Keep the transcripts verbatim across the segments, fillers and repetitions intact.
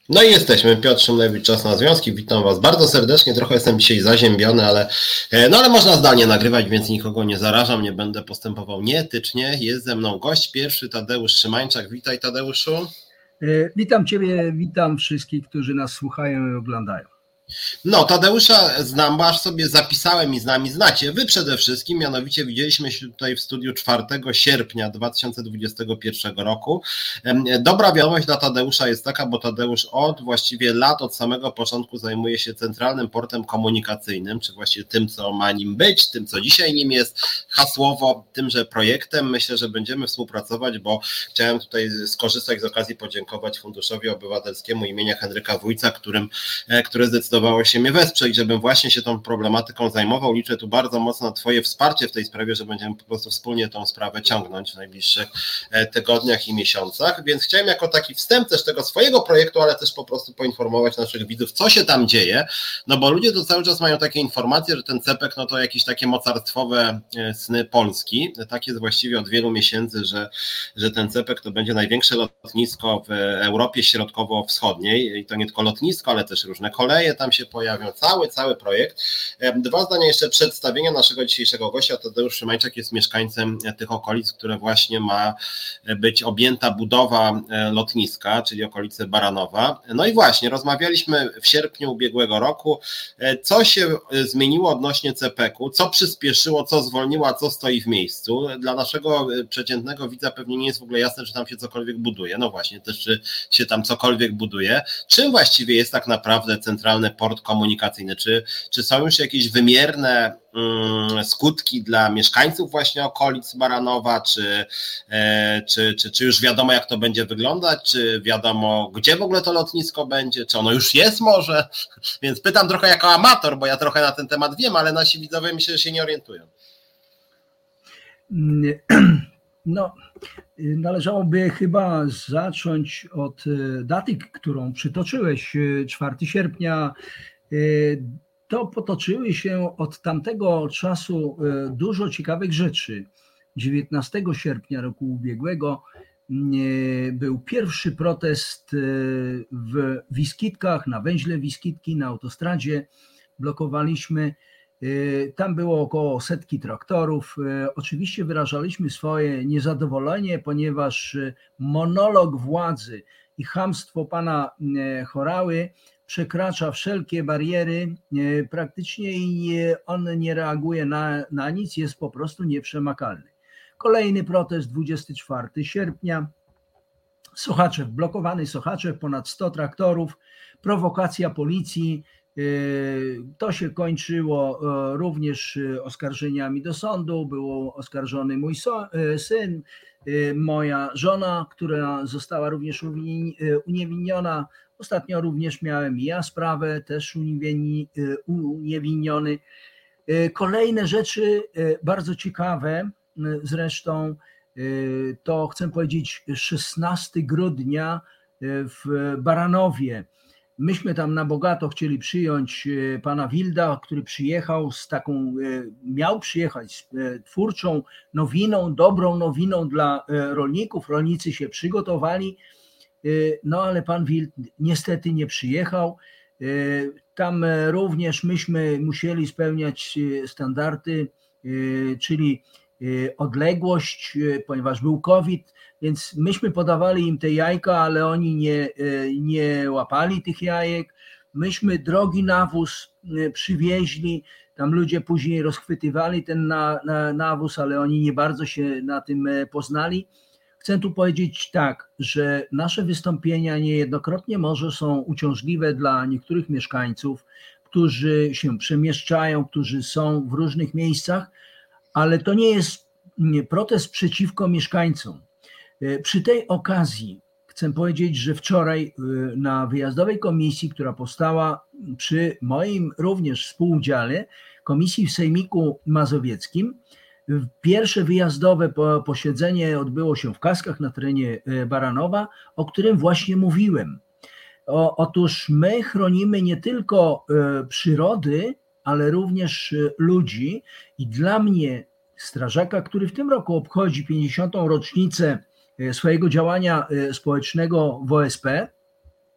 No i jesteśmy. Piotr Szymlewicz, Czas na Związki. Witam Was bardzo serdecznie. Trochę jestem dzisiaj zaziębiony, ale, no ale można zdalnie nagrywać, więc nikogo nie zarażam. Nie będę postępował nieetycznie. Jest ze mną gość pierwszy, Tadeusz Szymańczak. Witaj, Tadeuszu. Witam Ciebie, witam wszystkich, którzy nas słuchają i oglądają. No, Tadeusza znam, bo aż sobie zapisałem i z nami znacie. Wy przede wszystkim, mianowicie widzieliśmy się tutaj w studiu czwartego sierpnia dwa tysiące dwudziestego pierwszego roku. Dobra wiadomość dla Tadeusza jest taka, bo Tadeusz od właściwie lat, od samego początku zajmuje się centralnym portem komunikacyjnym, czy właściwie tym, co ma nim być, tym, co dzisiaj nim jest, hasłowo tymże projektem. Myślę, że będziemy współpracować, bo chciałem tutaj skorzystać z okazji podziękować Funduszowi Obywatelskiemu imienia Henryka Wójca, którym, który zdecydował się mnie wesprzeć, żebym właśnie się tą problematyką zajmował. Liczę tu bardzo mocno na Twoje wsparcie w tej sprawie, że będziemy po prostu wspólnie tą sprawę ciągnąć w najbliższych tygodniach i miesiącach, więc chciałem jako taki wstęp też tego swojego projektu, ale też po prostu poinformować naszych widzów, co się tam dzieje, no bo ludzie to cały czas mają takie informacje, że ten cepek, no to jakieś takie mocarstwowe sny Polski. Tak jest właściwie od wielu miesięcy, że, że ten cepek to będzie największe lotnisko w Europie Środkowo-Wschodniej i to nie tylko lotnisko, ale też różne koleje tam się pojawią, cały, cały projekt. Dwa zdania jeszcze przedstawienia naszego dzisiejszego gościa. Tadeusz Szymańczak jest mieszkańcem tych okolic, które właśnie ma być objęta budowa lotniska, czyli okolice Baranowa. No i właśnie, rozmawialiśmy w sierpniu ubiegłego roku, co się zmieniło odnośnie cepeku, co przyspieszyło, co zwolniło, a co stoi w miejscu. Dla naszego przeciętnego widza pewnie nie jest w ogóle jasne, czy tam się cokolwiek buduje. No właśnie, też czy się tam cokolwiek buduje. Czym właściwie jest tak naprawdę centralny port komunikacyjny? Czy, czy są już jakieś wymierne mm, skutki dla mieszkańców właśnie okolic Baranowa? Czy, e, czy, czy, czy już wiadomo, jak to będzie wyglądać? Czy wiadomo, gdzie w ogóle to lotnisko będzie? Czy ono już jest może? Więc pytam trochę jako amator, bo ja trochę na ten temat wiem, ale nasi widzowie myślę, że się nie orientują. No, należałoby chyba zacząć od daty, którą przytoczyłeś, czwartego sierpnia. To potoczyły się od tamtego czasu dużo ciekawych rzeczy. dziewiętnastego sierpnia roku ubiegłego był pierwszy protest w Wiskitkach, na węźle Wiskitki, na autostradzie. Blokowaliśmy. Tam było około setki traktorów. Oczywiście wyrażaliśmy swoje niezadowolenie, ponieważ monolog władzy i chamstwo pana Horały przekracza wszelkie bariery praktycznie i on nie reaguje na, na nic, jest po prostu nieprzemakalny. Kolejny protest dwudziestego czwartego sierpnia. Sochaczew, blokowany Sochaczew, ponad sto traktorów, prowokacja policji. To się kończyło również oskarżeniami do sądu. Był oskarżony mój syn, moja żona, która została również uniewinniona. Ostatnio również miałem i ja sprawę, też uniewinniony. Kolejne rzeczy bardzo ciekawe, zresztą to chcę powiedzieć szesnastego grudnia w Baranowie. Myśmy tam na bogato chcieli przyjąć pana Wilda, który przyjechał z taką, miał przyjechać z twórczą nowiną, dobrą nowiną dla rolników. Rolnicy się przygotowali, no ale pan Wild niestety nie przyjechał. Tam również myśmy musieli spełniać standardy, czyli odległość, ponieważ był COVID, więc myśmy podawali im te jajka, ale oni nie, nie łapali tych jajek. Myśmy drogi nawóz przywieźli, tam ludzie później rozchwytywali ten na, na, nawóz, ale oni nie bardzo się na tym poznali. Chcę tu powiedzieć tak, że nasze wystąpienia niejednokrotnie może są uciążliwe dla niektórych mieszkańców, którzy się przemieszczają, którzy są w różnych miejscach, ale to nie jest protest przeciwko mieszkańcom. Przy tej okazji chcę powiedzieć, że wczoraj na wyjazdowej komisji, która powstała przy moim również współudziale, komisji w Sejmiku Mazowieckim, pierwsze wyjazdowe posiedzenie odbyło się w Kaskach na terenie Baranowa, o którym właśnie mówiłem. O, otóż my chronimy nie tylko przyrody, ale również ludzi i dla mnie, strażaka, który w tym roku obchodzi pięćdziesiątą rocznicę swojego działania społecznego w O S P,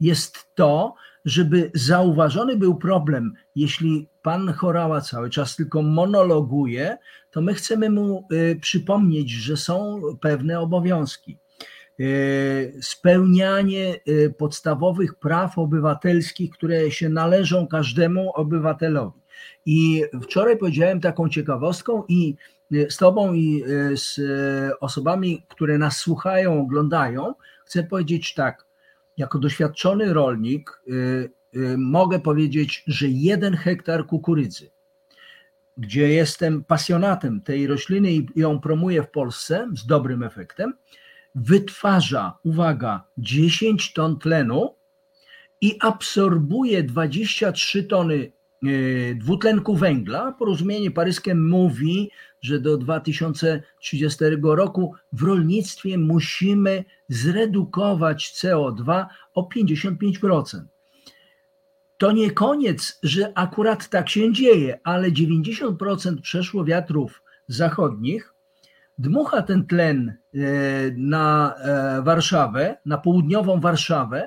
jest to, żeby zauważony był problem. Jeśli pan Horała cały czas tylko monologuje, to my chcemy mu przypomnieć, że są pewne obowiązki. Spełnianie podstawowych praw obywatelskich, które się należą każdemu obywatelowi. I wczoraj powiedziałem taką ciekawostką i z tobą i z osobami, które nas słuchają, oglądają, chcę powiedzieć tak, jako doświadczony rolnik mogę powiedzieć, że jeden hektar kukurydzy, gdzie jestem pasjonatem tej rośliny i ją promuję w Polsce z dobrym efektem, wytwarza, uwaga, dziesięć ton tlenu i absorbuje dwadzieścia trzy tony dwutlenku węgla. Porozumienie paryskie mówi, że do dwa tysiące trzydziestego roku w rolnictwie musimy zredukować C O dwa o pięćdziesiąt pięć procent. To nie koniec, że akurat tak się dzieje, ale dziewięćdziesiąt procent przeszło wiatrów zachodnich dmucha ten tlen na Warszawę, na południową Warszawę,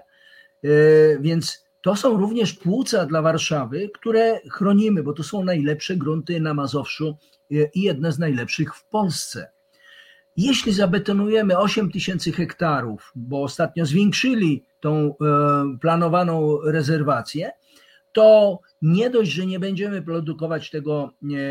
więc to są również płuca dla Warszawy, które chronimy, bo to są najlepsze grunty na Mazowszu i jedne z najlepszych w Polsce. Jeśli zabetonujemy osiem tysięcy hektarów, bo ostatnio zwiększyli tą planowaną rezerwację, to nie dość, że nie będziemy produkować tego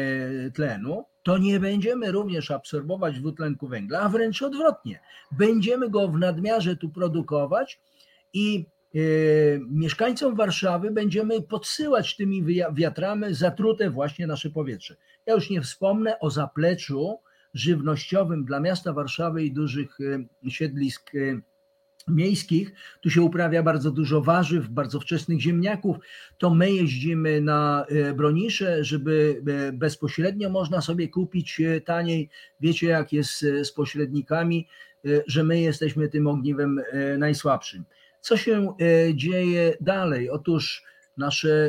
tlenu, to nie będziemy również absorbować dwutlenku węgla, a wręcz odwrotnie. Będziemy go w nadmiarze tu produkować i mieszkańcom Warszawy będziemy podsyłać tymi wiatrami zatrute właśnie nasze powietrze. Ja już nie wspomnę o zapleczu żywnościowym dla miasta Warszawy i dużych siedlisk miejskich. Tu się uprawia bardzo dużo warzyw, bardzo wczesnych ziemniaków. To my jeździmy na Bronisze, żeby bezpośrednio można sobie kupić taniej. Wiecie, jak jest z pośrednikami, że my jesteśmy tym ogniwem najsłabszym. Co się dzieje dalej? Otóż nasze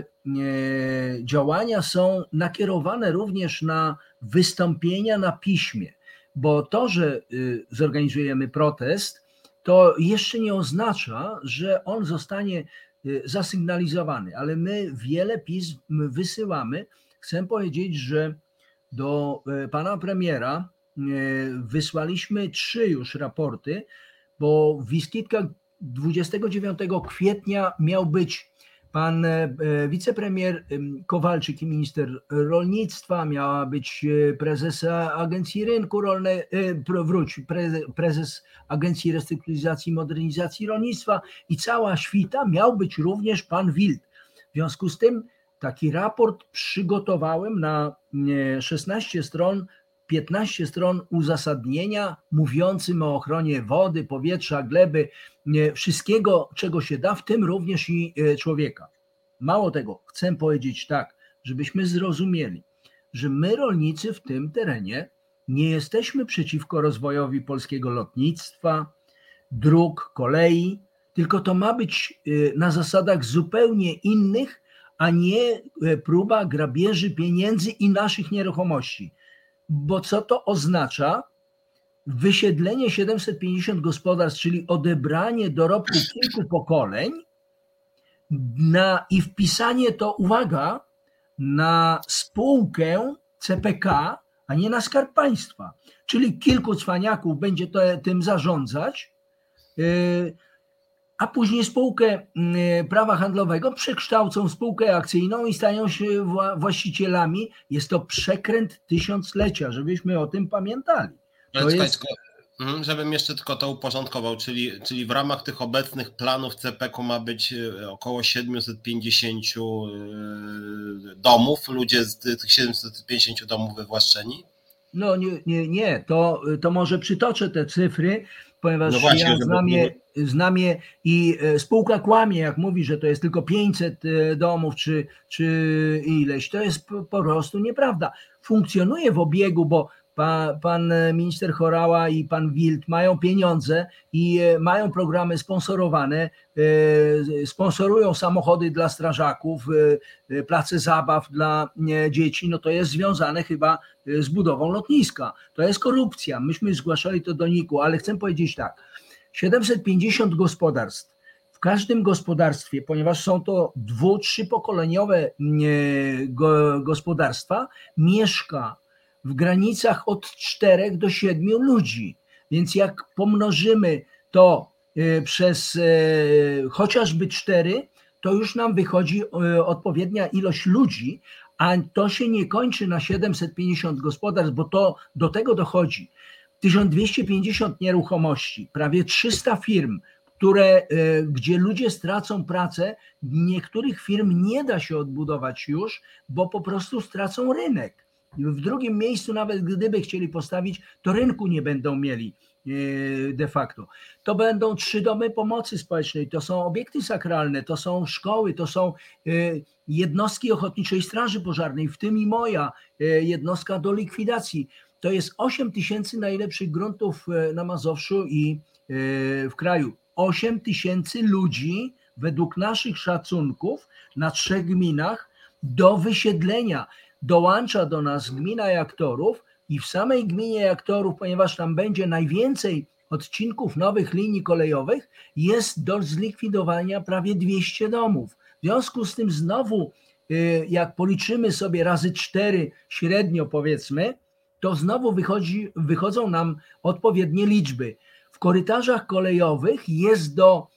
działania są nakierowane również na wystąpienia na piśmie, bo to, że zorganizujemy protest, to jeszcze nie oznacza, że on zostanie zasygnalizowany, ale my wiele pism wysyłamy. Chcę powiedzieć, że do pana premiera wysłaliśmy trzy już raporty, bo w wizytkach dwudziestego dziewiątego kwietnia miał być pan wicepremier Kowalczyk i minister rolnictwa, miała być prezes Agencji Rynku Rolnego, wróć, prezes Agencji Restrukturyzacji i Modernizacji Rolnictwa i cała świta, miał być również pan Wild. W związku z tym taki raport przygotowałem na szesnaście stron, piętnaście stron uzasadnienia mówiącym o ochronie wody, powietrza, gleby, wszystkiego, czego się da, w tym również i człowieka. Mało tego, chcę powiedzieć tak, żebyśmy zrozumieli, że my rolnicy w tym terenie nie jesteśmy przeciwko rozwojowi polskiego lotnictwa, dróg, kolei, tylko to ma być na zasadach zupełnie innych, a nie próba grabieży pieniędzy i naszych nieruchomości. Bo co to oznacza? Wysiedlenie siedemset pięćdziesiąt gospodarstw, czyli odebranie dorobku kilku pokoleń na, i wpisanie to, uwaga, na spółkę C P K, a nie na Skarb Państwa. Czyli kilku cwaniaków będzie to, tym zarządzać, yy, a później spółkę prawa handlowego przekształcą w spółkę akcyjną i stają się właścicielami. Jest to przekręt tysiąclecia, żebyśmy o tym pamiętali. To jest... Żebym jeszcze tylko to uporządkował, czyli, czyli w ramach tych obecnych planów C P K-u ma być około siedemset pięćdziesiąt domów, ludzie z tych siedemset pięćdziesiąt domów wywłaszczeni? No nie, nie, nie. To, to może przytoczę te cyfry, ponieważ no właśnie, ja znam je, znam je i spółka kłamie, jak mówi, że to jest tylko pięćset domów czy, czy ileś. To jest po, po prostu nieprawda. Funkcjonuje w obiegu, bo Pan, pan minister Horała i pan Wild mają pieniądze i mają programy sponsorowane, sponsorują samochody dla strażaków, place zabaw dla dzieci, no to jest związane chyba z budową lotniska. To jest korupcja. Myśmy zgłaszali to do N I K-u, ale chcę powiedzieć tak, siedemset pięćdziesiąt gospodarstw w każdym gospodarstwie, ponieważ są to dwu-, trzypokoleniowe gospodarstwa, mieszka w granicach od czterech do siedmiu ludzi. Więc jak pomnożymy to przez chociażby cztery, to już nam wychodzi odpowiednia ilość ludzi, a to się nie kończy na siedemset pięćdziesiąt gospodarstw, bo to do tego dochodzi. tysiąc dwieście pięćdziesiąt nieruchomości, prawie trzysta firm, które, gdzie ludzie stracą pracę, niektórych firm nie da się odbudować już, bo po prostu stracą rynek. W drugim miejscu, nawet gdyby chcieli postawić, to rynku nie będą mieli de facto. To będą trzy domy pomocy społecznej, to są obiekty sakralne, to są szkoły, to są jednostki Ochotniczej Straży Pożarnej, w tym i moja jednostka do likwidacji. To jest osiem tysięcy najlepszych gruntów na Mazowszu i w kraju. osiem tysięcy ludzi według naszych szacunków na trzech gminach do wysiedlenia. Dołącza do nas gmina Jaktorów i w samej gminie Jaktorów, ponieważ tam będzie najwięcej odcinków nowych linii kolejowych, jest do zlikwidowania prawie dwieście domów. W związku z tym znowu, jak policzymy sobie razy cztery średnio powiedzmy, to znowu wychodzi, wychodzą nam odpowiednie liczby. W korytarzach kolejowych jest do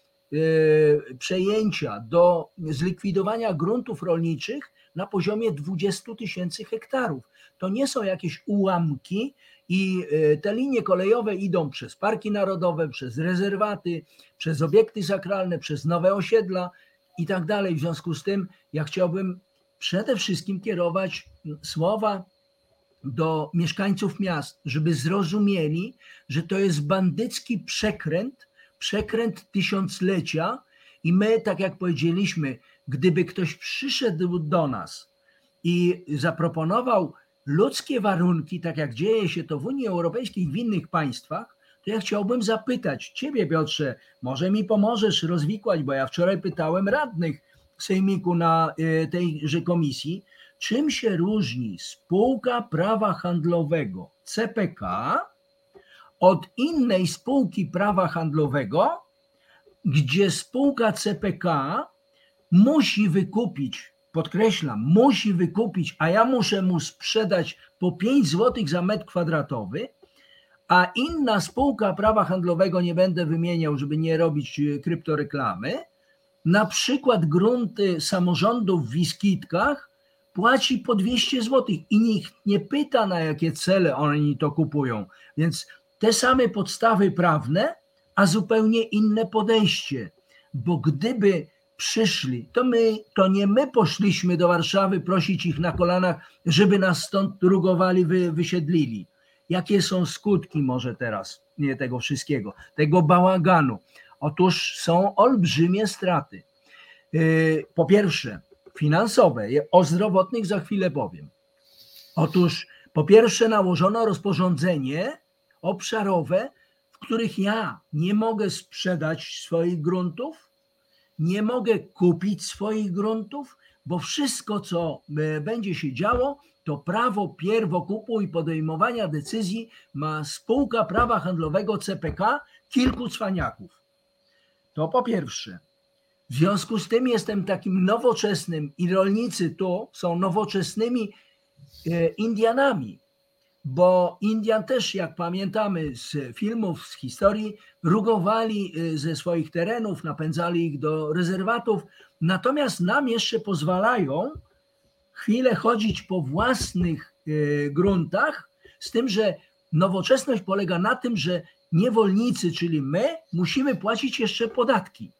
y, przejęcia, do zlikwidowania gruntów rolniczych na poziomie dwadzieścia tysięcy hektarów. To nie są jakieś ułamki i y, te linie kolejowe idą przez parki narodowe, przez rezerwaty, przez obiekty sakralne, przez nowe osiedla i tak dalej. W związku z tym ja chciałbym przede wszystkim kierować słowa do mieszkańców miast, żeby zrozumieli, że to jest bandycki przekręt, przekręt tysiąclecia i my, tak jak powiedzieliśmy, gdyby ktoś przyszedł do nas i zaproponował ludzkie warunki, tak jak dzieje się to w Unii Europejskiej i w innych państwach, to ja chciałbym zapytać Ciebie, Piotrze, może mi pomożesz rozwikłać, bo ja wczoraj pytałem radnych sejmiku na tejże komisji, czym się różni spółka prawa handlowego C P K od innej spółki prawa handlowego, gdzie spółka C P K musi wykupić, podkreślam, musi wykupić, a ja muszę mu sprzedać po pięć złotych za metr kwadratowy, a inna spółka prawa handlowego, nie będę wymieniał, żeby nie robić kryptoreklamy, na przykład grunty samorządów w Wiskitkach płaci po dwieście złotych i nikt nie pyta, na jakie cele oni to kupują. Więc te same podstawy prawne, a zupełnie inne podejście. Bo gdyby przyszli, to my, to nie my poszliśmy do Warszawy prosić ich na kolanach, żeby nas stąd drugowali, wy, wysiedlili. Jakie są skutki może teraz nie tego wszystkiego, tego bałaganu? Otóż są olbrzymie straty. Po pierwsze, finansowe, o zdrowotnych za chwilę powiem. Otóż po pierwsze nałożono rozporządzenie obszarowe, w których ja nie mogę sprzedać swoich gruntów, nie mogę kupić swoich gruntów, bo wszystko, co będzie się działo, to prawo pierwokupu i podejmowania decyzji ma spółka prawa handlowego C P K, kilku cwaniaków. To po pierwsze. W związku z tym jestem takim nowoczesnym i rolnicy tu są nowoczesnymi Indianami, bo Indian też, jak pamiętamy z filmów, z historii, rugowali ze swoich terenów, napędzali ich do rezerwatów, natomiast nam jeszcze pozwalają chwilę chodzić po własnych gruntach, z tym, że nowoczesność polega na tym, że niewolnicy, czyli my, musimy płacić jeszcze podatki.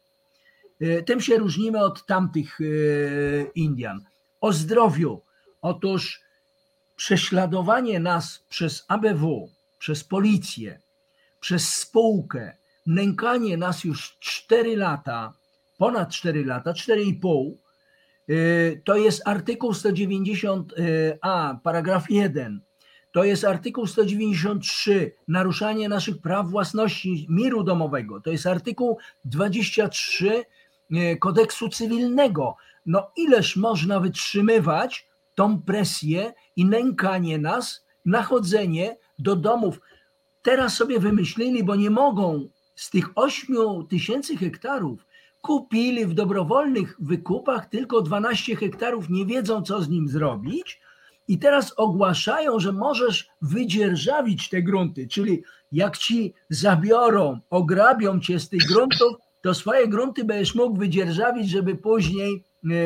Tym się różnimy od tamtych Indian. O zdrowiu. Otóż prześladowanie nas przez A B W, przez policję, przez spółkę, nękanie nas już cztery lata, ponad cztery lata, cztery i pół, to jest artykuł sto dziewięćdziesiąt a, paragraf jeden. To jest artykuł sto dziewięćdziesiąt trzy, naruszanie naszych praw własności, miru domowego. To jest artykuł dwadzieścia trzy kodeksu cywilnego. No ileż można wytrzymywać tą presję i nękanie nas, nachodzenie do domów. Teraz sobie wymyślili, bo nie mogą z tych ośmiu tysięcy hektarów kupili w dobrowolnych wykupach tylko dwanaście hektarów, nie wiedzą co z nim zrobić i teraz ogłaszają, że możesz wydzierżawić te grunty, czyli jak ci zabiorą, ograbią cię z tych gruntów, to swoje grunty będziesz mógł wydzierżawić, żeby później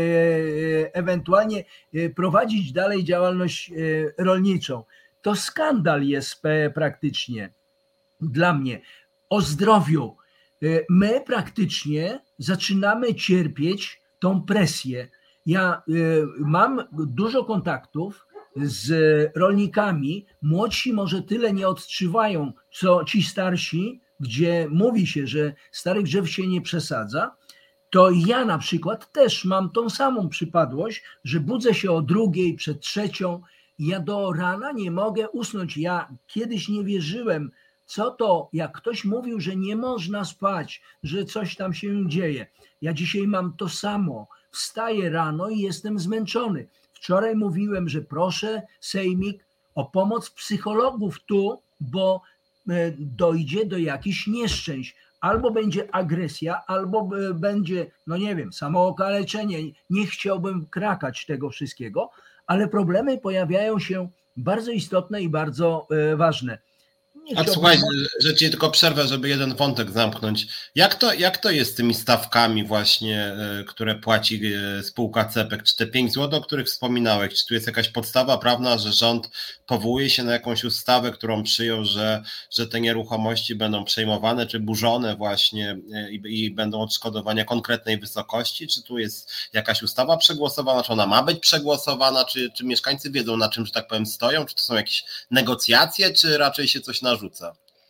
ewentualnie prowadzić dalej działalność rolniczą. To skandal jest praktycznie dla mnie. O zdrowiu. My praktycznie zaczynamy cierpieć tą presję. Ja mam dużo kontaktów z rolnikami. Młodsi może tyle nie odczuwają, co ci starsi, gdzie mówi się, że starych drzew się nie przesadza. To ja na przykład też mam tą samą przypadłość, że budzę się o drugiej, przed trzecią i ja do rana nie mogę usnąć. Ja kiedyś nie wierzyłem, co to, jak ktoś mówił, że nie można spać, że coś tam się dzieje. Ja dzisiaj mam to samo. Wstaję rano i jestem zmęczony. Wczoraj mówiłem, że proszę Sejmik o pomoc psychologów tu, bo dojdzie do jakichś nieszczęść. Albo będzie agresja, albo będzie, no nie wiem, samookaleczenie. Nie chciałbym krakać tego wszystkiego, ale problemy pojawiają się bardzo istotne i bardzo ważne. Nie A słuchaj, że ci tylko przerwę, żeby jeden wątek zamknąć. Jak to, jak to jest z tymi stawkami właśnie, które płaci spółka Cepek? Czy te pięć złotych, o których wspominałeś, czy tu jest jakaś podstawa prawna, że rząd powołuje się na jakąś ustawę, którą przyjął, że, że te nieruchomości będą przejmowane, czy burzone właśnie i, i będą odszkodowania konkretnej wysokości? Czy tu jest jakaś ustawa przegłosowana, czy ona ma być przegłosowana, czy, czy mieszkańcy wiedzą, na czym, że tak powiem, stoją? Czy to są jakieś negocjacje, czy raczej się coś na narzuca?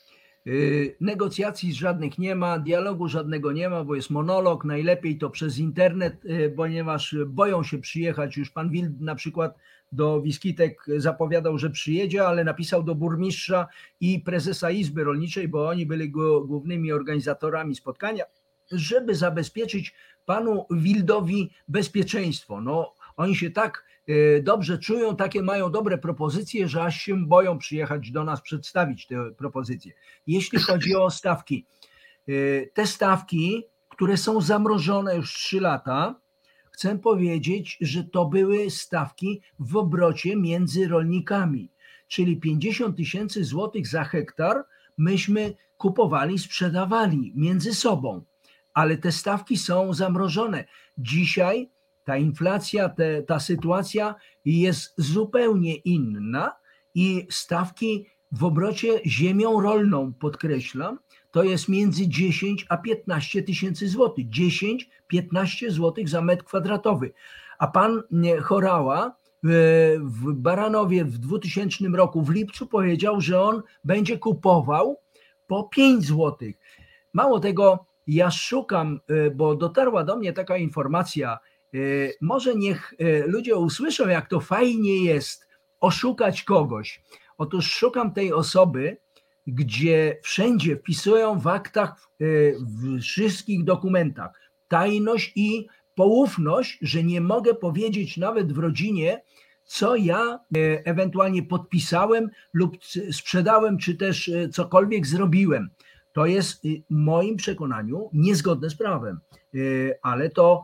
Negocjacji żadnych nie ma, dialogu żadnego nie ma, bo jest monolog, najlepiej to przez internet, ponieważ boją się przyjechać. Już pan Wild na przykład do Wiskitek zapowiadał, że przyjedzie, ale napisał do burmistrza i prezesa Izby Rolniczej, bo oni byli głównymi organizatorami spotkania, żeby zabezpieczyć panu Wildowi bezpieczeństwo. No, oni się tak dobrze czują, takie mają dobre propozycje, że aż się boją przyjechać do nas przedstawić te propozycje. Jeśli chodzi o stawki, te stawki, które są zamrożone już trzy lata, chcę powiedzieć, że to były stawki w obrocie między rolnikami, czyli pięćdziesiąt tysięcy złotych za hektar myśmy kupowali, sprzedawali między sobą, ale te stawki są zamrożone. Dzisiaj ta inflacja, te, ta sytuacja jest zupełnie inna i stawki w obrocie ziemią rolną, podkreślam, to jest między dziesięć a piętnaście tysięcy złotych. dziesięć do piętnastu złotych za metr kwadratowy. A pan Horała w Baranowie w dwutysięcznym roku w lipcu powiedział, że on będzie kupował po pięć złotych. Mało tego, ja szukam, bo dotarła do mnie taka informacja, może niech ludzie usłyszą, jak to fajnie jest oszukać kogoś. Otóż szukam tej osoby, gdzie wszędzie wpisują w aktach, w wszystkich dokumentach tajność i poufność, że nie mogę powiedzieć nawet w rodzinie, co ja ewentualnie podpisałem lub sprzedałem, czy też cokolwiek zrobiłem. To jest w moim przekonaniu niezgodne z prawem, ale to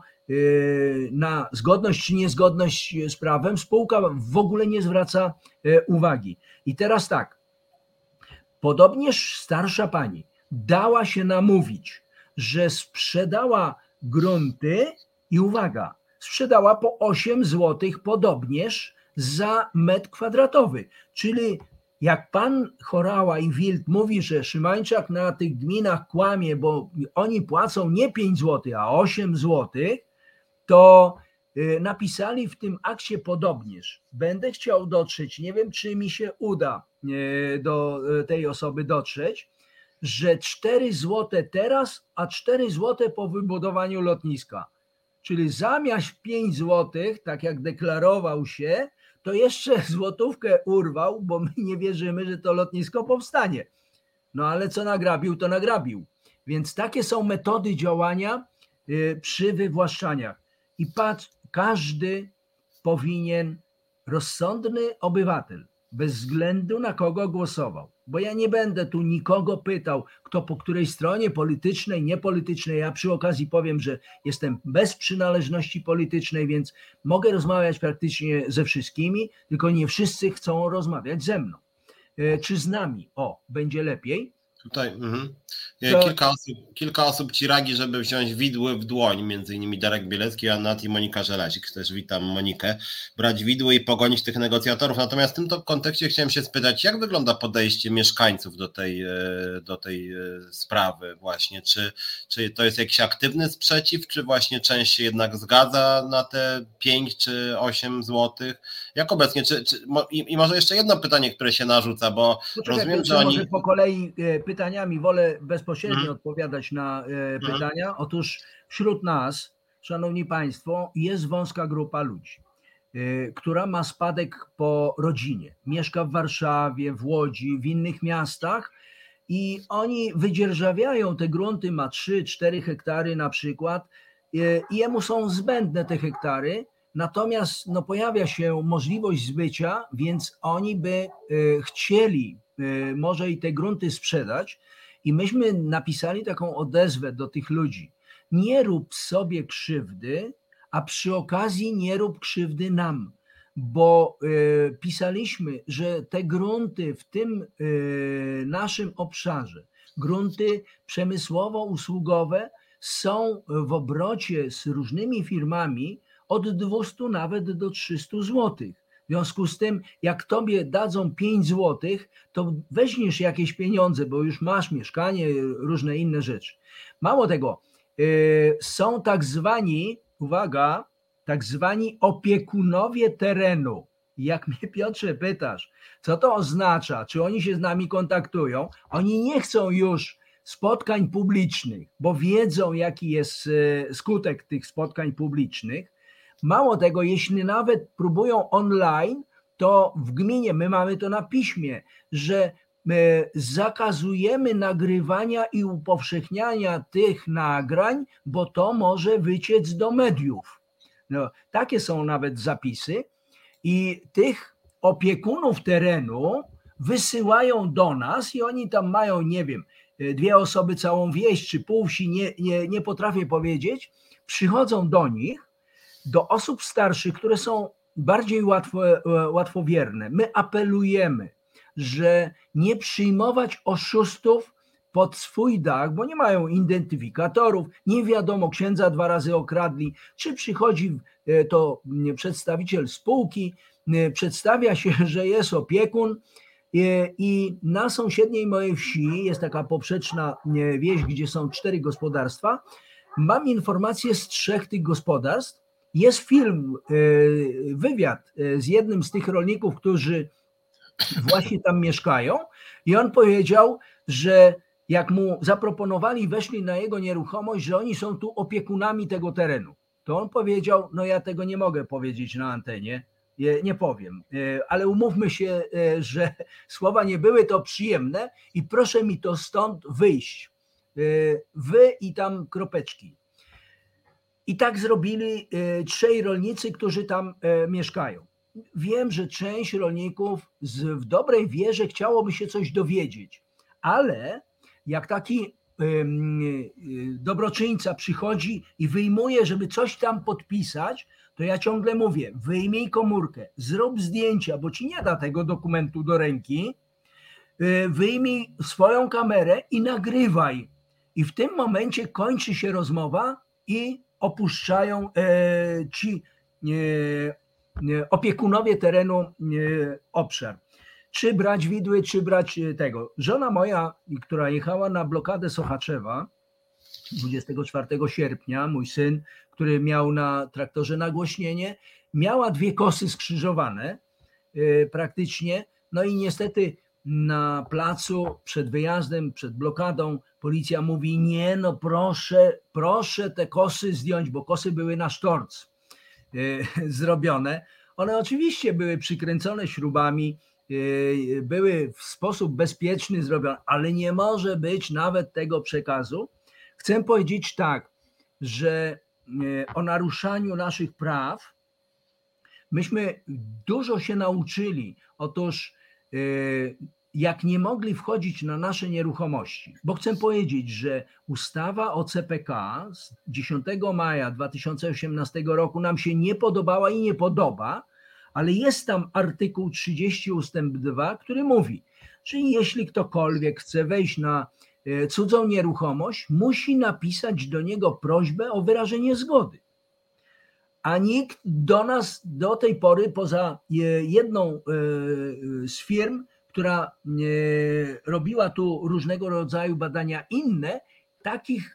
na zgodność czy niezgodność z prawem spółka w ogóle nie zwraca uwagi. I teraz tak, podobnież starsza pani dała się namówić, że sprzedała grunty i uwaga, sprzedała po osiem złotych podobnież za metr kwadratowy, czyli jak pan Horała i Wild mówi, że Szymańczak na tych gminach kłamie, bo oni płacą nie pięć złotych, a osiem złotych, to napisali w tym akcie podobnież. Będę chciał dotrzeć, nie wiem, czy mi się uda do tej osoby dotrzeć, że cztery złote teraz, a cztery złote po wybudowaniu lotniska. Czyli zamiast pięć złotych, tak jak deklarował się, to jeszcze złotówkę urwał, bo my nie wierzymy, że to lotnisko powstanie. No ale co nagrabił, to nagrabił. Więc takie są metody działania przy wywłaszczaniach. I patrz, każdy powinien, rozsądny obywatel, bez względu na kogo głosował, bo ja nie będę tu nikogo pytał, kto po której stronie politycznej, niepolitycznej. Ja przy okazji powiem, że jestem bez przynależności politycznej, więc mogę rozmawiać praktycznie ze wszystkimi, tylko nie wszyscy chcą rozmawiać ze mną. Czy z nami? O, będzie lepiej. Tutaj mhm. kilka, osób, kilka osób ci radzi, żeby wziąć widły w dłoń, między innymi Darek Bielecki, Anat i Monika Żelazik, też witam Monikę, brać widły i pogonić tych negocjatorów. Natomiast w tym to kontekście chciałem się spytać, jak wygląda podejście mieszkańców do tej, do tej sprawy właśnie? Czy, czy to jest jakiś aktywny sprzeciw, czy właśnie część się jednak zgadza na te pięć czy osiem złotych? Jak obecnie? Czy, czy, i, I może jeszcze jedno pytanie, które się narzuca, bo Poczekaj, rozumiem, że oni... Może po kolei pytaniami wolę bezpośrednio hmm. odpowiadać na e, pytania. Hmm. Otóż wśród nas, szanowni państwo, jest wąska grupa ludzi, e, która ma spadek po rodzinie. Mieszka w Warszawie, w Łodzi, w innych miastach i oni wydzierżawiają te grunty, ma trzy cztery hektary na przykład e, i jemu są zbędne te hektary, natomiast no, pojawia się możliwość zbycia, więc oni by e, chcieli e, może i te grunty sprzedać. I myśmy napisali taką odezwę do tych ludzi. Nie rób sobie krzywdy, a przy okazji nie rób krzywdy nam, bo y, pisaliśmy, że te grunty w tym y, naszym obszarze, grunty przemysłowo-usługowe są w obrocie z różnymi firmami od dwieście nawet do trzysta złotych. W związku z tym, jak tobie dadzą pięć złotych, to weźmiesz jakieś pieniądze, bo już masz mieszkanie, różne inne rzeczy. Mało tego, yy, są tak zwani, uwaga, tak zwani opiekunowie terenu. Jak mnie, Piotrze, pytasz, co to oznacza, czy oni się z nami kontaktują, oni nie chcą już spotkań publicznych, bo wiedzą, jaki jest skutek tych spotkań publicznych. Mało tego, jeśli nawet próbują online, to w gminie, my mamy to na piśmie, że zakazujemy nagrywania i upowszechniania tych nagrań, bo to może wyciec do mediów. No, takie są nawet zapisy i tych opiekunów terenu wysyłają do nas i oni tam mają, nie wiem, dwie osoby, całą wieś czy pół wsi, nie, nie, nie potrafię powiedzieć, przychodzą do nich, do osób starszych, które są bardziej łatwo, łatwowierne. My apelujemy, że nie przyjmować oszustów pod swój dach, bo nie mają identyfikatorów, nie wiadomo, księdza dwa razy okradli, czy przychodzi to przedstawiciel spółki, przedstawia się, że jest opiekun i na sąsiedniej mojej wsi jest taka poprzeczna wieś, gdzie są cztery gospodarstwa. Mam informację z trzech tych gospodarstw. Jest film, wywiad z jednym z tych rolników, którzy właśnie tam mieszkają i on powiedział, że jak mu zaproponowali, weszli na jego nieruchomość, że oni są tu opiekunami tego terenu. To on powiedział, no ja tego nie mogę powiedzieć na antenie, nie powiem, ale umówmy się, że słowa nie były to przyjemne i proszę mi to stąd wyjść. Wy i tam kropeczki. I tak zrobili trzej rolnicy, którzy tam mieszkają. Wiem, że część rolników z, w dobrej wierze chciałoby się coś dowiedzieć, ale jak taki dobroczyńca przychodzi i wyjmuje, żeby coś tam podpisać, to ja ciągle mówię, wyjmij komórkę, zrób zdjęcia, bo ci nie da tego dokumentu do ręki, wyjmij swoją kamerę i nagrywaj. I w tym momencie kończy się rozmowa i opuszczają ci opiekunowie terenu obszar. Czy brać widły, czy brać tego. Żona moja, która jechała na blokadę Sochaczewa dwudziestego czwartego sierpnia, mój syn, który miał na traktorze nagłośnienie, miała dwie kosy skrzyżowane praktycznie, no i niestety na placu przed wyjazdem, przed blokadą policja mówi, nie no proszę, proszę te kosy zdjąć, bo kosy były na sztorc zrobione. One oczywiście były przykręcone śrubami, były w sposób bezpieczny zrobione, ale nie może być nawet tego przekazu. Chcę powiedzieć tak, że o naruszaniu naszych praw myśmy dużo się nauczyli. Otóż jak nie mogli wchodzić na nasze nieruchomości, bo chcę powiedzieć, że ustawa o C P K z dziesiątego maja dwa tysiące osiemnastego roku nam się nie podobała i nie podoba, ale jest tam artykuł trzydziesty ustęp dwa, który mówi, że jeśli ktokolwiek chce wejść na cudzą nieruchomość, musi napisać do niego prośbę o wyrażenie zgody. A nikt do nas do tej pory, poza jedną z firm, która robiła tu różnego rodzaju badania inne, takich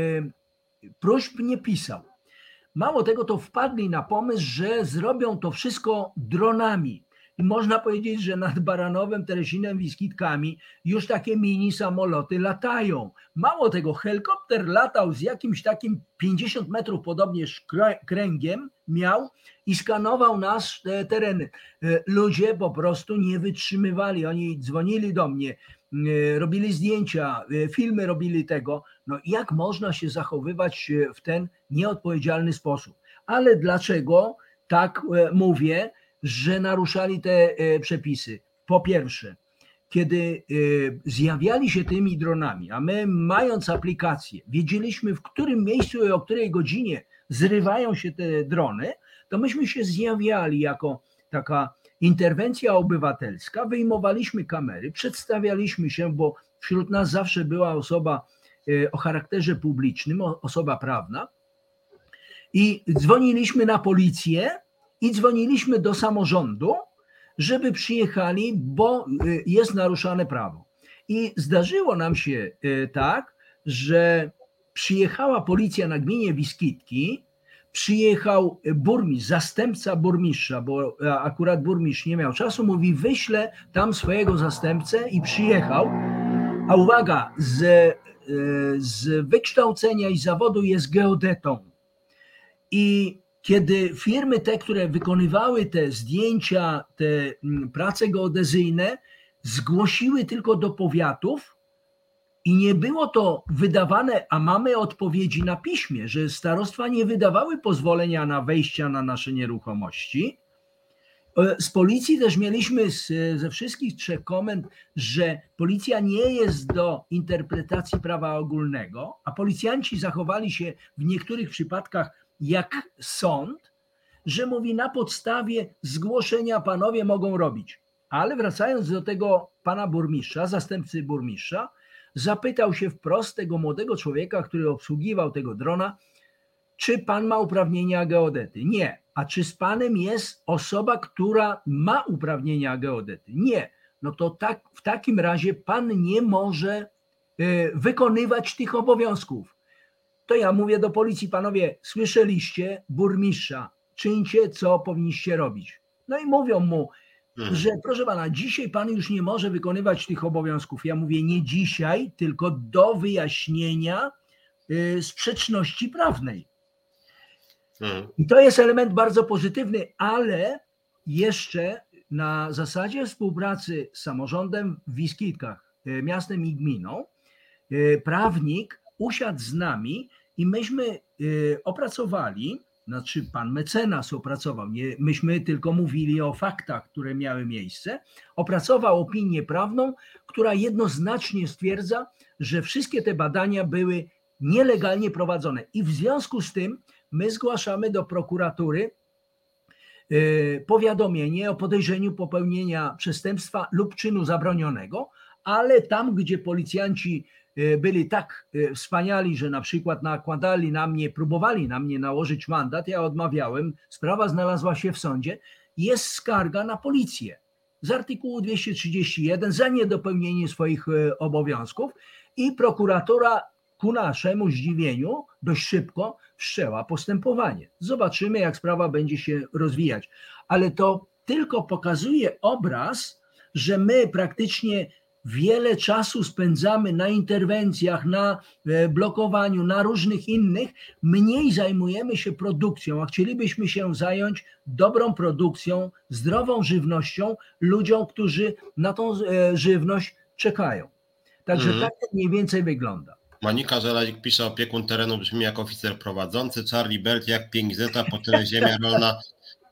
próśb nie pisał. Mało tego, to wpadli na pomysł, że zrobią to wszystko dronami. I można powiedzieć, że nad Baranowem, Teresinem, Wiskitkami już takie mini samoloty latają. Mało tego, helikopter latał z jakimś takim pięćdziesiąt metrów podobnież kręgiem miał i skanował nasz tereny. Ludzie po prostu nie wytrzymywali. Oni dzwonili do mnie, robili zdjęcia, filmy robili tego. No jak można się zachowywać w ten nieodpowiedzialny sposób? Ale dlaczego tak mówię, że naruszali te przepisy? Po pierwsze, kiedy zjawiali się tymi dronami, a my mając aplikację, wiedzieliśmy w którym miejscu i o której godzinie zrywają się te drony, to myśmy się zjawiali jako taka interwencja obywatelska, wyjmowaliśmy kamery, przedstawialiśmy się, bo wśród nas zawsze była osoba o charakterze publicznym, osoba prawna i dzwoniliśmy na policję i dzwoniliśmy do samorządu, żeby przyjechali, bo jest naruszane prawo. I zdarzyło nam się tak, że przyjechała policja na gminie Wiskitki, przyjechał burmistrz, zastępca burmistrza, bo akurat burmistrz nie miał czasu, mówi wyślę tam swojego zastępcę i przyjechał, a uwaga, z, z wykształcenia i zawodu jest geodetą. I kiedy firmy te, które wykonywały te zdjęcia, te prace geodezyjne, zgłosiły tylko do powiatów i nie było to wydawane, a mamy odpowiedzi na piśmie, że starostwa nie wydawały pozwolenia na wejścia na nasze nieruchomości. Z policji też mieliśmy z, ze wszystkich trzech komend, że policja nie jest do interpretacji prawa ogólnego, a policjanci zachowali się w niektórych przypadkach jak sąd, że mówi na podstawie zgłoszenia panowie mogą robić. Ale wracając do tego pana burmistrza, zastępcy burmistrza, zapytał się wprost tego młodego człowieka, który obsługiwał tego drona, czy pan ma uprawnienia geodety? Nie. A czy z panem jest osoba, która ma uprawnienia geodety? Nie. No to tak, w takim razie pan nie może y, wykonywać tych obowiązków. To ja mówię do policji, panowie, słyszeliście burmistrza, czyńcie, co powinniście robić. No i mówią mu, hmm. że proszę pana, dzisiaj pan już nie może wykonywać tych obowiązków. Ja mówię, nie dzisiaj, tylko do wyjaśnienia y, sprzeczności prawnej. Hmm. I to jest element bardzo pozytywny, ale jeszcze na zasadzie współpracy z samorządem w Wiskitkach, y, miastem i gminą, y, prawnik usiadł z nami i myśmy y, opracowali, znaczy pan mecenas opracował, nie, myśmy tylko mówili o faktach, które miały miejsce, opracował opinię prawną, która jednoznacznie stwierdza, że wszystkie te badania były nielegalnie prowadzone i w związku z tym my zgłaszamy do prokuratury y, powiadomienie o podejrzeniu popełnienia przestępstwa lub czynu zabronionego, ale tam, gdzie policjanci byli tak wspaniali, że na przykład nakładali na mnie, próbowali na mnie nałożyć mandat, ja odmawiałem, sprawa znalazła się w sądzie, jest skarga na policję z artykułu dwieście trzydzieści jeden za niedopełnienie swoich obowiązków i prokuratura ku naszemu zdziwieniu dość szybko wszczęła postępowanie. Zobaczymy, jak sprawa będzie się rozwijać, ale to tylko pokazuje obraz, że my praktycznie wiele czasu spędzamy na interwencjach, na blokowaniu, na różnych innych, mniej zajmujemy się produkcją, a chcielibyśmy się zająć dobrą produkcją, zdrową żywnością ludziom, którzy na tą żywność czekają. Także mm. tak mniej więcej wygląda. Monika Żelazik pisze, opiekun terenu brzmi jak oficer prowadzący, Charlie Belt jak pięć zeta, po tyle ziemia rolna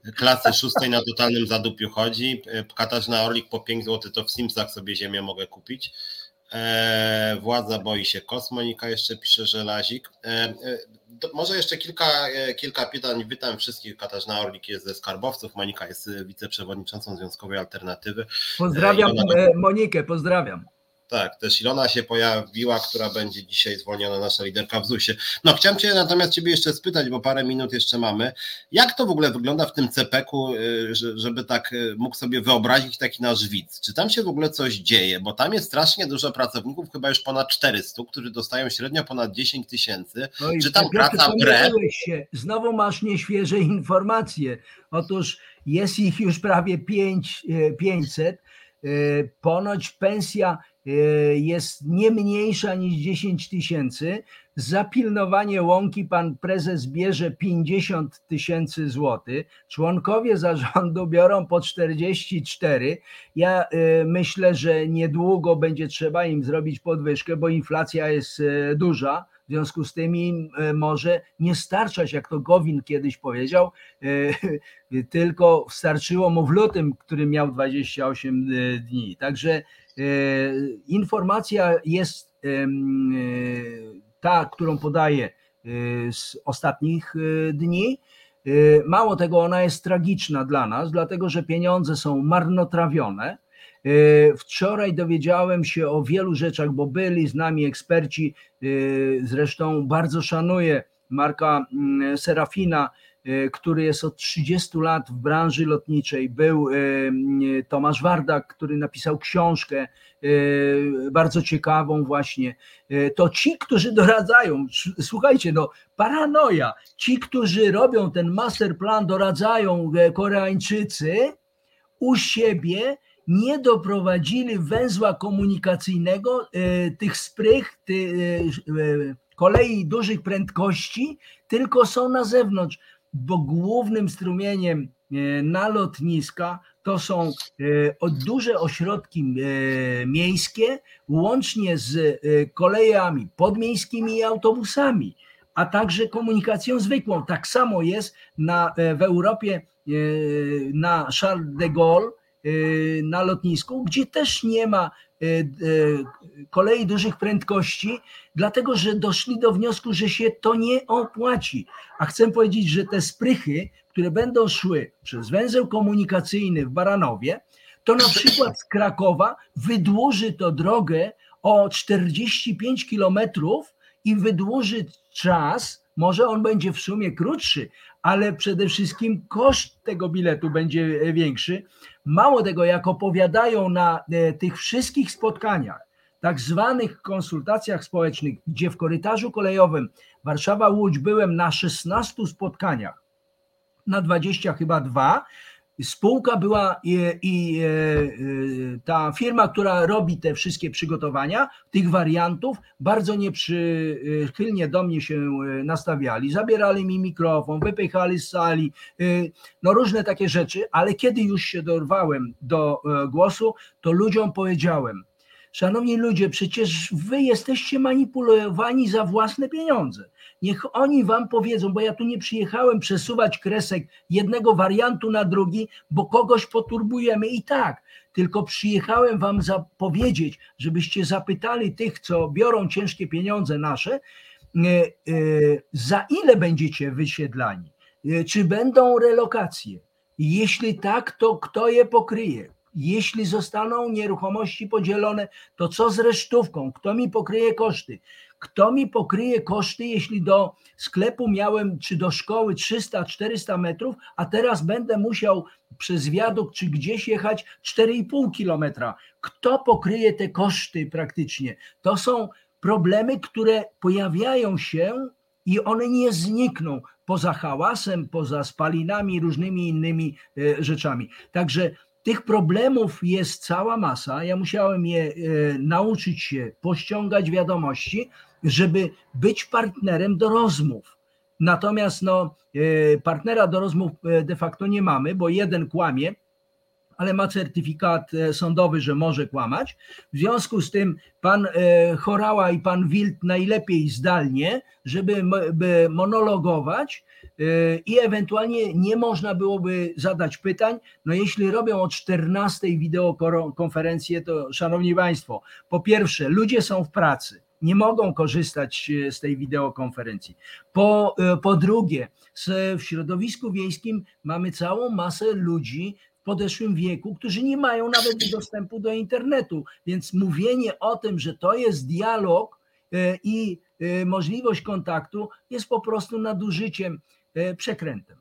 klasy szóstej na totalnym zadupiu chodzi. Katarzyna Orlik po pięć złotych to w Simsach sobie ziemię mogę kupić. E, władza boi się kos, Monika jeszcze pisze, że lazik. E, e, to może jeszcze kilka, e, kilka pytań. Witam wszystkich. Katarzyna Orlik jest ze Skarbowców, Monika jest wiceprzewodniczącą Związkowej Alternatywy. Pozdrawiam e, Ilona... Monikę, pozdrawiam. Tak, też Ilona się pojawiła, która będzie dzisiaj zwolniona, nasza liderka w zusie. No chciałem Cię natomiast Ciebie jeszcze spytać, bo parę minut jeszcze mamy. Jak to w ogóle wygląda w tym cepeku, żeby tak mógł sobie wyobrazić taki nasz widz? Czy tam się w ogóle coś dzieje? Bo tam jest strasznie dużo pracowników, chyba już ponad czterysta, którzy dostają średnio ponad dziesięć tysięcy. Oj, Czy tam praca w grę? Się. Znowu masz nieświeże informacje. Otóż jest ich już prawie pięćset. Ponoć pensja jest nie mniejsza niż dziesięć tysięcy. Za pilnowanie łąki pan prezes bierze pięćdziesiąt tysięcy złotych. Członkowie zarządu biorą po czterdzieści cztery. Ja myślę, że niedługo będzie trzeba im zrobić podwyżkę, bo inflacja jest duża. W związku z tym im może nie starczać, jak to Gowin kiedyś powiedział, tylko starczyło mu w lutym, który miał dwadzieścia osiem dni. Także informacja jest ta, którą podaję z ostatnich dni. Mało tego, ona jest tragiczna dla nas, dlatego że pieniądze są marnotrawione. Wczoraj dowiedziałem się o wielu rzeczach, bo byli z nami eksperci, zresztą bardzo szanuję Marka Serafina, który jest od trzydziestu lat w branży lotniczej. Był Tomasz Wardak, który napisał książkę bardzo ciekawą właśnie. To ci, którzy doradzają, słuchajcie, no paranoja, ci, którzy robią ten masterplan, doradzają Koreańczycy u siebie, nie doprowadzili węzła komunikacyjnego, tych sprych, tych kolei dużych prędkości, tylko są na zewnątrz, bo głównym strumieniem na lotniska to są duże ośrodki miejskie, łącznie z kolejami podmiejskimi i autobusami, a także komunikacją zwykłą. Tak samo jest na, w Europie na Charles de Gaulle, na lotnisku, gdzie też nie ma kolei dużych prędkości, dlatego że doszli do wniosku, że się to nie opłaci. A chcę powiedzieć, że te sprychy, które będą szły przez węzeł komunikacyjny w Baranowie, to na przykład z Krakowa wydłuży to drogę o czterdzieści pięć kilometrów i wydłuży czas, może on będzie w sumie krótszy, ale przede wszystkim koszt tego biletu będzie większy. Mało tego, jak opowiadają na tych wszystkich spotkaniach, tak zwanych konsultacjach społecznych, gdzie w korytarzu kolejowym Warszawa-Łódź byłem na szesnastu spotkaniach, na dwadzieścia chyba dwa, spółka była i, i ta firma, która robi te wszystkie przygotowania, tych wariantów, bardzo nieprzychylnie do mnie się nastawiali. Zabierali mi mikrofon, wypychali z sali, no różne takie rzeczy, ale kiedy już się dorwałem do głosu, to ludziom powiedziałem: szanowni ludzie, przecież wy jesteście manipulowani za własne pieniądze. Niech oni wam powiedzą, bo ja tu nie przyjechałem przesuwać kresek jednego wariantu na drugi, bo kogoś poturbujemy i tak. Tylko przyjechałem wam zapowiedzieć, żebyście zapytali tych, co biorą ciężkie pieniądze nasze, za ile będziecie wysiedlani? Czy będą relokacje? Jeśli tak, to kto je pokryje? Jeśli zostaną nieruchomości podzielone, to co z resztówką? Kto mi pokryje koszty? Kto mi pokryje koszty, jeśli do sklepu miałem, czy do szkoły trzysta czterysta metrów, a teraz będę musiał przez wiadukt czy gdzieś jechać cztery i pół kilometra? Kto pokryje te koszty praktycznie? To są problemy, które pojawiają się i one nie znikną poza hałasem, poza spalinami, różnymi innymi rzeczami. Także tych problemów jest cała masa. Ja musiałem je e, nauczyć się pościągać wiadomości, żeby być partnerem do rozmów. Natomiast no, e, partnera do rozmów de facto nie mamy, bo jeden kłamie, ale ma certyfikat sądowy, że może kłamać. W związku z tym pan Horała i pan Wild najlepiej zdalnie, żeby monologować i ewentualnie nie można byłoby zadać pytań. No jeśli robią o czternastej wideokonferencję, to szanowni państwo, po pierwsze ludzie są w pracy, nie mogą korzystać z tej wideokonferencji. Po, po drugie, w środowisku wiejskim mamy całą masę ludzi w podeszłym wieku, którzy nie mają nawet dostępu do internetu, więc mówienie o tym, że to jest dialog i możliwość kontaktu jest po prostu nadużyciem, przekrętem.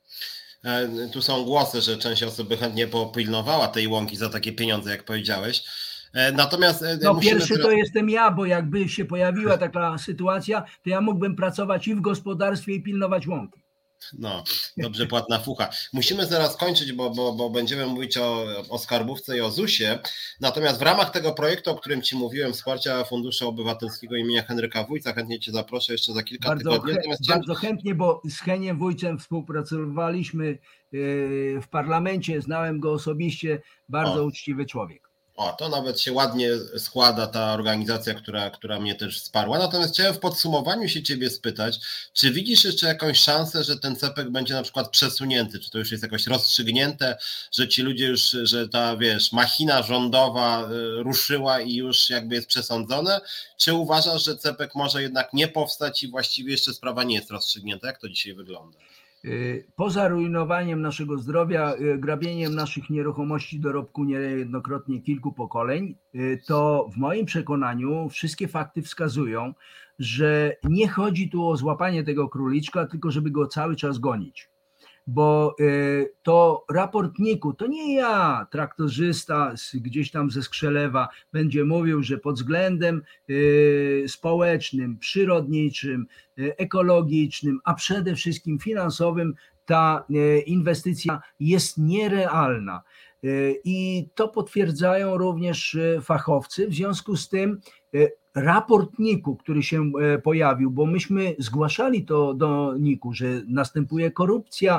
Tu są głosy, że część osób by chętnie popilnowała tej łąki za takie pieniądze, jak powiedziałeś. Natomiast no pierwszy teraz... to jestem ja, bo jakby się pojawiła taka sytuacja, to ja mógłbym pracować i w gospodarstwie i pilnować łąki. No, dobrze płatna fucha. Musimy zaraz kończyć, bo, bo, bo będziemy mówić o, o skarbówce i o zusie. Natomiast w ramach tego projektu, o którym Ci mówiłem, wsparcia Funduszu Obywatelskiego imienia Henryka Wójca, chętnie Cię zaproszę jeszcze za kilka bardzo tygodni. Chę, bardzo chętnie, bo z Heniem Wójcem współpracowaliśmy w parlamencie, znałem go osobiście, bardzo o. uczciwy człowiek. O, to nawet się ładnie składa ta organizacja, która, która mnie też wsparła. Natomiast chciałem w podsumowaniu się Ciebie spytać, czy widzisz jeszcze jakąś szansę, że ten C E P E K będzie na przykład przesunięty? Czy to już jest jakoś rozstrzygnięte, że ci ludzie już, że ta, wiesz, machina rządowa ruszyła i już jakby jest przesądzone? Czy uważasz, że C E P E K może jednak nie powstać i właściwie jeszcze sprawa nie jest rozstrzygnięta? Jak to dzisiaj wygląda? Poza rujnowaniem naszego zdrowia, grabieniem naszych nieruchomości, dorobku niejednokrotnie kilku pokoleń, to w moim przekonaniu wszystkie fakty wskazują, że nie chodzi tu o złapanie tego króliczka, tylko żeby go cały czas gonić. Bo to raport N I K-u, to nie ja, traktorzysta gdzieś tam ze Skrzelewa, będzie mówił, że pod względem społecznym, przyrodniczym, ekologicznym, a przede wszystkim finansowym ta inwestycja jest nierealna. I to potwierdzają również fachowcy. W związku z tym raport N I K-u, który się pojawił, bo myśmy zgłaszali to do N I K-u, że następuje korupcja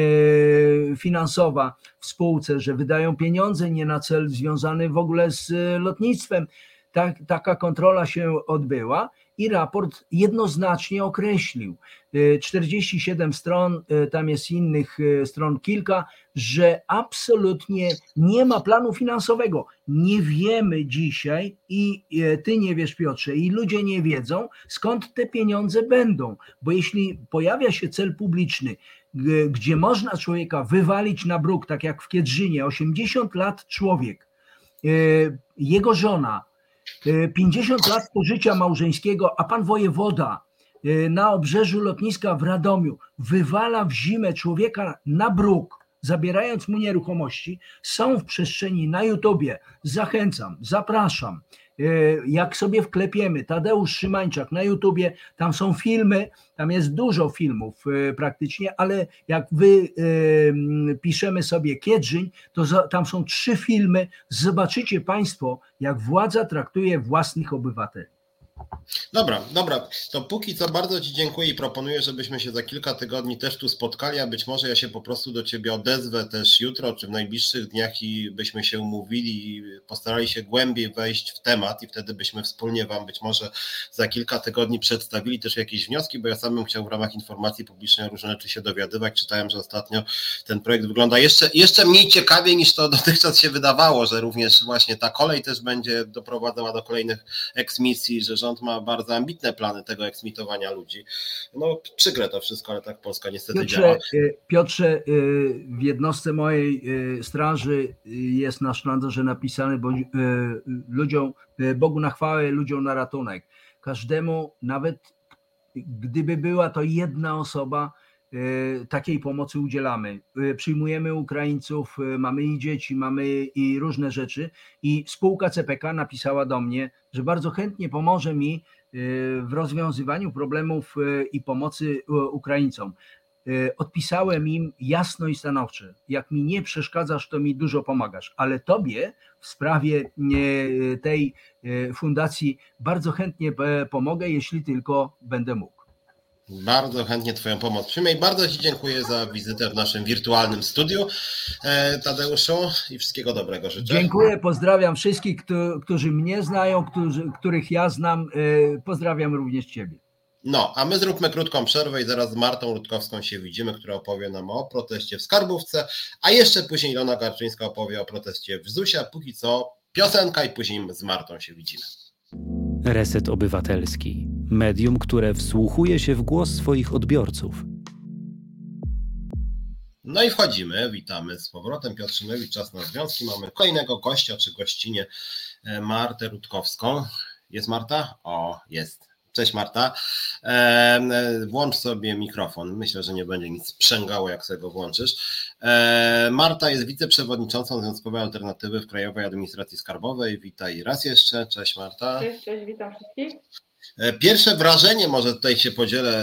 finansowa w spółce, że wydają pieniądze nie na cel związany w ogóle z lotnictwem. Tak, taka kontrola się odbyła i raport jednoznacznie określił, czterdzieści siedem stron, tam jest innych stron kilka, że absolutnie nie ma planu finansowego. Nie wiemy dzisiaj i ty nie wiesz, Piotrze, i ludzie nie wiedzą, skąd te pieniądze będą, bo jeśli pojawia się cel publiczny, gdzie można człowieka wywalić na bruk, tak jak w Kiedrzynie, osiemdziesiąt lat człowiek, jego żona, pięćdziesiąt lat pożycia małżeńskiego, a pan wojewoda na obrzeżu lotniska w Radomiu wywala w zimę człowieka na bruk, zabierając mu nieruchomości, są w przestrzeni na YouTubie. Zachęcam, zapraszam. Jak sobie wklepiemy Tadeusz Szymańczak na YouTubie, tam są filmy, tam jest dużo filmów praktycznie, ale jak wy piszemy sobie Kiedrzyń, to tam są trzy filmy, zobaczycie państwo, jak władza traktuje własnych obywateli. Dobra, dobra, to póki co bardzo Ci dziękuję i proponuję, żebyśmy się za kilka tygodni też tu spotkali, a być może ja się po prostu do Ciebie odezwę też jutro czy w najbliższych dniach i byśmy się umówili i postarali się głębiej wejść w temat i wtedy byśmy wspólnie Wam być może za kilka tygodni przedstawili też jakieś wnioski, bo ja sam bym chciał w ramach informacji publicznej różne rzeczy się dowiadywać. Czytałem, że ostatnio ten projekt wygląda jeszcze, jeszcze mniej ciekawie niż to dotychczas się wydawało, że również właśnie ta kolej też będzie doprowadzała do kolejnych eksmisji, że rząd ma bardzo ambitne plany tego eksmitowania ludzi. No przykre to wszystko, ale tak Polska niestety Piotrze, działa. Piotrze, w jednostce mojej straży jest na sztandarze napisane, bo ludziom, Bogu na chwałę, ludziom na ratunek. Każdemu, nawet gdyby była to jedna osoba, takiej pomocy udzielamy. Przyjmujemy Ukraińców, mamy i dzieci, mamy i różne rzeczy i spółka C P K napisała do mnie, że bardzo chętnie pomoże mi w rozwiązywaniu problemów i pomocy Ukraińcom. Odpisałem im jasno i stanowczo, jak mi nie przeszkadzasz, to mi dużo pomagasz, ale tobie w sprawie tej fundacji bardzo chętnie pomogę, jeśli tylko będę mógł. Bardzo chętnie Twoją pomoc przyjmę i bardzo Ci dziękuję za wizytę w naszym wirtualnym studiu, Tadeuszu, i wszystkiego dobrego życzę. Dziękuję, pozdrawiam wszystkich, którzy mnie znają, którzy, których ja znam. Pozdrawiam również Ciebie. No, a my zróbmy krótką przerwę i zaraz z Martą Rutkowską się widzimy, która opowie nam o proteście w Skarbówce, a jeszcze później Ilona Garczyńska opowie o proteście w zusie, a póki co piosenka i później z Martą się widzimy. Reset Obywatelski. Medium, które wsłuchuje się w głos swoich odbiorców. No i wchodzimy, witamy z powrotem. Piotr Szymlewicz, Czas na Związki. Mamy kolejnego gościa, czy gościnię, Martę Rutkowską. Jest Marta? O, jest. Cześć Marta. Włącz sobie mikrofon. Myślę, że nie będzie nic sprzęgało, jak sobie go włączysz. Marta jest wiceprzewodniczącą Związkowej Alternatywy w Krajowej Administracji Skarbowej. Witaj raz jeszcze. Cześć Marta. Cześć, cześć, witam wszystkich. Pierwsze wrażenie, może tutaj się podzielę,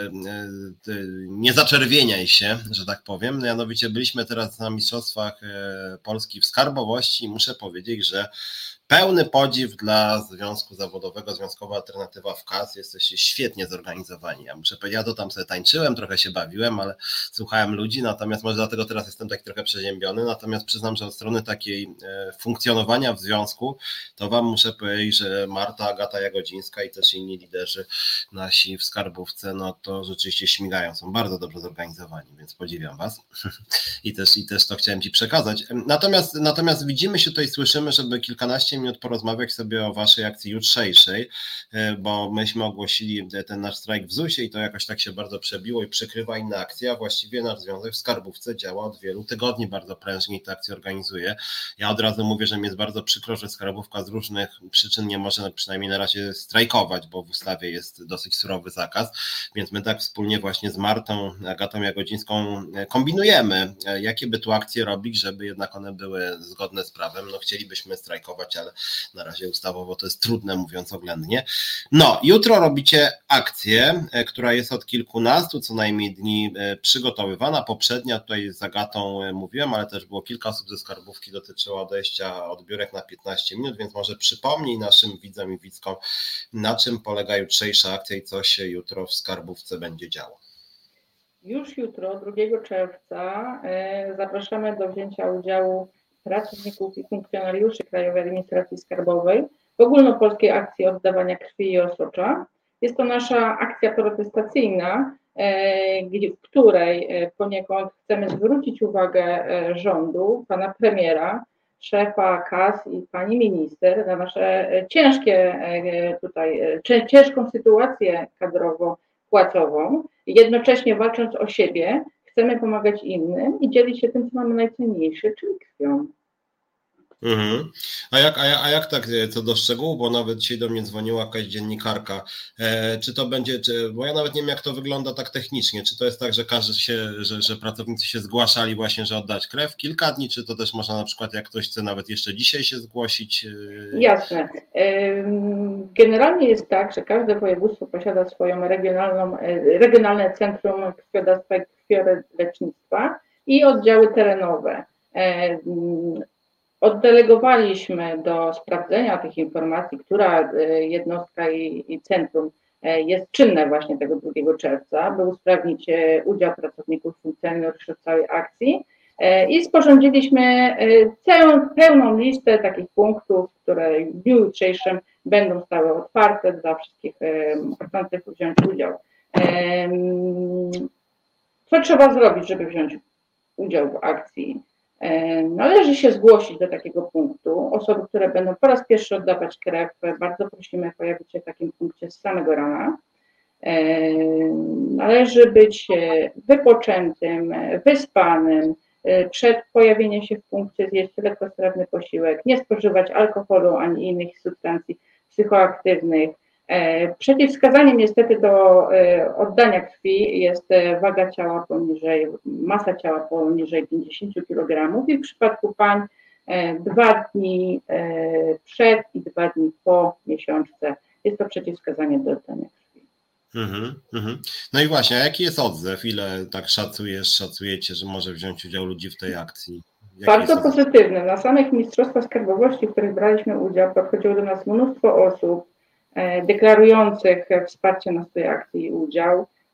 nie zaczerwieniaj się, że tak powiem. Mianowicie byliśmy teraz na Mistrzostwach Polski w Skarbowości i muszę powiedzieć, że pełny podziw dla Związku Zawodowego, Związkowa Alternatywa w K A S. Jesteście świetnie zorganizowani. Ja muszę powiedzieć, ja to tam sobie tańczyłem, trochę się bawiłem, ale słuchałem ludzi, natomiast może dlatego teraz jestem taki trochę przeziębiony, natomiast przyznam, że od strony takiej funkcjonowania w związku, to wam muszę powiedzieć, że Marta, Agata Jagodzińska i też inni liderzy nasi w Skarbówce, no to rzeczywiście śmigają, są bardzo dobrze zorganizowani, więc podziwiam was i też, i też to chciałem ci przekazać. Natomiast, natomiast widzimy się tutaj, słyszymy, żeby kilkanaście minut porozmawiać sobie o waszej akcji jutrzejszej, bo myśmy ogłosili ten nasz strajk w zusie i to jakoś tak się bardzo przebiło i przykrywa inne akcje, a właściwie nasz związek w Skarbówce działa od wielu tygodni bardzo prężnie i te akcje organizuje. Ja od razu mówię, że mi jest bardzo przykro, że Skarbówka z różnych przyczyn nie może przynajmniej na razie strajkować, bo w ustawie jest dosyć surowy zakaz, więc my tak wspólnie właśnie z Martą, Agatą Jagodzińską kombinujemy, jakie by tu akcje robić, żeby jednak one były zgodne z prawem. No chcielibyśmy strajkować, ale na razie ustawowo to jest trudne, mówiąc oględnie. No, jutro robicie akcję, która jest od kilkunastu co najmniej dni przygotowywana. Poprzednia, tutaj z Agatą mówiłem, ale też było kilka osób ze Skarbówki, dotyczyło odejścia od biurek na piętnaście minut, więc może przypomnij naszym widzom i widzkom, na czym polega jutrzejsza akcja i co się jutro w Skarbówce będzie działo. Już jutro, drugiego czerwca, zapraszamy do wzięcia udziału pracowników i funkcjonariuszy Krajowej Administracji Skarbowej w ogólnopolskiej akcji oddawania krwi i osocza. Jest to nasza akcja protestacyjna, w której poniekąd chcemy zwrócić uwagę rządu, pana premiera, szefa K A S i pani minister na nasze ciężkie tutaj, ciężką sytuację kadrowo-płacową. Jednocześnie walcząc o siebie, chcemy pomagać innym i dzielić się tym, co mamy najcenniejsze, czyli krwią. Mhm. A, jak, a, jak, a jak tak co do szczegółów, bo nawet dzisiaj do mnie dzwoniła jakaś dziennikarka, e, czy to będzie, czy, bo ja nawet nie wiem jak to wygląda tak technicznie, czy to jest tak, że każdy się, że, że pracownicy się zgłaszali właśnie, że oddać krew kilka dni, czy to też można na przykład jak ktoś chce nawet jeszcze dzisiaj się zgłosić? E... Jasne. Generalnie jest tak, że każde województwo posiada swoją regionalną, regionalne centrum krwiodawstwa i krwiolecznictwa i oddziały terenowe. Oddelegowaliśmy do sprawdzenia tych informacji, która jednostka i centrum jest czynne właśnie tego drugiego czerwca, by usprawnić udział pracowników funkcjonariuszy w całej akcji i sporządziliśmy całą, pełną listę takich punktów, które w dniu jutrzejszym będą stały otwarte dla wszystkich chcących wziąć udział. Co trzeba zrobić, żeby wziąć udział w akcji? Należy się zgłosić do takiego punktu. Osoby, które będą po raz pierwszy oddawać krew, bardzo prosimy pojawić się w takim punkcie z samego rana. Należy być wypoczętym, wyspanym, przed pojawieniem się w punkcie zjeść lekkostrawny posiłek, nie spożywać alkoholu ani innych substancji psychoaktywnych. Przeciwwskazaniem niestety do oddania krwi jest waga ciała poniżej, masa ciała poniżej pięćdziesiąt kilogramów i w przypadku pań dwa dni przed i dwa dni po miesiączce jest to przeciwwskazanie do oddania krwi. Mm-hmm, mm-hmm. No i właśnie, a jaki jest odzew? Ile tak szacujesz, szacujecie, że może wziąć udział ludzi w tej akcji? Jaki Bardzo pozytywny. Na samych Mistrzostwach Skarbowości, w których braliśmy udział, podchodziło do nas mnóstwo osób deklarujących wsparcie na tej akcji i udział.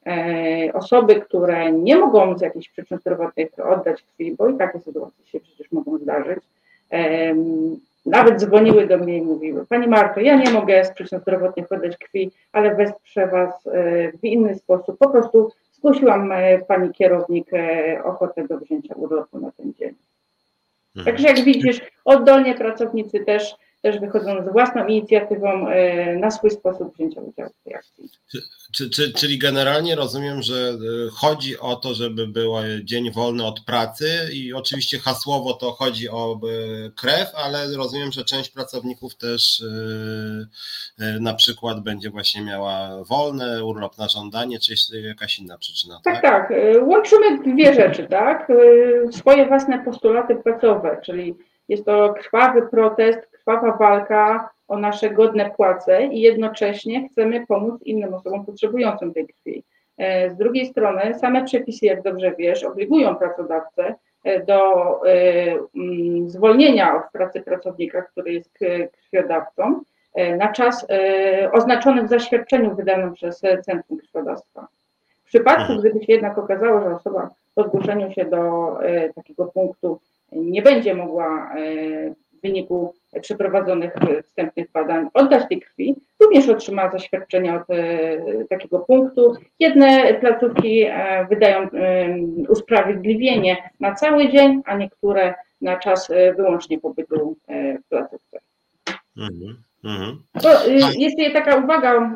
osoby, które nie mogą z jakichś przyczyn zdrowotnych oddać krwi, bo i takie sytuacje się przecież mogą zdarzyć, nawet dzwoniły do mnie i mówiły: Pani Marto, ja nie mogę z przyczyn zdrowotnych oddać krwi, ale wesprze Was w inny sposób. Po prostu zgłosiłam Pani kierownik ochotę do wzięcia urlopu na ten dzień. Także jak widzisz, oddolnie pracownicy też, też wychodzą z własną inicjatywą na swój sposób wzięcia udziału w tej akcji. Czy, czy, czyli generalnie rozumiem, że chodzi o to, żeby był dzień wolny od pracy i oczywiście hasłowo to chodzi o krew, ale rozumiem, że część pracowników też na przykład będzie właśnie miała wolny urlop na żądanie, czy jest jakaś inna przyczyna, tak? Tak, tak. Łączymy dwie rzeczy, tak? Swoje własne postulaty płacowe, czyli jest to krwawy protest, krwawa walka o nasze godne płace i jednocześnie chcemy pomóc innym osobom potrzebującym tej krwi. Z drugiej strony same przepisy, jak dobrze wiesz, obligują pracodawcę do zwolnienia od pracy pracownika, który jest krwiodawcą, na czas oznaczony w zaświadczeniu wydanym przez Centrum Krwiodawstwa. W przypadku, gdyby się jednak okazało, że osoba po zgłoszeniu się do takiego punktu nie będzie mogła w wyniku przeprowadzonych wstępnych badań oddać tej krwi, również otrzymała zaświadczenie od takiego punktu. Jedne placówki wydają usprawiedliwienie na cały dzień, a niektóre na czas wyłącznie pobytu w placówce. Mhm, mhm. To jest taka uwaga,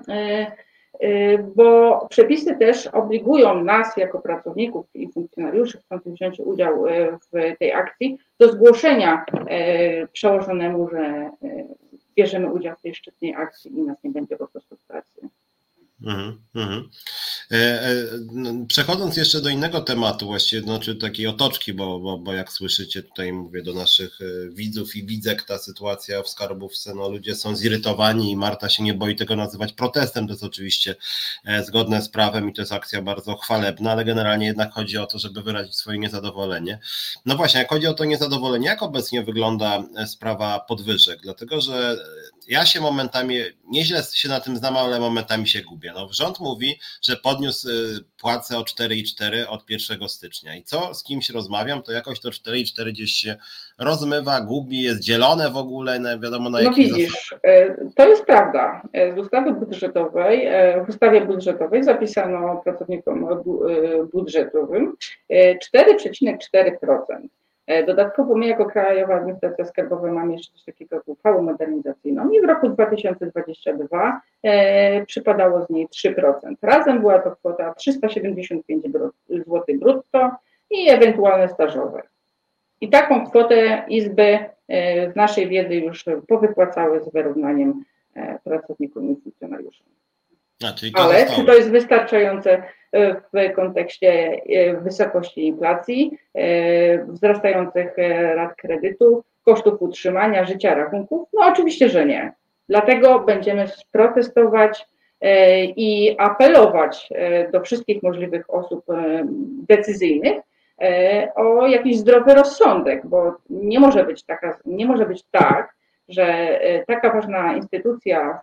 bo przepisy też obligują nas jako pracowników i funkcjonariuszy chcących wziąć udział w tej akcji do zgłoszenia przełożonemu, że bierzemy udział w tej szczytnej akcji i nas nie będzie po prostu w pracy. Mhm, mhm. Przechodząc jeszcze do innego tematu, właściwie znaczy takiej otoczki, bo, bo, bo jak słyszycie, tutaj mówię do naszych widzów i widzek, ta sytuacja w skarbówce, no ludzie są zirytowani i Marta się nie boi tego nazywać protestem, to jest oczywiście zgodne z prawem i to jest akcja bardzo chwalebna, ale generalnie jednak chodzi o to, żeby wyrazić swoje niezadowolenie. No właśnie, jak chodzi o to niezadowolenie, jak obecnie wygląda sprawa podwyżek, dlatego że ja się momentami, nieźle się na tym znam, ale momentami się gubię. No, rząd mówi, że podniósł płacę o cztery i cztery od pierwszego stycznia i co z kimś rozmawiam, to jakoś to cztery i cztery gdzieś się rozmywa, gubi, jest dzielone w ogóle, no wiadomo na jakie. No widzisz, zasady. To jest prawda. Z ustawy budżetowej, w ustawie budżetowej zapisano pracownikom budżetowym cztery przecinek cztery procent. Dodatkowo my jako Krajowa Administracja Skarbowa mamy jeszcze coś takiego jak uchwałę modernizacyjną i w roku dwa tysiące dwudziestym drugim e, przypadało z niej trzy procent. Razem była to kwota trzysta siedemdziesiąt pięć złotych brutto i ewentualne stażowe. I taką kwotę izby e, w naszej wiedzy już powypłacały z wyrównaniem e, pracownikom i funkcjonariuszom. A, czyli to Ale zostało. Czy to jest wystarczające w kontekście wysokości inflacji, wzrastających rat kredytu, kosztów utrzymania, życia, rachunków? No oczywiście, że nie. Dlatego będziemy protestować i apelować do wszystkich możliwych osób decyzyjnych o jakiś zdrowy rozsądek, bo nie może być taka, nie może być tak, że taka ważna instytucja,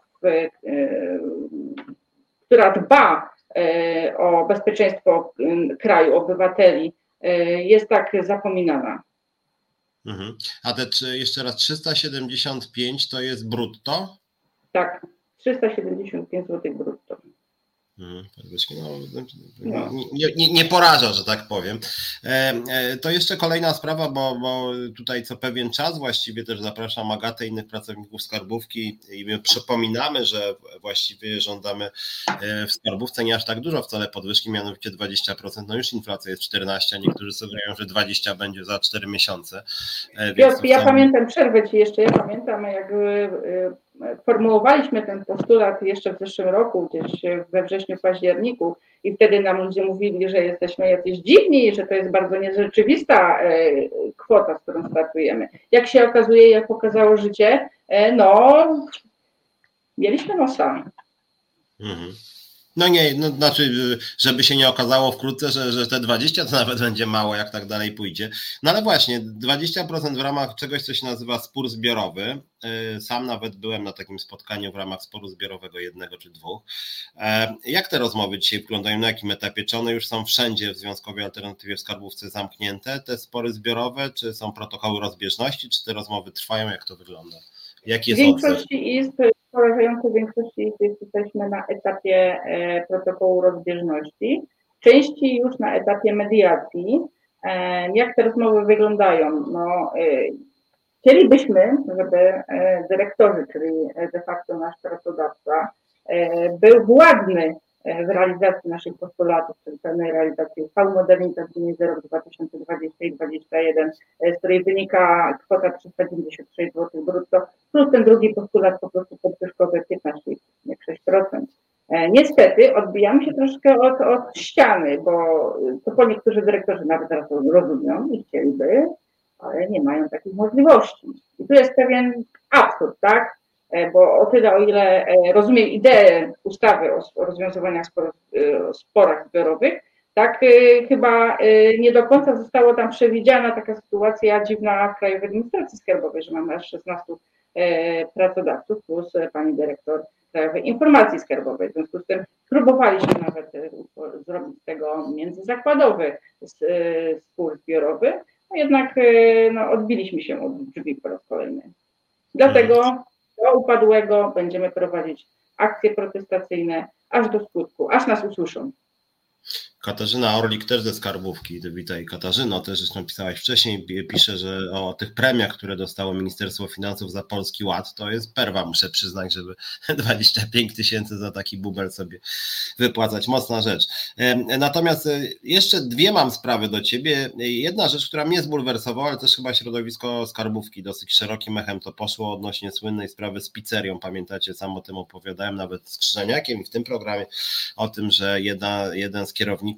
która dba o bezpieczeństwo kraju, obywateli, jest tak zapominana. Mhm. A te jeszcze raz trzysta siedemdziesiąt pięć to jest brutto? Tak, trzysta siedemdziesiąt pięć złotych brutto. Hmm, no, nie, nie, nie poraża, że tak powiem. To jeszcze kolejna sprawa, bo, bo tutaj co pewien czas właściwie też zapraszam Agatę i innych pracowników skarbówki i my przypominamy, że właściwie żądamy w skarbówce nie aż tak dużo wcale podwyżki, mianowicie dwadzieścia procent. No już inflacja jest czternaście, a niektórzy sugerują, że dwadzieścia będzie za cztery miesiące. Więc ja wcale... pamiętam, przerwę Ci jeszcze, ja pamiętam jak formułowaliśmy ten postulat jeszcze w zeszłym roku, gdzieś we wrześniu, październiku i wtedy nam ludzie mówili, że jesteśmy jacyś dziwni i że to jest bardzo nierzeczywista kwota, z którą startujemy. Jak się okazuje, jak pokazało życie, no mieliśmy nosa. Mhm. No nie, no znaczy, żeby się nie okazało wkrótce, że, że te dwadzieścia to nawet będzie mało, jak tak dalej pójdzie. No ale właśnie, dwadzieścia procent w ramach czegoś, co się nazywa spór zbiorowy. Sam nawet byłem na takim spotkaniu w ramach sporu zbiorowego jednego czy dwóch. Jak te rozmowy dzisiaj wyglądają, na jakim etapie? Czy one już są wszędzie w Związkowej Alternatywie w Skarbówce zamknięte, te spory zbiorowe, czy są protokoły rozbieżności, czy te rozmowy trwają, jak to wygląda? Jaki jest w większości izb, w porażającej większości izb jesteśmy na etapie e, protokołu rozbieżności, części już na etapie mediacji. E, jak te rozmowy wyglądają? No, e, chcielibyśmy, żeby e, dyrektorzy, czyli de facto nasz pracodawca, e, był władny w realizacji naszych postulatów, czyli pełnej realizacji uchwały modernizacyjnej za rok dwa tysiące dwudziesty i dwa tysiące dwudziesty jeden, z której wynika kwota trzysta dziewięćdziesiąt sześć złotych brutto, plus ten drugi postulat po prostu podwyżkowy piętnaście przecinek sześć procent. Niestety odbijamy się troszkę od, od ściany, bo to po niektórzy dyrektorzy nawet teraz rozumieją i chcieliby, ale nie mają takich możliwości. I tu jest pewien absurd, tak? Bo o tyle, o ile rozumiem ideę ustawy o rozwiązywaniu sporów, sporach zbiorowych, tak chyba nie do końca została tam przewidziana taka sytuacja dziwna w Krajowej Administracji Skarbowej, że mamy aż szesnastu pracodawców plus pani dyrektor Krajowej Informacji Skarbowej. W związku z tym próbowaliśmy nawet zrobić z tego międzyzakładowy spór zbiorowy, no jednak no, odbiliśmy się od drzwi po raz kolejny. Dlatego do upadłego będziemy prowadzić akcje protestacyjne aż do skutku, aż nas usłyszą. Katarzyna Orlik też ze Skarbówki. Witaj Katarzyno, też zresztą pisałaś wcześniej, pisze, że o tych premiach, które dostało Ministerstwo Finansów za Polski Ład, to jest perwa, muszę przyznać, żeby dwadzieścia pięć tysięcy za taki bubel sobie wypłacać. Mocna rzecz. Natomiast jeszcze dwie mam sprawy do ciebie. Jedna rzecz, która mnie zbulwersowała, ale też chyba środowisko Skarbówki dosyć szerokim echem to poszło odnośnie słynnej sprawy z pizzerią. Pamiętacie, sam o tym opowiadałem nawet z Krzyżaniakiem i w tym programie o tym, że jedna, jeden z kierowników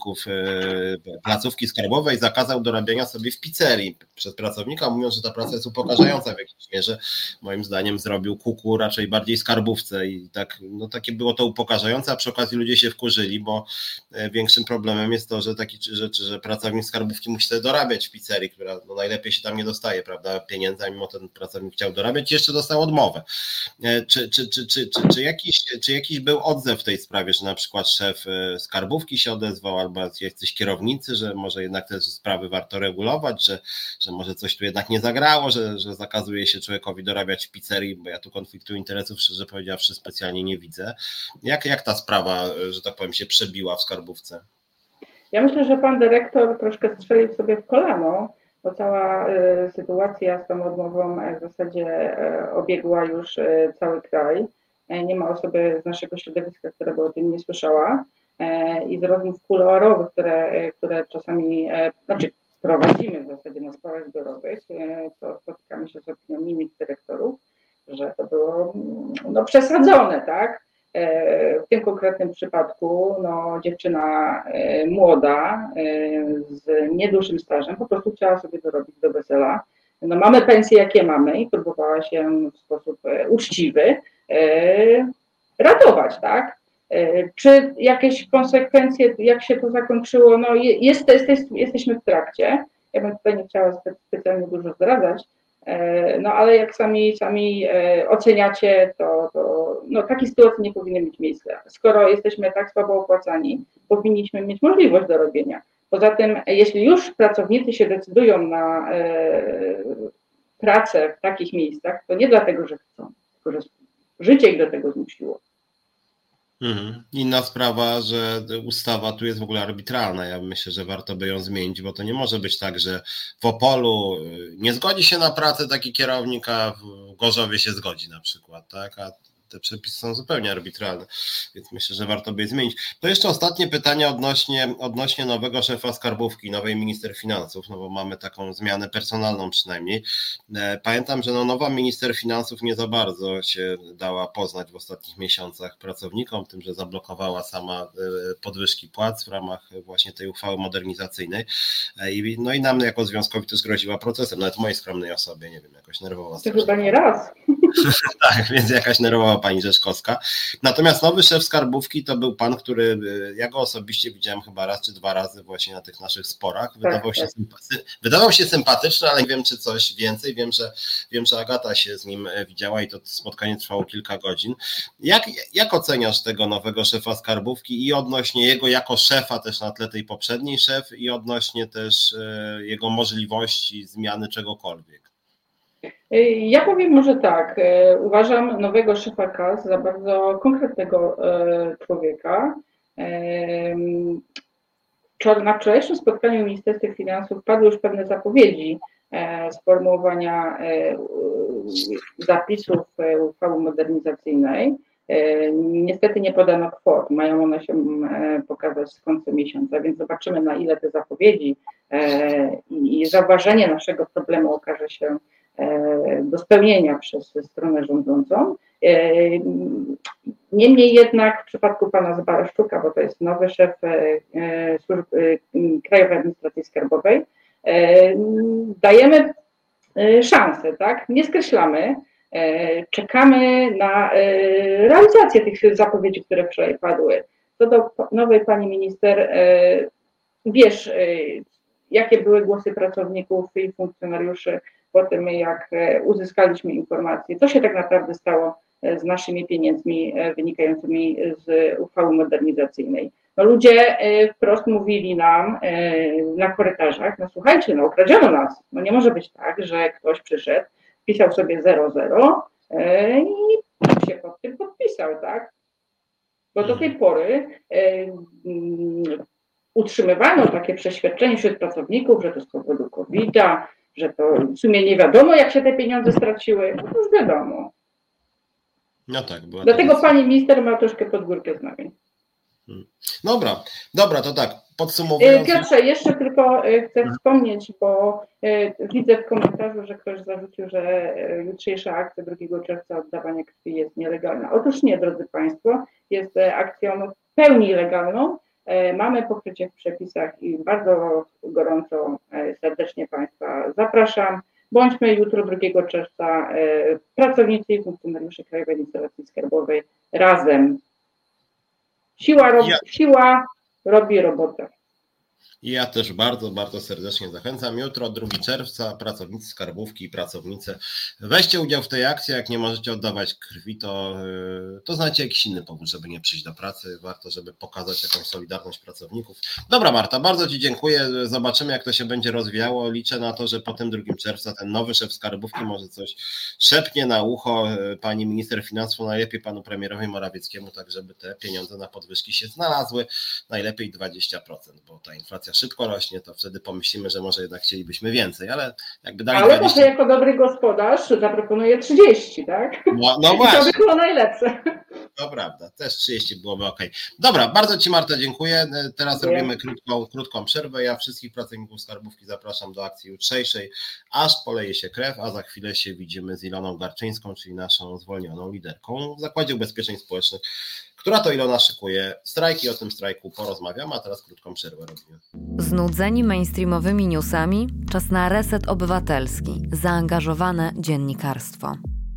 placówki skarbowej zakazał dorabiania sobie w pizzerii przez pracownika, mówiąc, że ta praca jest upokarzająca w jakiejś mierze. Moim zdaniem zrobił kuku raczej bardziej skarbówce i tak, no takie było to upokarzające, a przy okazji ludzie się wkurzyli, bo większym problemem jest to, że taki rzeczy, że pracownik skarbówki musi sobie dorabiać w pizzerii, która no najlepiej się tam nie dostaje, prawda, pieniędzy, a mimo ten pracownik chciał dorabiać i jeszcze dostał odmowę. Czy, czy, czy, czy, czy, czy, jakiś, czy jakiś był odzew w tej sprawie, że na przykład szef skarbówki się odezwał, albo jacyś kierownicy, że może jednak te sprawy warto regulować, że, że może coś tu jednak nie zagrało, że, że zakazuje się człowiekowi dorabiać w pizzerii, bo ja tu konfliktu interesów, szczerze powiedziawszy, specjalnie nie widzę. Jak, jak ta sprawa, że tak powiem, się przebiła w skarbówce? Ja myślę, że pan dyrektor troszkę strzelił sobie w kolano, bo cała y, sytuacja z tą odmową w zasadzie y, obiegła już y, cały kraj. Y, nie ma osoby z naszego środowiska, która by o tym nie słyszała. I z rozmów kuluarowych, które, które czasami, znaczy prowadzimy w zasadzie na sprawach zbiorowych, to spotykamy się z opinią innych dyrektorów, że to było no, przesadzone, tak? W tym konkretnym przypadku no, dziewczyna młoda z niedużym stażem po prostu chciała sobie dorobić do wesela. No, mamy pensje, jakie mamy i próbowała się w sposób uczciwy ratować, tak? Czy jakieś konsekwencje, jak się to zakończyło, no jest, jest, jesteśmy w trakcie. Ja bym tutaj nie chciała specjalnie dużo zdradzać, no ale jak sami, sami oceniacie, to, to no, takie sytuacje nie powinny mieć miejsca. Skoro jesteśmy tak słabo opłacani, powinniśmy mieć możliwość do robienia. Poza tym, jeśli już pracownicy się decydują na pracę w takich miejscach, to nie dlatego, że chcą, tylko że życie ich do tego zmusiło. Mhm. Inna sprawa, że ustawa tu jest w ogóle arbitralna. Ja myślę, że warto by ją zmienić, bo to nie może być tak, że w Opolu nie zgodzi się na pracę taki kierownik, a w Gorzowie się zgodzi na przykład, tak? A te przepisy są zupełnie arbitralne, więc myślę, że warto by je zmienić. To jeszcze ostatnie pytanie odnośnie, odnośnie nowego szefa skarbówki, nowej minister finansów, no bo mamy taką zmianę personalną przynajmniej. Pamiętam, że no nowa minister finansów nie za bardzo się dała poznać w ostatnich miesiącach pracownikom, tym, że zablokowała sama podwyżki płac w ramach właśnie tej uchwały modernizacyjnej. I, no i nam jako związkowi też groziła procesem, nawet mojej skromnej osobie, nie wiem, jakoś nerwowo. To chyba nie raz. Tak, więc jakaś nerwowa pani Rzeszkowska. Natomiast nowy szef skarbówki to był pan, który ja go osobiście widziałem chyba raz czy dwa razy właśnie na tych naszych sporach. Wydawał, tak, się, tak. Sympaty- wydawał się sympatyczny, ale nie wiem czy coś więcej. Wiem, że wiem, że Agata się z nim widziała i to spotkanie trwało kilka godzin. Jak, jak oceniasz tego nowego szefa skarbówki i odnośnie jego jako szefa też na tle tej poprzedniej szef i odnośnie też jego możliwości zmiany czegokolwiek? Ja powiem może tak, uważam nowego szefa K A S za bardzo konkretnego człowieka. Na wczorajszym spotkaniu w Ministerstwie Finansów padły już pewne zapowiedzi sformułowania zapisów uchwały modernizacyjnej. Niestety nie podano kwot, mają one się pokazać z końcem miesiąca, więc zobaczymy, na ile te zapowiedzi i zauważenie naszego problemu okaże się do spełnienia przez stronę rządzącą. Niemniej jednak w przypadku pana Zbaraszczuka, bo to jest nowy szef służby Krajowej Administracji Skarbowej, dajemy szansę, tak? Nie skreślamy, czekamy na realizację tych zapowiedzi, które wczoraj padły. Co do nowej pani minister, wiesz, jakie były głosy pracowników i funkcjonariuszy po tym, jak uzyskaliśmy informacje, co się tak naprawdę stało z naszymi pieniędzmi wynikającymi z uchwały modernizacyjnej. No ludzie wprost mówili nam na korytarzach, no słuchajcie, no okradziono nas, no nie może być tak, że ktoś przyszedł, pisał sobie zero zero i się pod tym podpisał, tak? Bo do tej pory utrzymywano takie przeświadczenie wśród pracowników, że to z powodu kowida, że to w sumie nie wiadomo, jak się te pieniądze straciły. No już wiadomo. No tak. Była Dlatego to pani minister ma troszkę pod górkę z nami. Hmm. Dobra, dobra, to tak, podsumowując... Piotrze, jeszcze tylko chcę wspomnieć, bo widzę w komentarzu, że ktoś zarzucił, że jutrzejsza akcja drugiego czerwca oddawania krwi jest nielegalna. Otóż nie, drodzy Państwo, jest akcją w pełni legalną. Mamy pokrycie w przepisach i bardzo gorąco, serdecznie Państwa zapraszam. Bądźmy jutro drugiego czerwca pracownicy i funkcjonariusze Krajowej Administracji Skarbowej razem. Siła robi, ja. siła robi robotę. I ja też bardzo, bardzo serdecznie zachęcam. Jutro, drugiego czerwca, pracownicy skarbówki i pracownice, weźcie udział w tej akcji. Jak nie możecie oddawać krwi, to, to znacie jakiś inny powód, żeby nie przyjść do pracy. Warto, żeby pokazać jakąś solidarność pracowników. Dobra, Marta, bardzo Ci dziękuję. Zobaczymy, jak to się będzie rozwijało. Liczę na to, że po tym drugim czerwca ten nowy szef skarbówki może coś szepnie na ucho pani minister finansów, najlepiej panu premierowi Morawieckiemu, tak żeby te pieniądze na podwyżki się znalazły. Najlepiej dwadzieścia procent, bo ta inflacja szybko rośnie, to wtedy pomyślimy, że może jednak chcielibyśmy więcej, ale jakby dali ale dwadzieścia... może jako dobry gospodarz zaproponuje trzydzieści, tak? No, no właśnie. I to by było najlepsze. To prawda, też trzydzieści byłoby ok. Dobra, bardzo Ci, Marta, dziękuję. Teraz dziękuję. Robimy krótką, krótką przerwę. Ja wszystkich pracowników skarbówki zapraszam do akcji jutrzejszej, aż poleje się krew, a za chwilę się widzimy z Iloną Garczyńską, czyli naszą zwolnioną liderką w Zakładzie Ubezpieczeń Społecznych, która to Ilona szykuje strajki, o tym strajku porozmawiamy, a teraz krótką przerwę robimy. Znudzeni mainstreamowymi newsami? Czas na reset obywatelski. Zaangażowane dziennikarstwo.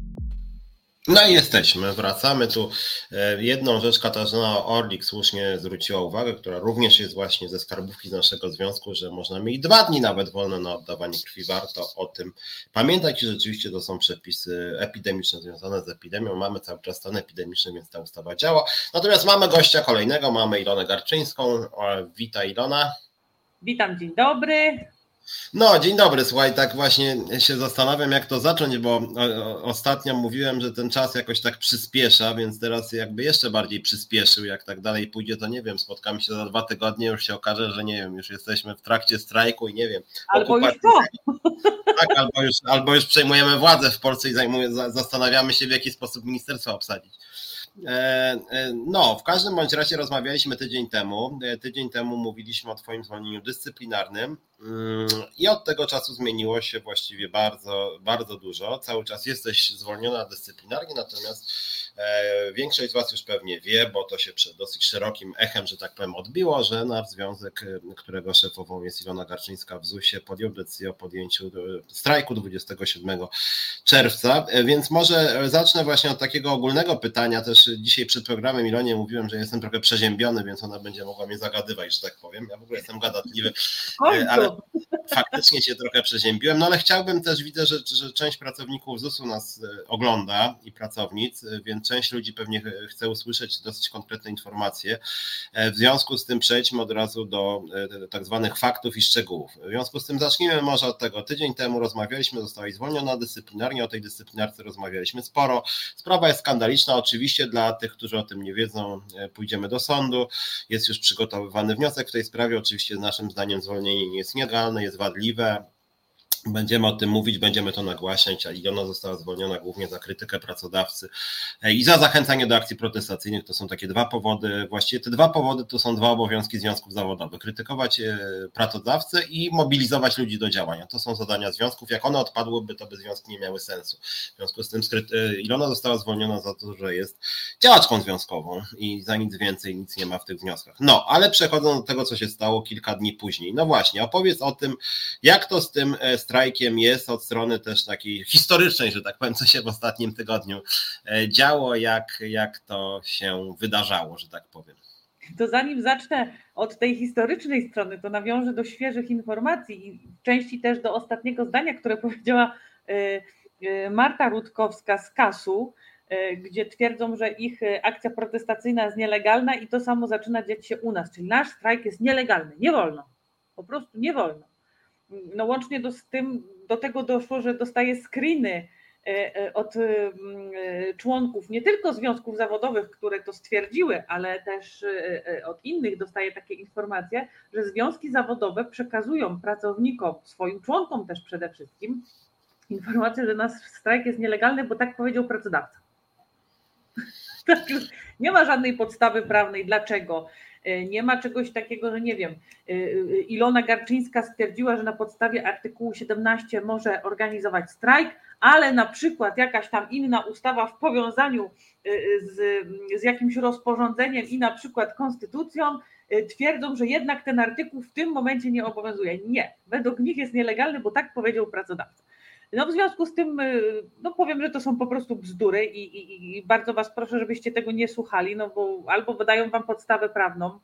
No i jesteśmy, wracamy tu. Jedną rzecz Katarzyna Orlik słusznie zwróciła uwagę, która również jest właśnie ze skarbówki z naszego związku, że można mieć dwa dni nawet wolne na oddawanie krwi. Warto o tym pamiętać i rzeczywiście to są przepisy epidemiczne związane z epidemią. Mamy cały czas stan epidemiczny, więc ta ustawa działa. Natomiast mamy gościa kolejnego, mamy Ilonę Garczyńską. Witaj, Ilona. Witam, dzień dobry. No, dzień dobry, słuchaj, tak właśnie się zastanawiam, jak to zacząć, bo ostatnio mówiłem, że ten czas jakoś tak przyspiesza, więc teraz jakby jeszcze bardziej przyspieszył, jak tak dalej pójdzie, to nie wiem, spotkamy się za dwa tygodnie, już się okaże, że nie wiem, już jesteśmy w trakcie strajku i nie wiem. Albo już to. Tak, albo już, albo już przejmujemy władzę w Polsce i zajmuje, zastanawiamy się, w jaki sposób ministerstwo obsadzić. No, w każdym bądź razie rozmawialiśmy tydzień temu. Tydzień temu mówiliśmy o Twoim zwolnieniu dyscyplinarnym. I od tego czasu zmieniło się właściwie bardzo, bardzo dużo. Cały czas jesteś zwolniona dyscyplinarnie, natomiast większość z Was już pewnie wie, bo to się przed dosyć szerokim echem, że tak powiem, odbiło, że nasz związek, którego szefową jest Ilona Garczyńska w zusie, podjął decyzję o podjęciu strajku dwudziestego siódmego czerwca, więc może zacznę właśnie od takiego ogólnego pytania. Też dzisiaj przed programem Ilonie mówiłem, że jestem trochę przeziębiony, więc ona będzie mogła mnie zagadywać, że tak powiem. Ja w ogóle jestem gadatliwy, ale faktycznie Cię trochę przeziębiłem, no ale chciałbym też, widzę, że, że część pracowników zusu nas ogląda i pracownic, więc część ludzi pewnie chce usłyszeć dosyć konkretne informacje. W związku z tym przejdźmy od razu do tak zwanych faktów i szczegółów. W związku z tym zacznijmy może od tego. Tydzień temu rozmawialiśmy, została zwolniona dyscyplinarnie, o tej dyscyplinarce rozmawialiśmy sporo. Sprawa jest skandaliczna, oczywiście dla tych, którzy o tym nie wiedzą, pójdziemy do sądu. Jest już przygotowywany wniosek w tej sprawie, oczywiście naszym zdaniem zwolnienie nie jest nielegalne, jest wadliwe. Będziemy o tym mówić, będziemy to nagłaśniać, a Ilona została zwolniona głównie za krytykę pracodawcy i za zachęcanie do akcji protestacyjnych. To są takie dwa powody, właściwie te dwa powody to są dwa obowiązki związków zawodowych. Krytykować pracodawcę i mobilizować ludzi do działania. To są zadania związków. Jak one odpadłyby, to by związki nie miały sensu. W związku z tym Ilona została zwolniona za to, że jest działaczką związkową i za nic więcej nic nie ma w tych wnioskach. No, ale przechodząc do tego, co się stało kilka dni później. No właśnie, opowiedz o tym, jak to z tym strajkiem jest od strony też takiej historycznej, że tak powiem, co się w ostatnim tygodniu działo, jak, jak to się wydarzało, że tak powiem. To zanim zacznę od tej historycznej strony, to nawiążę do świeżych informacji i w części też do ostatniego zdania, które powiedziała Marta Rutkowska z KAS-u, gdzie twierdzą, że ich akcja protestacyjna jest nielegalna i to samo zaczyna dziać się u nas, czyli nasz strajk jest nielegalny, nie wolno, po prostu nie wolno. No łącznie do, z tym, do tego doszło, że dostaję screeny od członków nie tylko związków zawodowych, które to stwierdziły, ale też od innych dostaję takie informacje, że związki zawodowe przekazują pracownikom, swoim członkom też przede wszystkim, informację, że nasz strajk jest nielegalny, bo tak powiedział pracodawca. Nie ma żadnej podstawy prawnej. Dlaczego? Nie ma czegoś takiego, że nie wiem, Ilona Garczyńska stwierdziła, że na podstawie artykułu siedemnaście może organizować strajk, ale na przykład jakaś tam inna ustawa w powiązaniu z, z jakimś rozporządzeniem i na przykład konstytucją twierdzą, że jednak ten artykuł w tym momencie nie obowiązuje. Nie, według nich jest nielegalny, bo tak powiedział pracodawca. No w związku z tym, no powiem, że to są po prostu bzdury i, i, i bardzo Was proszę, żebyście tego nie słuchali, no bo albo wydają Wam podstawę prawną,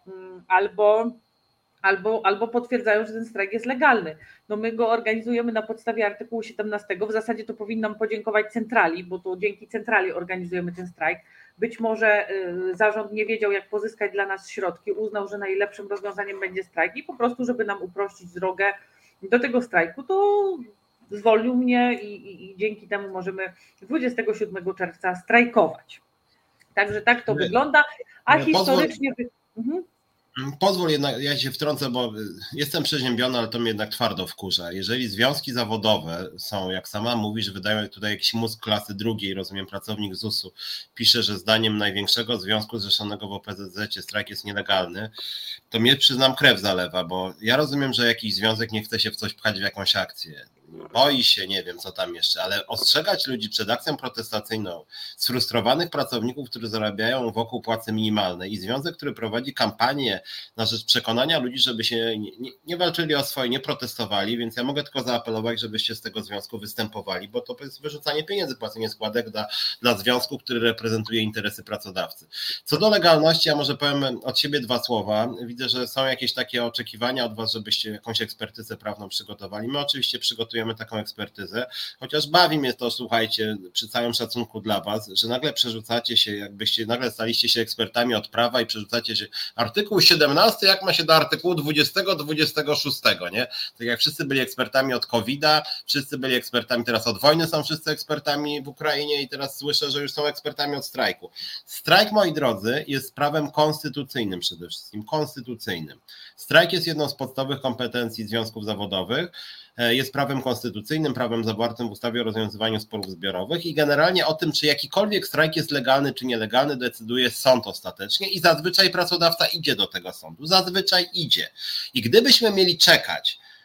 albo, albo, albo potwierdzają, że ten strajk jest legalny. No my go organizujemy na podstawie artykułu siedemnastego, w zasadzie to powinnam podziękować centrali, bo to dzięki centrali organizujemy ten strajk. Być może zarząd nie wiedział, jak pozyskać dla nas środki, uznał, że najlepszym rozwiązaniem będzie strajk i po prostu, żeby nam uprościć drogę do tego strajku, to zwolnił mnie i, i, i dzięki temu możemy dwudziestego siódmego czerwca strajkować. Także tak to wygląda, a no, historycznie... Pozwól, mhm. pozwól jednak, ja się wtrącę, bo jestem przeziębiony, ale to mnie jednak twardo wkurza. Jeżeli związki zawodowe są, jak sama mówisz, wydają tutaj jakiś mózg klasy drugiej, rozumiem, pracownik zusu, pisze, że zdaniem największego związku zrzeszonego w O P Z Z strajk jest nielegalny, to mnie, przyznam, krew zalewa, bo ja rozumiem, że jakiś związek nie chce się w coś pchać, w jakąś akcję. Boi się, nie wiem co tam jeszcze, ale ostrzegać ludzi przed akcją protestacyjną, sfrustrowanych pracowników, którzy zarabiają wokół płacy minimalnej i związek, który prowadzi kampanię na rzecz przekonania ludzi, żeby się nie, nie, nie walczyli o swoje, nie protestowali, więc ja mogę tylko zaapelować, żebyście z tego związku występowali, bo to jest wyrzucanie pieniędzy, płacenie składek dla, dla związku, który reprezentuje interesy pracodawcy. Co do legalności, ja może powiem od siebie dwa słowa. Widzę, że są jakieś takie oczekiwania od Was, żebyście jakąś ekspertyzę prawną przygotowali. My oczywiście przygotujemy taką ekspertyzę, chociaż bawi mnie to, słuchajcie, przy całym szacunku dla Was, że nagle przerzucacie się, jakbyście nagle staliście się ekspertami od prawa i przerzucacie się artykuł siedemnasty, jak ma się do artykułu dwudziestego, dwudziestego szóstego, nie? Tak jak wszyscy byli ekspertami od kowida, wszyscy byli ekspertami teraz od wojny, są wszyscy ekspertami w Ukrainie i teraz słyszę, że już są ekspertami od strajku. Strajk, moi drodzy, jest prawem konstytucyjnym przede wszystkim, konstytucyjnym. Strajk jest jedną z podstawowych kompetencji związków zawodowych, jest prawem konstytucyjnym, prawem zawartym w ustawie o rozwiązywaniu sporów zbiorowych i generalnie o tym, czy jakikolwiek strajk jest legalny czy nielegalny, decyduje sąd ostatecznie i zazwyczaj pracodawca idzie do tego sądu, zazwyczaj idzie. I gdybyśmy mieli czekać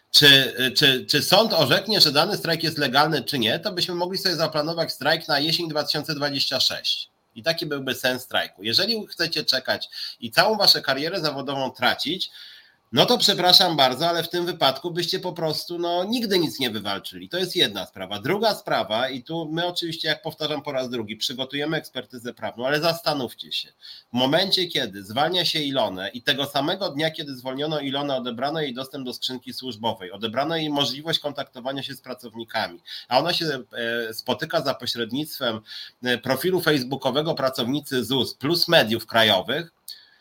Czy, czy, czy sąd orzeknie, że dany strajk jest legalny, czy nie, to byśmy mogli sobie zaplanować strajk na jesień dwa tysiące dwudziesty szósty. I taki byłby sens strajku. Jeżeli chcecie czekać i całą waszą karierę zawodową tracić, no to przepraszam bardzo, ale w tym wypadku byście po prostu no, nigdy nic nie wywalczyli. To jest jedna sprawa. Druga sprawa, i tu my oczywiście, jak powtarzam po raz drugi, przygotujemy ekspertyzę prawną, ale zastanówcie się. W momencie, kiedy zwalnia się Ilonę i tego samego dnia, kiedy zwolniono Ilonę, odebrano jej dostęp do skrzynki służbowej, odebrano jej możliwość kontaktowania się z pracownikami, a ona się spotyka za pośrednictwem profilu facebookowego pracownicy Z U S plus mediów krajowych,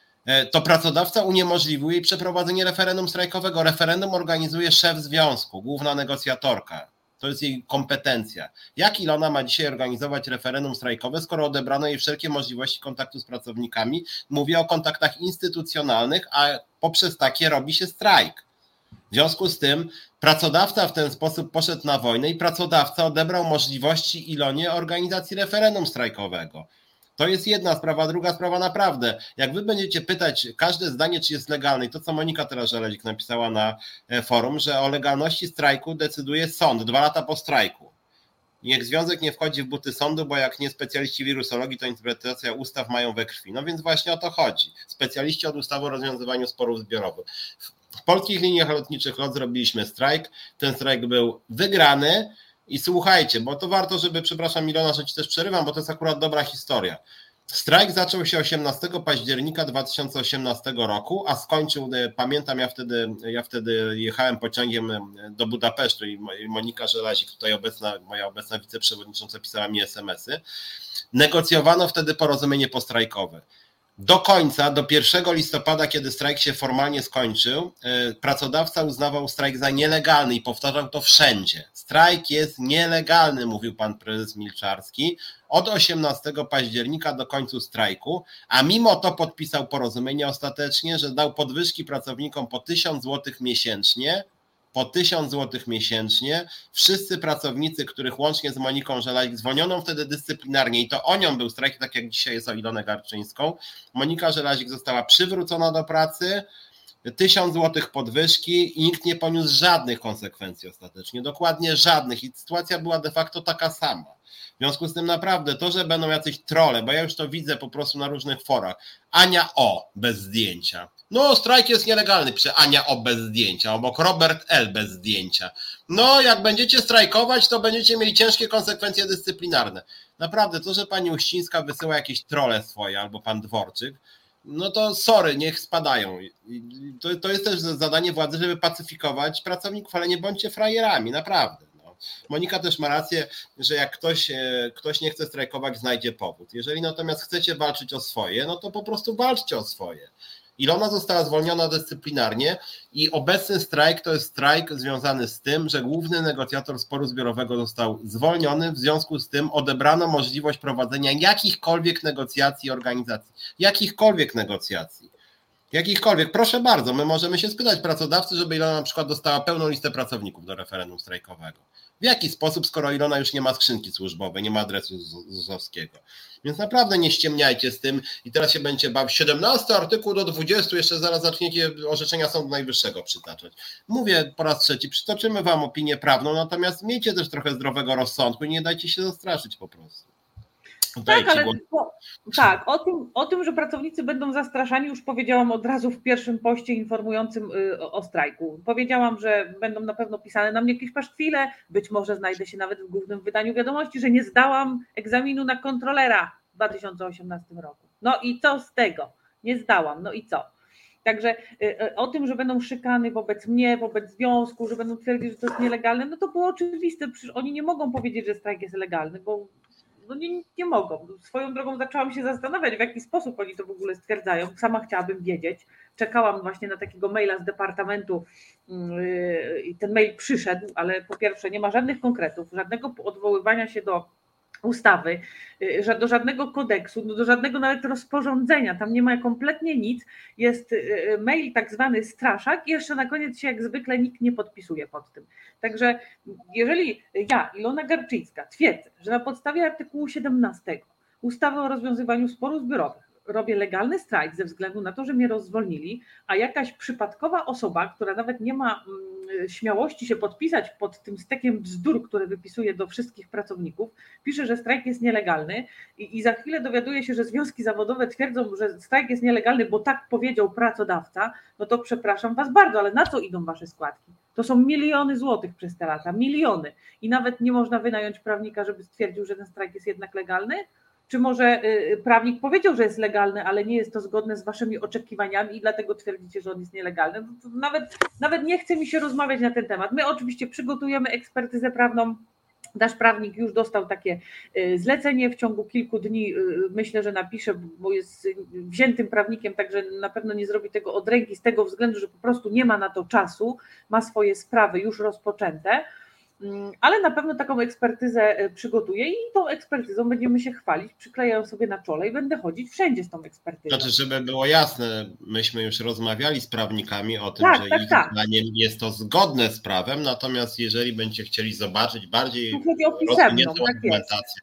to pracodawca uniemożliwił jej przeprowadzenie referendum strajkowego. Referendum organizuje szef związku, główna negocjatorka. To jest jej kompetencja. Jak Ilona ma dzisiaj organizować referendum strajkowe, skoro odebrano jej wszelkie możliwości kontaktu z pracownikami? Mówię o kontaktach instytucjonalnych, a poprzez takie robi się strajk. W związku z tym pracodawca w ten sposób poszedł na wojnę i pracodawca odebrał możliwości Ilonie organizacji referendum strajkowego. To jest jedna sprawa, druga sprawa naprawdę. Jak wy będziecie pytać każde zdanie, czy jest legalne, i to co Monika teraz Żelezik napisała na forum, że o legalności strajku decyduje sąd dwa lata po strajku. Niech związek nie wchodzi w buty sądu, bo jak nie specjaliści wirusologii, to interpretacja ustaw mają we krwi. No więc właśnie o to chodzi. Specjaliści od ustawy o rozwiązywaniu sporów zbiorowych. W polskich liniach lotniczych LOT zrobiliśmy strajk. Ten strajk był wygrany. I słuchajcie, bo to warto, żeby, przepraszam Ilona, że ci też przerywam, bo to jest akurat dobra historia. Strajk zaczął się osiemnastego października dwa tysiące osiemnastego roku, a skończył, pamiętam, ja wtedy, ja wtedy jechałem pociągiem do Budapesztu i Monika Żelazik, tutaj obecna, moja obecna wiceprzewodnicząca, pisała mi es em esy. Negocjowano wtedy porozumienie postrajkowe. Do końca, do pierwszego listopada, kiedy strajk się formalnie skończył, pracodawca uznawał strajk za nielegalny i powtarzał to wszędzie. Strajk jest nielegalny, mówił pan prezes Milczarski, od osiemnastego października do końca strajku, a mimo to podpisał porozumienie ostatecznie, że dał podwyżki pracownikom po tysiąc złotych miesięcznie, po tysiąc złotych miesięcznie. Wszyscy pracownicy, których łącznie z Moniką Żelazik zwolniono wtedy dyscyplinarnie i to o nią był strajk, tak jak dzisiaj jest o Ilonę Garczyńską. Monika Żelazik została przywrócona do pracy, tysiąc złotych podwyżki i nikt nie poniósł żadnych konsekwencji ostatecznie, dokładnie żadnych i sytuacja była de facto taka sama. W związku z tym naprawdę to, że będą jacyś trolle, bo ja już to widzę po prostu na różnych forach. Ania O. bez zdjęcia. No strajk jest nielegalny, przy Ania O. bez zdjęcia, obok Robert L. bez zdjęcia. No jak będziecie strajkować, to będziecie mieli ciężkie konsekwencje dyscyplinarne. Naprawdę to, że pani Uścińska wysyła jakieś trolle swoje albo pan Dworczyk, no to sorry, niech spadają. To, to jest też zadanie władzy, żeby pacyfikować pracowników, ale nie bądźcie frajerami, naprawdę. No. Monika też ma rację, że jak ktoś, ktoś nie chce strajkować, znajdzie powód. Jeżeli natomiast chcecie walczyć o swoje, no to po prostu walczcie o swoje. Ilona została zwolniona dyscyplinarnie i obecny strajk to jest strajk związany z tym, że główny negocjator sporu zbiorowego został zwolniony, w związku z tym odebrano możliwość prowadzenia jakichkolwiek negocjacji organizacji. Jakichkolwiek negocjacji. Jakichkolwiek. Proszę bardzo, my możemy się spytać pracodawcy, żeby Ilona na przykład dostała pełną listę pracowników do referendum strajkowego. W jaki sposób, skoro Ilona już nie ma skrzynki służbowej, nie ma adresu zuzowskiego. Więc naprawdę nie ściemniajcie z tym i teraz się będziecie bawić. siedemnasty artykuł do dwudziestu, jeszcze zaraz zaczniecie orzeczenia Sądu Najwyższego przytaczać. Mówię po raz trzeci, przytoczymy wam opinię prawną, natomiast miejcie też trochę zdrowego rozsądku i nie dajcie się zastraszyć po prostu. Tak, ale po, tak, o tym, o tym, że pracownicy będą zastraszani, już powiedziałam od razu w pierwszym poście informującym o, o strajku. Powiedziałam, że będą na pewno pisane na mnie jakieś paszkwile, być może znajdę się nawet w głównym wydaniu Wiadomości, że nie zdałam egzaminu na kontrolera w dwa tysiące osiemnastym roku. No i co z tego? Nie zdałam, no i co? Także o tym, że będą szykany wobec mnie, wobec związku, że będą twierdzić, że to jest nielegalne, no to było oczywiste, przecież oni nie mogą powiedzieć, że strajk jest legalny, bo no nie, nie mogą. Swoją drogą zaczęłam się zastanawiać, w jaki sposób oni to w ogóle stwierdzają. Sama chciałabym wiedzieć. Czekałam właśnie na takiego maila z departamentu i ten mail przyszedł, ale po pierwsze nie ma żadnych konkretów, żadnego odwoływania się do ustawy, do żadnego kodeksu, do żadnego nawet rozporządzenia, tam nie ma kompletnie nic, jest mail tak zwany straszak i jeszcze na koniec się jak zwykle nikt nie podpisuje pod tym. Także jeżeli ja, Ilona Garczyńska, twierdzę, że na podstawie artykułu siedemnastego ustawy o rozwiązywaniu sporów zbiorowych robię legalny strajk ze względu na to, że mnie rozwolnili, a jakaś przypadkowa osoba, która nawet nie ma śmiałości się podpisać pod tym stekiem bzdur, który wypisuje do wszystkich pracowników, pisze, że strajk jest nielegalny i, i za chwilę dowiaduje się, że związki zawodowe twierdzą, że strajk jest nielegalny, bo tak powiedział pracodawca, no to przepraszam was bardzo, ale na co idą wasze składki? To są miliony złotych przez te lata, miliony i nawet nie można wynająć prawnika, żeby stwierdził, że ten strajk jest jednak legalny? Czy może prawnik powiedział, że jest legalny, ale nie jest to zgodne z waszymi oczekiwaniami i dlatego twierdzicie, że on jest nielegalny? No to nawet, nawet nie chce mi się rozmawiać na ten temat. My oczywiście przygotujemy ekspertyzę prawną. Nasz prawnik już dostał takie zlecenie w ciągu kilku dni, myślę, że napisze, bo jest wziętym prawnikiem, także na pewno nie zrobi tego od ręki z tego względu, że po prostu nie ma na to czasu, ma swoje sprawy już rozpoczęte. Ale na pewno taką ekspertyzę przygotuję i tą ekspertyzą będziemy się chwalić, przykleję sobie na czole i będę chodzić wszędzie z tą ekspertyzą. Znaczy, żeby było jasne, myśmy już rozmawiali z prawnikami o tym, tak, że tak, ich tak. zdaniem jest to zgodne z prawem, natomiast jeżeli będziecie chcieli zobaczyć bardziej rozwiniętą argumentację,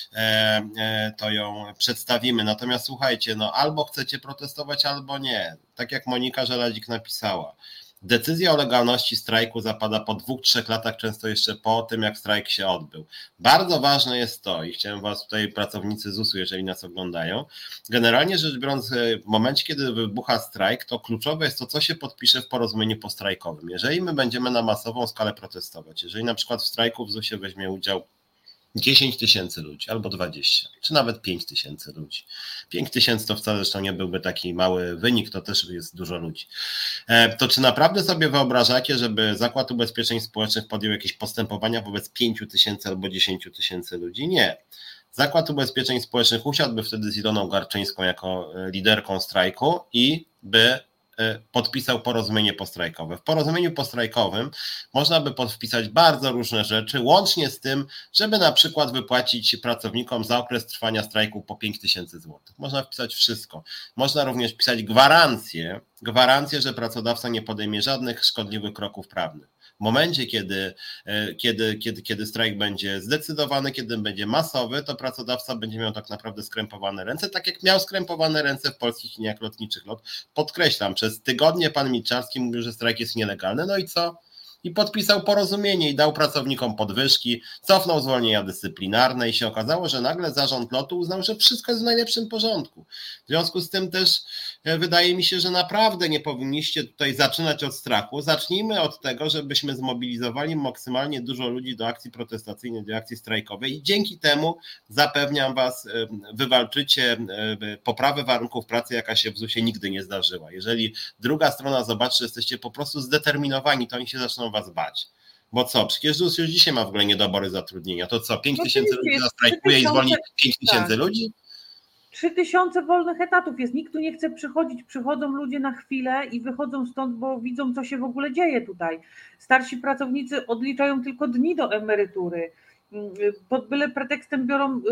tak to ją przedstawimy. Natomiast słuchajcie, no albo chcecie protestować, albo nie. Tak jak Monika Żeladzik napisała. Decyzja o legalności strajku zapada po dwóch, trzech latach, często jeszcze po tym, jak strajk się odbył. Bardzo ważne jest to, i chciałem was tutaj, pracownicy zusu, jeżeli nas oglądają, generalnie rzecz biorąc, w momencie, kiedy wybucha strajk, to kluczowe jest to, co się podpisze w porozumieniu postrajkowym. Jeżeli my będziemy na masową skalę protestować, jeżeli na przykład w strajku w zusie weźmie udział dziesięć tysięcy ludzi, albo dwadzieścia, czy nawet pięć tysięcy ludzi. pięć tysięcy to wcale zresztą nie byłby taki mały wynik, to też jest dużo ludzi. To czy naprawdę sobie wyobrażacie, żeby Zakład Ubezpieczeń Społecznych podjął jakieś postępowania wobec pięć tysięcy albo dziesięć tysięcy ludzi? Nie. Zakład Ubezpieczeń Społecznych usiadłby wtedy z Iloną Garczyńską jako liderką strajku i by podpisał porozumienie postrajkowe. W porozumieniu postrajkowym można by podpisać bardzo różne rzeczy, łącznie z tym, żeby na przykład wypłacić pracownikom za okres trwania strajku po pięć tysięcy złotych. Można wpisać wszystko. Można również wpisać gwarancję, gwarancję, że pracodawca nie podejmie żadnych szkodliwych kroków prawnych. W momencie, kiedy, kiedy, kiedy, kiedy strajk będzie zdecydowany, kiedy będzie masowy, to pracodawca będzie miał tak naprawdę skrępowane ręce, tak jak miał skrępowane ręce w polskich liniach lotniczych LOT. Podkreślam, przez tygodnie pan Milczarski mówił, że strajk jest nielegalny, no i co? I podpisał porozumienie i dał pracownikom podwyżki, cofnął zwolnienia dyscyplinarne i się okazało, że nagle zarząd lotu uznał, że wszystko jest w najlepszym porządku. W związku z tym też wydaje mi się, że naprawdę nie powinniście tutaj zaczynać od strachu. Zacznijmy od tego, żebyśmy zmobilizowali maksymalnie dużo ludzi do akcji protestacyjnej, do akcji strajkowej i dzięki temu zapewniam was, wywalczycie poprawę warunków pracy, jaka się w zusie nigdy nie zdarzyła. Jeżeli druga strona zobaczy, że jesteście po prostu zdeterminowani, to oni się zaczną was bać. Bo co, przecież ZUS już dzisiaj ma w ogóle niedobory zatrudnienia. To co, pięć tysięcy ludzi zastrajkuje i zwolni pięć tysięcy ludzi? trzy tysiące wolnych etatów jest, nikt tu nie chce przychodzić, przychodzą ludzie na chwilę i wychodzą stąd, bo widzą, co się w ogóle dzieje tutaj. Starsi pracownicy odliczają tylko dni do emerytury. Pod byle pretekstem biorą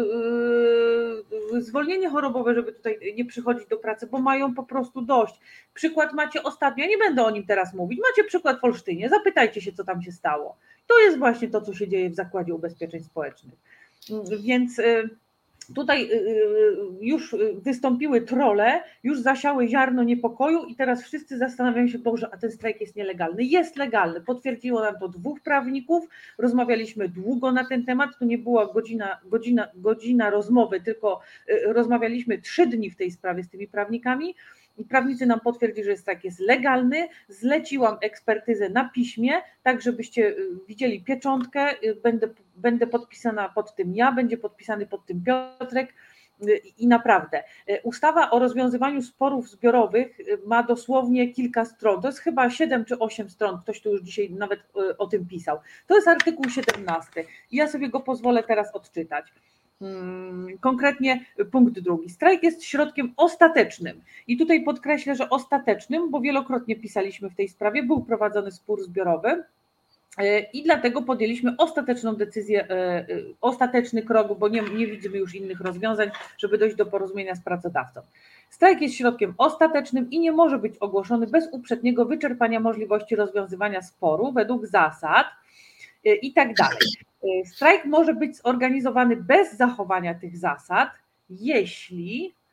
yy, zwolnienie chorobowe, żeby tutaj nie przychodzić do pracy, bo mają po prostu dość. Przykład macie ostatnio, ja nie będę o nim teraz mówić, macie przykład w Olsztynie, zapytajcie się, co tam się stało. To jest właśnie to, co się dzieje w Zakładzie Ubezpieczeń Społecznych. Więc yy, tutaj już wystąpiły trolle, już zasiały ziarno niepokoju i teraz wszyscy zastanawiają się, Boże, a ten strajk jest nielegalny. Jest legalny, potwierdziło nam to dwóch prawników, rozmawialiśmy długo na ten temat, to nie była godzina, godzina, godzina rozmowy, tylko rozmawialiśmy trzy dni w tej sprawie z tymi prawnikami. Prawnicy nam potwierdzili, że strajk jest legalny, zleciłam ekspertyzę na piśmie, tak żebyście widzieli pieczątkę, będę, będę podpisana pod tym ja, będzie podpisany pod tym Piotrek i naprawdę ustawa o rozwiązywaniu sporów zbiorowych ma dosłownie kilka stron, to jest chyba siedem czy osiem stron, ktoś tu już dzisiaj nawet o tym pisał, to jest artykuł siedemnasty i ja sobie go pozwolę teraz odczytać. Konkretnie punkt drugi. Strajk jest środkiem ostatecznym i tutaj podkreślę, że ostatecznym, bo wielokrotnie pisaliśmy w tej sprawie, był prowadzony spór zbiorowy i dlatego podjęliśmy ostateczną decyzję, ostateczny krok, bo nie, nie widzimy już innych rozwiązań, żeby dojść do porozumienia z pracodawcą. Strajk jest środkiem ostatecznym i nie może być ogłoszony bez uprzedniego wyczerpania możliwości rozwiązywania sporu według zasad i tak dalej. Strajk może być zorganizowany bez zachowania tych zasad, jeśli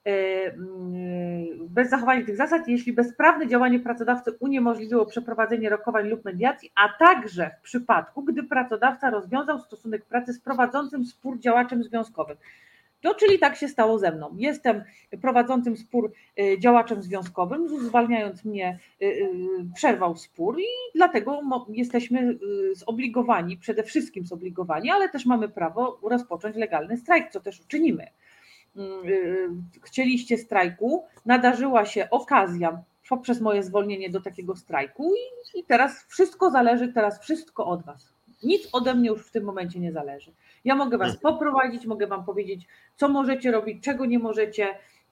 bez zachowania tych zasad, jeśli bezprawne działanie pracodawcy uniemożliwiło przeprowadzenie rokowań lub mediacji, a także w przypadku, gdy pracodawca rozwiązał stosunek pracy z prowadzącym spór działaczem związkowym. To czyli tak się stało ze mną. Jestem prowadzącym spór działaczem związkowym, ZUS zwalniając mnie przerwał spór i dlatego jesteśmy zobligowani, przede wszystkim zobligowani, ale też mamy prawo rozpocząć legalny strajk, co też uczynimy. Chcieliście strajku, nadarzyła się okazja poprzez moje zwolnienie do takiego strajku i, i teraz wszystko zależy, teraz wszystko od was. Nic ode mnie już w tym momencie nie zależy. Ja mogę was poprowadzić, mogę wam powiedzieć, co możecie robić, czego nie możecie,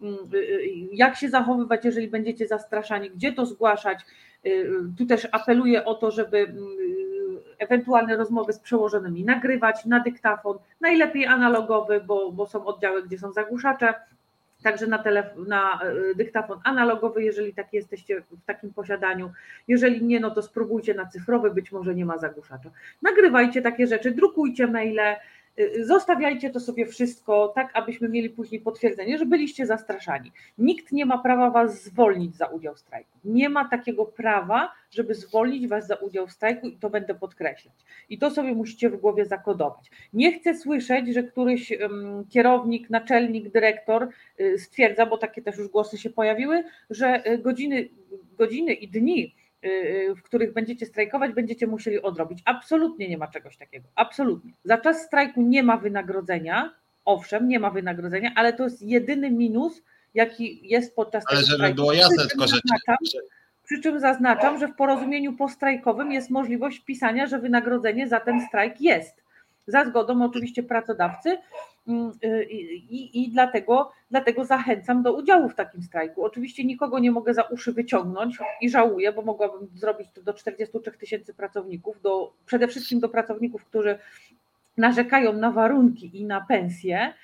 jak się zachowywać, jeżeli będziecie zastraszani, gdzie to zgłaszać. Tu też apeluję o to, żeby ewentualne rozmowy z przełożonymi nagrywać na dyktafon, najlepiej analogowy, bo, bo są oddziały, gdzie są zagłuszacze, także na, telef- na dyktafon analogowy, jeżeli tak jesteście w takim posiadaniu. Jeżeli nie, no to spróbujcie na cyfrowy, być może nie ma zagłuszacza. Nagrywajcie takie rzeczy, drukujcie maile, zostawiajcie to sobie wszystko, tak abyśmy mieli później potwierdzenie, że byliście zastraszani. Nikt nie ma prawa was zwolnić za udział w strajku. Nie ma takiego prawa, żeby zwolnić was za udział w strajku i to będę podkreślać. I to sobie musicie w głowie zakodować. Nie chcę słyszeć, że któryś um, kierownik, naczelnik, dyrektor y, stwierdza, bo takie też już głosy się pojawiły, że godziny, godziny i dni, w których będziecie strajkować, będziecie musieli odrobić. Absolutnie nie ma czegoś takiego. Absolutnie. Za czas strajku nie ma wynagrodzenia, owszem, nie ma wynagrodzenia, ale to jest jedyny minus, jaki jest podczas ale tego żeby strajku. było jasne, tylko że... Przy czym zaznaczam, że w porozumieniu postrajkowym jest możliwość wpisania, że wynagrodzenie za ten strajk jest. Za zgodą oczywiście pracodawcy i, i, i dlatego, dlatego zachęcam do udziału w takim strajku. Oczywiście nikogo nie mogę za uszy wyciągnąć i żałuję, bo mogłabym zrobić to do czterdziestu trzech tysięcy pracowników, do, przede wszystkim do pracowników, którzy narzekają na warunki i na pensje.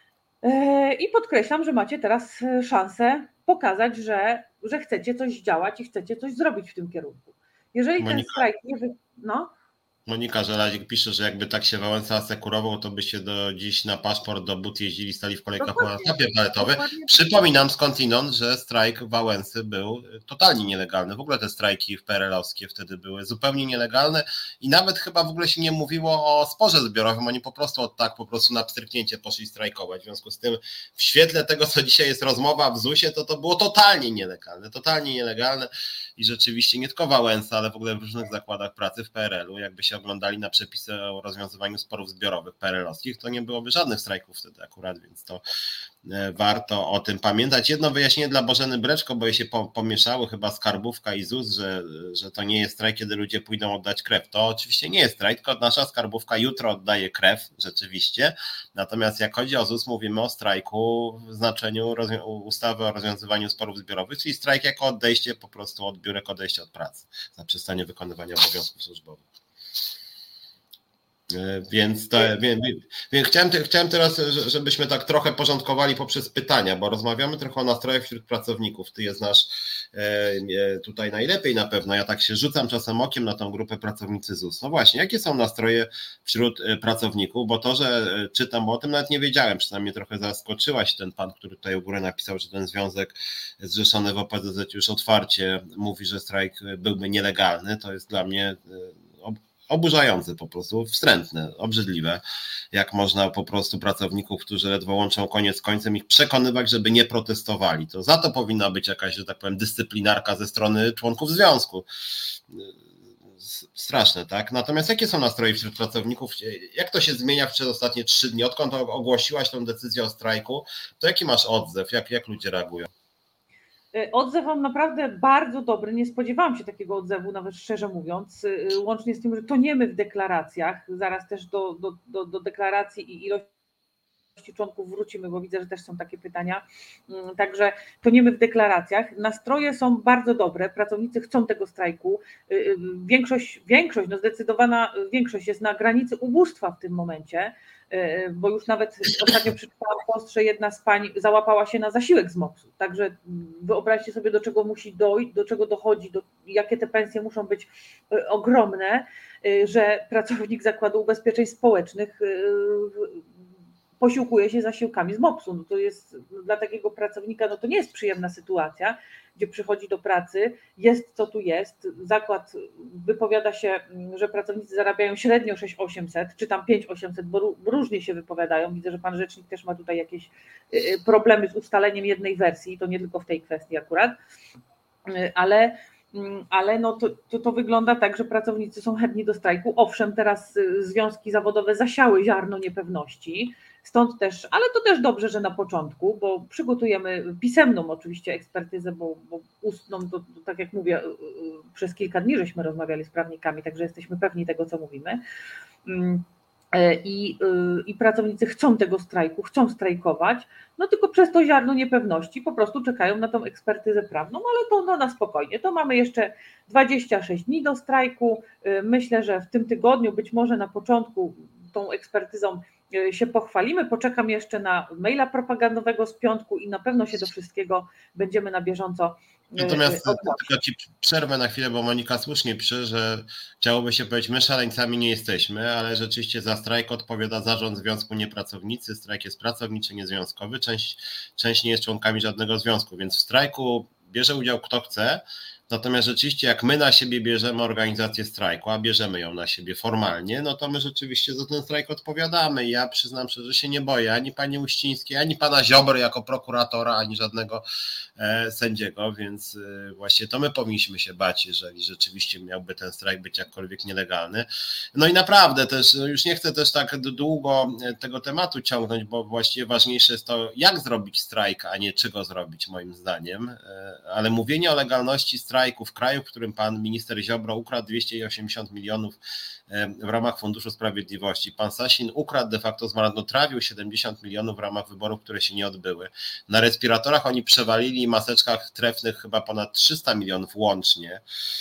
I podkreślam, że macie teraz szansę pokazać, że, że chcecie coś działać i chcecie coś zrobić w tym kierunku. Jeżeli Monika. ten strajk nie wy... no. Monika Żelazik pisze, że jakby tak się Wałęsa asekurował, to by się do dziś na paszport do but jeździli, stali w kolejkach na papier toaletowy. Przypominam skądinąd, że strajk Wałęsy był totalnie nielegalny. W ogóle te strajki w P R L-owskie wtedy były zupełnie nielegalne i nawet chyba w ogóle się nie mówiło o sporze zbiorowym. Oni po prostu od tak po prostu na pstryknięcie poszli strajkować. W związku z tym w świetle tego, co dzisiaj jest rozmowa w zusie, to to było totalnie nielegalne. Totalnie nielegalne i rzeczywiście nie tylko Wałęsa, ale w ogóle w różnych zakładach pracy w P R L-u, jakby się oglądali na przepisy o rozwiązywaniu sporów zbiorowych P R L-owskich, to nie byłoby żadnych strajków wtedy akurat, więc to warto o tym pamiętać. Jedno wyjaśnienie dla Bożeny Breczko, bo jej się pomieszały chyba skarbówka i ZUS, że, że to nie jest strajk, kiedy ludzie pójdą oddać krew. To oczywiście nie jest strajk, tylko nasza skarbówka jutro oddaje krew, rzeczywiście. Natomiast jak chodzi o ZUS, mówimy o strajku w znaczeniu ustawy o rozwiązywaniu sporów zbiorowych, czyli strajk jako odejście po prostu od biurek, odejście od pracy, zaprzestanie wykonywania obowiązków służbowych. Więc, to, więc, więc chciałem, chciałem teraz, żebyśmy tak trochę porządkowali poprzez pytania, bo rozmawiamy trochę o nastrojach wśród pracowników. Ty je znasz tutaj najlepiej na pewno. Ja tak się rzucam czasem okiem na tą grupę pracownicy ZUS. No właśnie, jakie są nastroje wśród pracowników? Bo to, że czytam, bo o tym nawet nie wiedziałem, przynajmniej trochę zaskoczyłaś ten pan, który tutaj u góry napisał, że ten związek zrzeszony w O P Z Z już otwarcie mówi, że strajk byłby nielegalny. To jest dla mnie oburzające po prostu, wstrętne, obrzydliwe, jak można po prostu pracowników, którzy ledwo łączą koniec z końcem, ich przekonywać, żeby nie protestowali. To za to powinna być jakaś, że tak powiem, dyscyplinarka ze strony członków związku. Straszne, tak? Natomiast jakie są nastroje wśród pracowników? Jak to się zmienia przez ostatnie trzy dni? Odkąd ogłosiłaś tę decyzję o strajku, to jaki masz odzew? Jak, jak ludzie reagują? Odzew mam naprawdę bardzo dobry, nie spodziewałam się takiego odzewu, nawet szczerze mówiąc, łącznie z tym, że toniemy w deklaracjach, zaraz też do, do, do, do deklaracji i ilości członków wrócimy, bo widzę, że też są takie pytania, także toniemy w deklaracjach, nastroje są bardzo dobre, pracownicy chcą tego strajku, większość, większość, no zdecydowana większość jest na granicy ubóstwa w tym momencie, bo już nawet ostatnio przeczytałam post, że jedna z pań załapała się na zasiłek z mopsu, także wyobraźcie sobie, do czego musi dojść, do czego dochodzi, do, jakie te pensje muszą być ogromne, że pracownik Zakładu Ubezpieczeń Społecznych posiłkuje się zasiłkami z mopsu. No to jest dla takiego pracownika, no to nie jest przyjemna sytuacja, gdzie przychodzi do pracy, jest co tu jest, zakład wypowiada się, że pracownicy zarabiają średnio sześć tysięcy osiemset, czy tam pięć tysięcy osiemset, bo różnie się wypowiadają. Widzę, że pan rzecznik też ma tutaj jakieś problemy z ustaleniem jednej wersji, to nie tylko w tej kwestii akurat, ale ale no to, to, to wygląda tak, że pracownicy są chętni do strajku. Owszem, teraz związki zawodowe zasiały ziarno niepewności, stąd też, ale to też dobrze, że na początku, bo przygotujemy pisemną oczywiście ekspertyzę, bo, bo ustną, to, to tak jak mówię, przez kilka dni żeśmy rozmawiali z prawnikami, także jesteśmy pewni tego, co mówimy. I, i pracownicy chcą tego strajku, chcą strajkować, no tylko przez to ziarno niepewności po prostu czekają na tą ekspertyzę prawną, ale to no, na spokojnie, to mamy jeszcze dwadzieścia sześć dni do strajku, myślę, że w tym tygodniu, być może na początku tą ekspertyzą się pochwalimy, poczekam jeszcze na maila propagandowego z piątku i na pewno się do wszystkiego będziemy na bieżąco. Natomiast tylko ci przerwę na chwilę, bo Monika słusznie pisze, że chciałoby się powiedzieć, my szaleńcami nie jesteśmy, ale rzeczywiście za strajk odpowiada zarząd związku, nie pracownicy, strajk jest pracowniczy, niezwiązkowy, część, część nie jest członkami żadnego związku, więc w strajku bierze udział kto chce. Natomiast rzeczywiście jak my na siebie bierzemy organizację strajku, a bierzemy ją na siebie formalnie, no to my rzeczywiście za ten strajk odpowiadamy. Ja przyznam szczerze, że się nie boję ani pani Uścińskiej, ani pana Ziobry jako prokuratora, ani żadnego e, sędziego, więc e, właśnie to my powinniśmy się bać, jeżeli rzeczywiście miałby ten strajk być jakkolwiek nielegalny. No i naprawdę też, już nie chcę też tak długo tego tematu ciągnąć, bo właściwie ważniejsze jest to, jak zrobić strajk, a nie czy go zrobić, moim zdaniem, e, ale mówienie o legalności strajku w kraju, w którym pan minister Ziobro ukradł dwieście osiemdziesiąt milionów w ramach Funduszu Sprawiedliwości. Pan Sasin ukradł de facto, zmarnotrawił siedemdziesiąt milionów w ramach wyborów, które się nie odbyły. Na respiratorach oni przewalili, maseczkach trefnych chyba ponad trzysta milionów łącznie.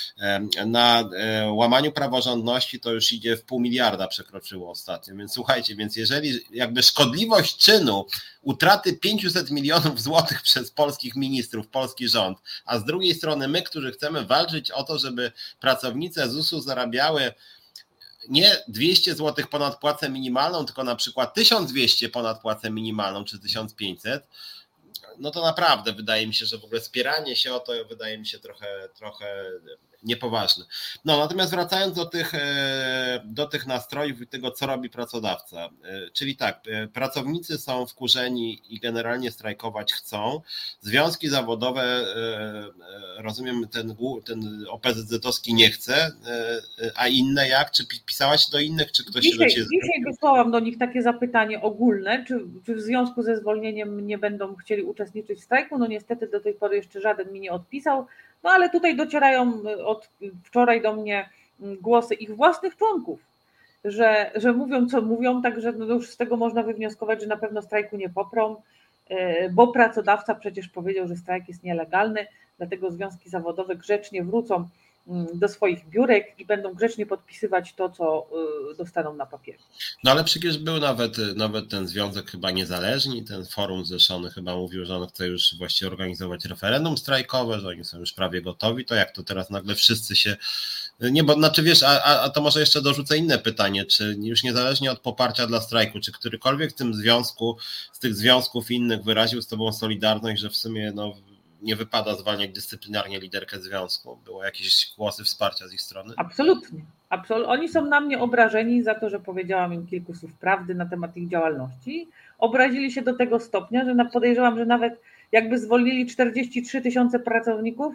Na łamaniu praworządności to już idzie w pół miliarda przekroczyło ostatnio. Więc słuchajcie, więc jeżeli jakby szkodliwość czynu utraty pięćset milionów złotych przez polskich ministrów, polski rząd, a z drugiej strony my, którzy chcemy walczyć o to, żeby pracownice zusu zarabiały nie dwieście złotych ponad płacę minimalną, tylko na przykład tysiąc dwieście ponad płacę minimalną, czy tysiąc pięćset, no to naprawdę wydaje mi się, że w ogóle spieranie się o to wydaje mi się trochę, trochę niepoważne. No natomiast wracając do tych, do tych nastrojów i tego, co robi pracodawca, czyli tak, pracownicy są wkurzeni i generalnie strajkować chcą, związki zawodowe, rozumiem, ten, ten O P Z Z-owski nie chce, a inne jak? Czy pisałaś do innych, czy ktoś dzisiaj, się do ciebie... Dzisiaj wysłałam do nich takie zapytanie ogólne, czy, czy w związku ze zwolnieniem nie będą chcieli uczestniczyć w strajku, no niestety do tej pory jeszcze żaden mi nie odpisał. No ale tutaj docierają od wczoraj do mnie głosy ich własnych członków, że, że mówią co mówią, także no już z tego można wywnioskować, że na pewno strajku nie poprą, bo pracodawca przecież powiedział, że strajk jest nielegalny, dlatego związki zawodowe grzecznie wrócą do swoich biurek i będą grzecznie podpisywać to, co dostaną na papierze. No ale przecież był nawet, nawet ten związek chyba niezależny, ten forum zrzeszony chyba mówił, że on chce już właściwie organizować referendum strajkowe, że oni są już prawie gotowi, to jak to teraz nagle wszyscy się... Nie, bo znaczy wiesz, a, a to może jeszcze dorzucę inne pytanie, czy już niezależnie od poparcia dla strajku, czy którykolwiek w tym związku, z tych związków innych wyraził z tobą solidarność, że w sumie no nie wypada zwalniać dyscyplinarnie liderkę związku? Było jakieś głosy wsparcia z ich strony? Absolutnie. Absol- Oni są na mnie obrażeni za to, że powiedziałam im kilku słów prawdy na temat ich działalności. Obrazili się do tego stopnia, że podejrzewam, że nawet jakby zwolnili czterdzieści trzy tysiące pracowników,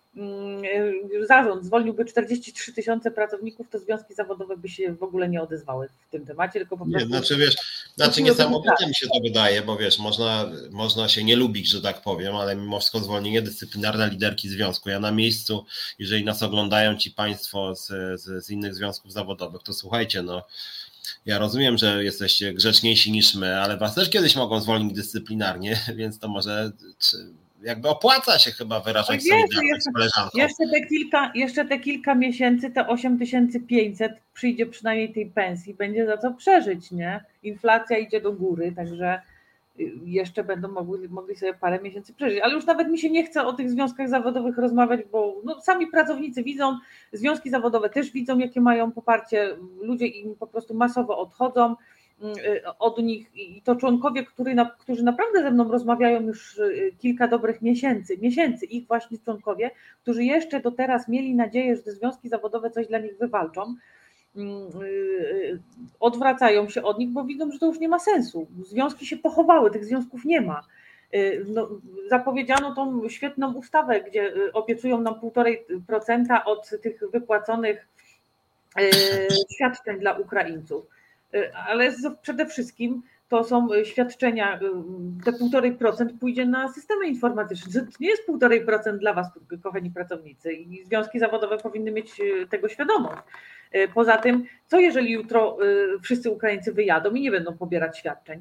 zarząd zwolniłby czterdzieści trzy tysiące pracowników, to związki zawodowe by się w ogóle nie odezwały w tym temacie, tylko po prostu... Nie, znaczy wiesz, znaczy niesamowicie mi się to wydaje, bo wiesz, można, można się nie lubić, że tak powiem, ale mimo wszystko zwolnienie dyscyplinarne liderki związku. Ja na miejscu, jeżeli nas oglądają ci państwo z, z, z innych związków zawodowych, to słuchajcie, no ja rozumiem, że jesteście grzeczniejsi niż my, ale was też kiedyś mogą zwolnić dyscyplinarnie, więc to może... Czy, jakby opłaca się chyba wyrażać solidarność z koleżanką. Jeszcze te kilka, jeszcze te kilka miesięcy, te osiem tysięcy pięćset przyjdzie przynajmniej tej pensji, będzie za co przeżyć, nie? Inflacja idzie do góry, także jeszcze będą mogli, mogli sobie parę miesięcy przeżyć. Ale już nawet mi się nie chce o tych związkach zawodowych rozmawiać, bo no, sami pracownicy widzą, związki zawodowe też widzą, jakie mają poparcie, ludzie im po prostu masowo odchodzą. od nich i to członkowie, którzy, którzy naprawdę ze mną rozmawiają już kilka dobrych miesięcy, miesięcy, ich właśnie członkowie, którzy jeszcze do teraz mieli nadzieję, że te związki zawodowe coś dla nich wywalczą, odwracają się od nich, bo widzą, że to już nie ma sensu. Związki się pochowały, tych związków nie ma. No, zapowiedziano tą świetną ustawę, gdzie obiecują nam półtorej procenta od tych wypłaconych świadczeń dla Ukraińców. Ale przede wszystkim to są świadczenia, te półtorej procent pójdzie na systemy informatyczne. To nie jest półtorej procent dla was, kochani pracownicy, i związki zawodowe powinny mieć tego świadomość. Poza tym, co jeżeli jutro wszyscy Ukraińcy wyjadą i nie będą pobierać świadczeń?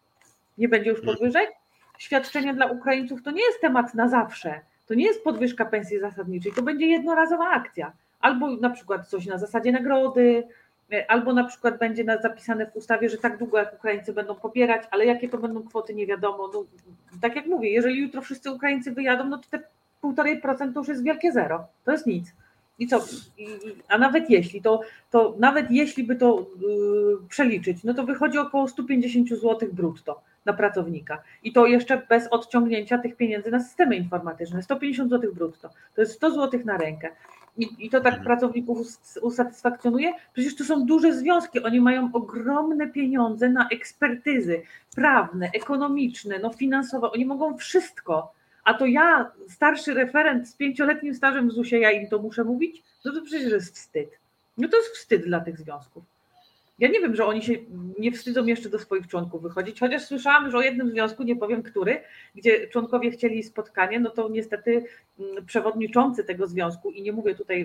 Nie będzie już podwyżek? Świadczenia dla Ukraińców to nie jest temat na zawsze. To nie jest podwyżka pensji zasadniczej, to będzie jednorazowa akcja. Albo na przykład coś na zasadzie nagrody, albo na przykład będzie zapisane w ustawie, że tak długo jak Ukraińcy będą pobierać, ale jakie to będą kwoty, nie wiadomo. No, tak jak mówię, jeżeli jutro wszyscy Ukraińcy wyjadą, no to te półtorej procent to już jest wielkie zero. To jest nic. I co? I, a nawet jeśli, to, to nawet jeśli by to yy, przeliczyć, no to wychodzi około sto pięćdziesiąt złotych brutto na pracownika. I to jeszcze bez odciągnięcia tych pieniędzy na systemy informatyczne. sto pięćdziesiąt złotych brutto. To jest sto złotych na rękę. I, I to tak pracowników usatysfakcjonuje? Przecież to są duże związki, oni mają ogromne pieniądze na ekspertyzy prawne, ekonomiczne, no finansowe, oni mogą wszystko, a to ja, starszy referent z pięcioletnim stażem w zusie, ja im to muszę mówić? No to przecież jest wstyd. No to jest wstyd dla tych związków. Ja nie wiem, że oni się nie wstydzą jeszcze do swoich członków wychodzić, chociaż słyszałam, że o jednym związku, nie powiem który, gdzie członkowie chcieli spotkanie, no to niestety przewodniczący tego związku, i nie mówię tutaj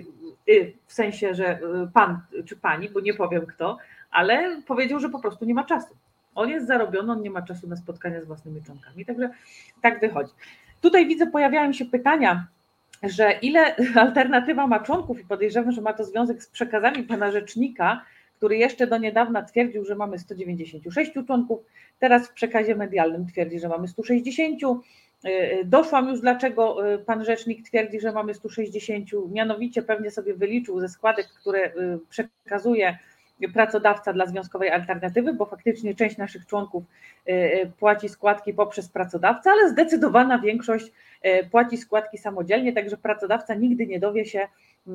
w sensie, że pan czy pani, bo nie powiem kto, ale powiedział, że po prostu nie ma czasu. On jest zarobiony, on nie ma czasu na spotkania z własnymi członkami, także tak wychodzi. Tutaj widzę, pojawiają się pytania, że ile Alternatywa ma członków, i podejrzewam, że ma to związek z przekazami pana rzecznika, który jeszcze do niedawna twierdził, że mamy sto dziewięćdziesiąt sześć członków, teraz w przekazie medialnym twierdzi, że mamy sto sześćdziesiąt. Doszłam już, dlaczego pan rzecznik twierdzi, że mamy sto sześćdziesiąt, mianowicie pewnie sobie wyliczył ze składek, które przekazuje pracodawca dla Związkowej Alternatywy, bo faktycznie część naszych członków płaci składki poprzez pracodawcę, ale zdecydowana większość płaci składki samodzielnie, także pracodawca nigdy nie dowie się,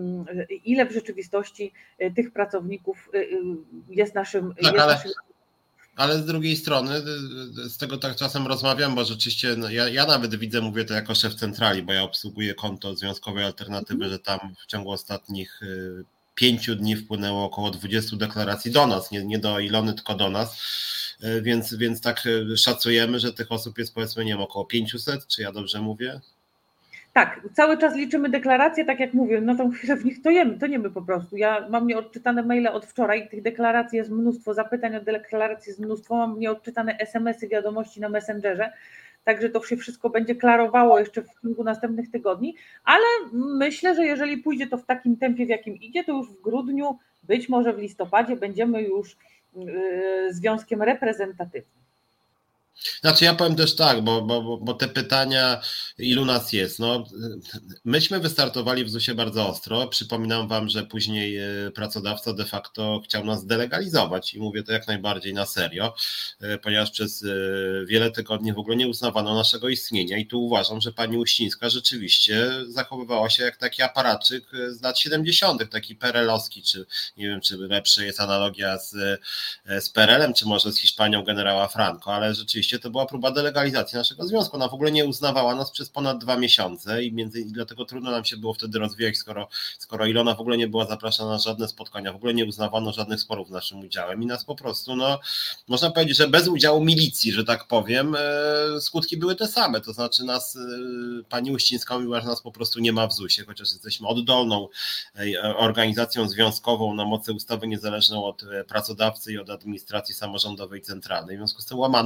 ile w rzeczywistości tych pracowników jest naszym... Tak, jest ale, naszym... ale z drugiej strony, z tego tak czasem rozmawiam, bo rzeczywiście no ja, ja nawet widzę, mówię to jako szef centrali, bo ja obsługuję konto Związkowej Alternatywy, że tam w ciągu ostatnich pięciu dni wpłynęło około dwudziestu deklaracji do nas, nie, nie do Ilony, tylko do nas, więc, więc tak szacujemy, że tych osób jest, powiedzmy, nie wiem, około pięćset, czy ja dobrze mówię? Tak, cały czas liczymy deklaracje, tak jak mówię, no to chwilę w nich to jemy, to niemy po prostu. Ja mam nieodczytane maile od wczoraj, tych deklaracji jest mnóstwo, zapytań o deklaracji jest mnóstwo, mam nieodczytane es em esy, wiadomości na Messengerze, także to się wszystko będzie klarowało jeszcze w ciągu następnych tygodni, ale myślę, że jeżeli pójdzie to w takim tempie, w jakim idzie, to już w grudniu, być może w listopadzie będziemy już yy, związkiem reprezentatywnym. Znaczy ja powiem też tak, bo, bo, bo te pytania, ilu nas jest, no myśmy wystartowali w zusie bardzo ostro, przypominam wam, że później pracodawca de facto chciał nas delegalizować i mówię to jak najbardziej na serio, ponieważ przez wiele tygodni w ogóle nie uznawano naszego istnienia i tu uważam, że pani Uścińska rzeczywiście zachowywała się jak taki aparatczyk z lat siedemdziesiątych, taki perelowski, czy nie wiem, czy lepsza jest analogia z, z Perelem, czy może z Hiszpanią generała Franco, ale rzeczywiście to była próba delegalizacji naszego związku. Ona w ogóle nie uznawała nas przez ponad dwa miesiące i między i dlatego trudno nam się było wtedy rozwijać, skoro, skoro Ilona w ogóle nie była zapraszana na żadne spotkania, w ogóle nie uznawano żadnych sporów z naszym udziałem i nas po prostu, no można powiedzieć, że bez udziału milicji, że tak powiem, skutki były te same, to znaczy nas, pani Uścińska mówiła, że nas po prostu nie ma w zusie, chociaż jesteśmy oddolną organizacją związkową na mocy ustawy niezależną od pracodawcy i od administracji samorządowej centralnej, w związku z tym łamano prawo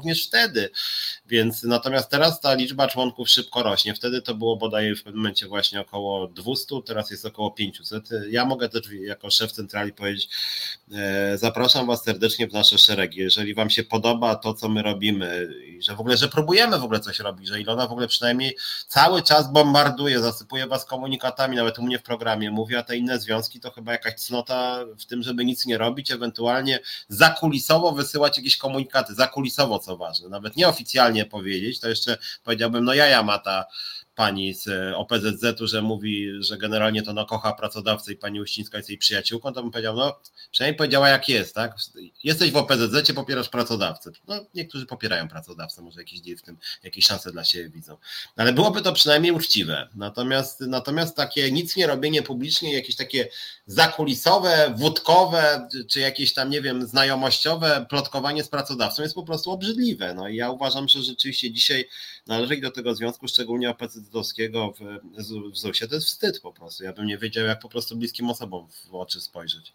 również wtedy. Więc natomiast teraz ta liczba członków szybko rośnie. Wtedy to było bodaj w pewnym momencie właśnie około dwieście, teraz jest około pięćset. Ja mogę też jako szef centrali powiedzieć, e, zapraszam Was serdecznie w nasze szeregi. Jeżeli Wam się podoba to, co my robimy i że w ogóle, że próbujemy w ogóle coś robić, że Ilona w ogóle przynajmniej cały czas bombarduje, zasypuje Was komunikatami, nawet u mnie w programie mówi, a te inne związki to chyba jakaś cnota w tym, żeby nic nie robić, ewentualnie zakulisowo wysyłać jakieś komunikaty, zakulisowo co ważne, nawet nieoficjalnie powiedzieć, to jeszcze powiedziałbym, no jaja ma ta pani z O P Z Z-u, że mówi, że generalnie to no kocha pracodawcę i pani Uścińska jest jej przyjaciółką, to bym powiedział, no przynajmniej powiedziała jak jest, tak? Jesteś w O P Z Z-cie, popierasz pracodawcę. No niektórzy popierają pracodawcę, może jakiś w tym, jakieś szanse dla siebie widzą. Ale byłoby to przynajmniej uczciwe. Natomiast, natomiast takie nic nie robienie publicznie, jakieś takie zakulisowe, wódkowe, czy jakieś tam, nie wiem, znajomościowe plotkowanie z pracodawcą jest po prostu obrzydliwe. No i ja uważam, że rzeczywiście dzisiaj należeli do tego związku, szczególnie O P Z Z-owskiego w, w zusie, to jest wstyd po prostu. Ja bym nie wiedział, jak po prostu bliskim osobom w oczy spojrzeć.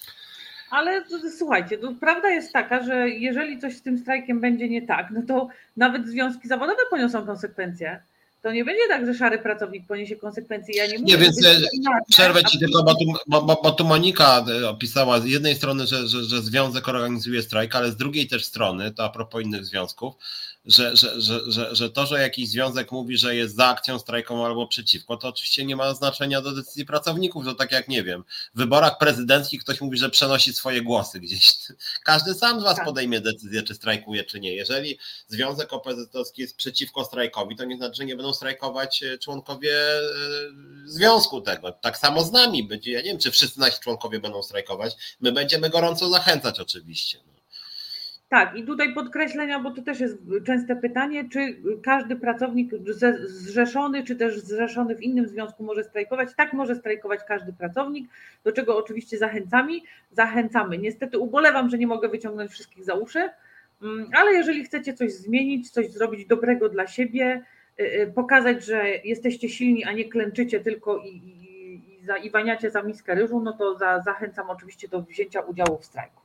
Ale słuchajcie, no, prawda jest taka, że jeżeli coś z tym strajkiem będzie nie tak, no to nawet związki zawodowe poniosą konsekwencje. To nie będzie tak, że szary pracownik poniesie konsekwencje. Ja nie mówię, nie, więc przerwę ci a... tylko, bo tu, bo, bo tu Monika opisała z jednej strony, że, że, że związek organizuje strajk, ale z drugiej też strony, to a propos innych związków, że, że, że, że, że to, że jakiś związek mówi, że jest za akcją strajkową albo przeciwko, to oczywiście nie ma znaczenia do decyzji pracowników. To tak jak, nie wiem, w wyborach prezydenckich ktoś mówi, że przenosi swoje głosy gdzieś. Każdy sam z was tak podejmie decyzję, czy strajkuje, czy nie. Jeżeli związek O P Z Z-owski jest przeciwko strajkowi, to nie znaczy, że nie będą strajkować członkowie związku tego. Tak samo z nami będzie. Ja nie wiem, czy wszyscy nasi członkowie będą strajkować. My będziemy gorąco zachęcać oczywiście. Tak, i tutaj podkreślenia, bo to też jest częste pytanie, czy każdy pracownik zrzeszony, czy też zrzeszony w innym związku może strajkować? Tak, może strajkować każdy pracownik, do czego oczywiście zachęcamy. zachęcamy. Niestety ubolewam, że nie mogę wyciągnąć wszystkich za uszy, ale jeżeli chcecie coś zmienić, coś zrobić dobrego dla siebie, pokazać, że jesteście silni, a nie klęczycie tylko i, i, i, za, i waniacie za miskę ryżu, no to za, zachęcam oczywiście do wzięcia udziału w strajku.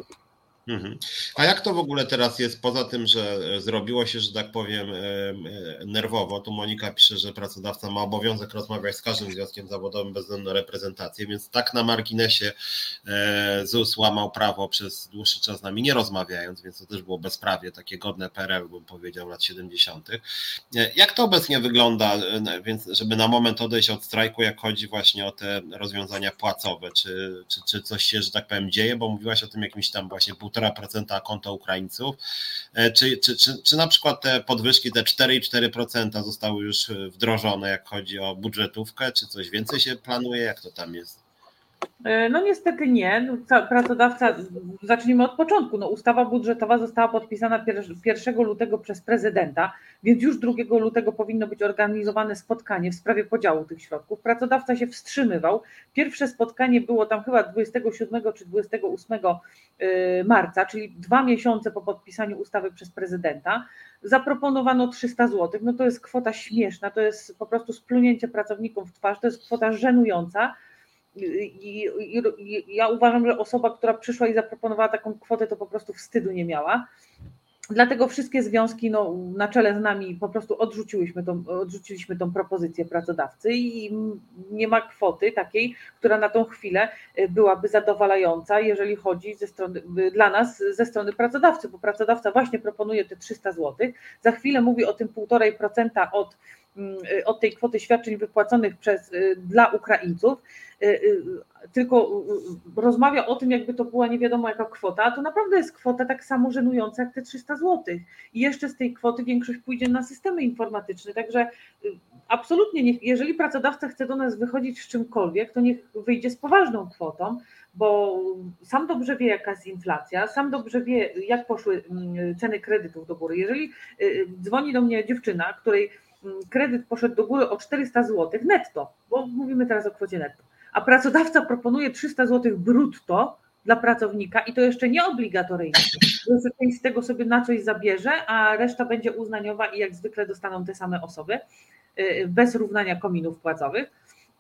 Mhm. A jak to w ogóle teraz jest, poza tym, że zrobiło się, że tak powiem, nerwowo, tu Monika pisze, że pracodawca ma obowiązek rozmawiać z każdym związkiem zawodowym bez względu na reprezentację, więc tak na marginesie Z U S łamał prawo przez dłuższy czas z nami nie rozmawiając, więc to też było bezprawie, takie godne P R L, bym powiedział, lat siedemdziesiątych. Jak to obecnie wygląda, więc żeby na moment odejść od strajku, jak chodzi właśnie o te rozwiązania płacowe, czy, czy, czy coś się, że tak powiem, dzieje, bo mówiłaś o tym jakimś tam właśnie półtora procent konto Ukraińców, czy, czy, czy, czy na przykład te podwyżki, te cztery i cztery procent zostały już wdrożone, jak chodzi o budżetówkę, czy coś więcej się planuje, jak to tam jest? No niestety nie. No, pracodawca, zacznijmy od początku. No, ustawa budżetowa została podpisana pierwszego lutego przez prezydenta, więc już drugiego lutego powinno być organizowane spotkanie w sprawie podziału tych środków. Pracodawca się wstrzymywał. Pierwsze spotkanie było tam chyba dwudziestego siódmego czy dwudziestego ósmego marca, czyli dwa miesiące po podpisaniu ustawy przez prezydenta. Zaproponowano trzysta złotych. No to jest kwota śmieszna, to jest po prostu splunięcie pracownikom w twarz, to jest kwota żenująca. I, i, i ja uważam, że osoba, która przyszła i zaproponowała taką kwotę, to po prostu wstydu nie miała. Dlatego wszystkie związki no, na czele z nami po prostu odrzuciłyśmy tą, odrzuciliśmy tą propozycję pracodawcy i nie ma kwoty takiej, która na tą chwilę byłaby zadowalająca, jeżeli chodzi ze strony, dla nas ze strony pracodawcy, bo pracodawca właśnie proponuje te trzysta złotych. Za chwilę mówi o tym półtora procent od od tej kwoty świadczeń wypłaconych przez, dla Ukraińców, tylko rozmawia o tym, jakby to była nie wiadomo jaka kwota, a to naprawdę jest kwota tak samo żenująca jak te trzysta złotych. I jeszcze z tej kwoty większość pójdzie na systemy informatyczne, także absolutnie, niech, jeżeli pracodawca chce do nas wychodzić z czymkolwiek, to niech wyjdzie z poważną kwotą, bo sam dobrze wie, jaka jest inflacja, sam dobrze wie, jak poszły ceny kredytów do góry. Jeżeli dzwoni do mnie dziewczyna, której kredyt poszedł do góry o czterysta złotych netto, bo mówimy teraz o kwocie netto, a pracodawca proponuje trzysta złotych brutto dla pracownika i to jeszcze nie obligatoryjnie, że część z tego sobie na coś zabierze, a reszta będzie uznaniowa i jak zwykle dostaną te same osoby bez równania kominów płacowych,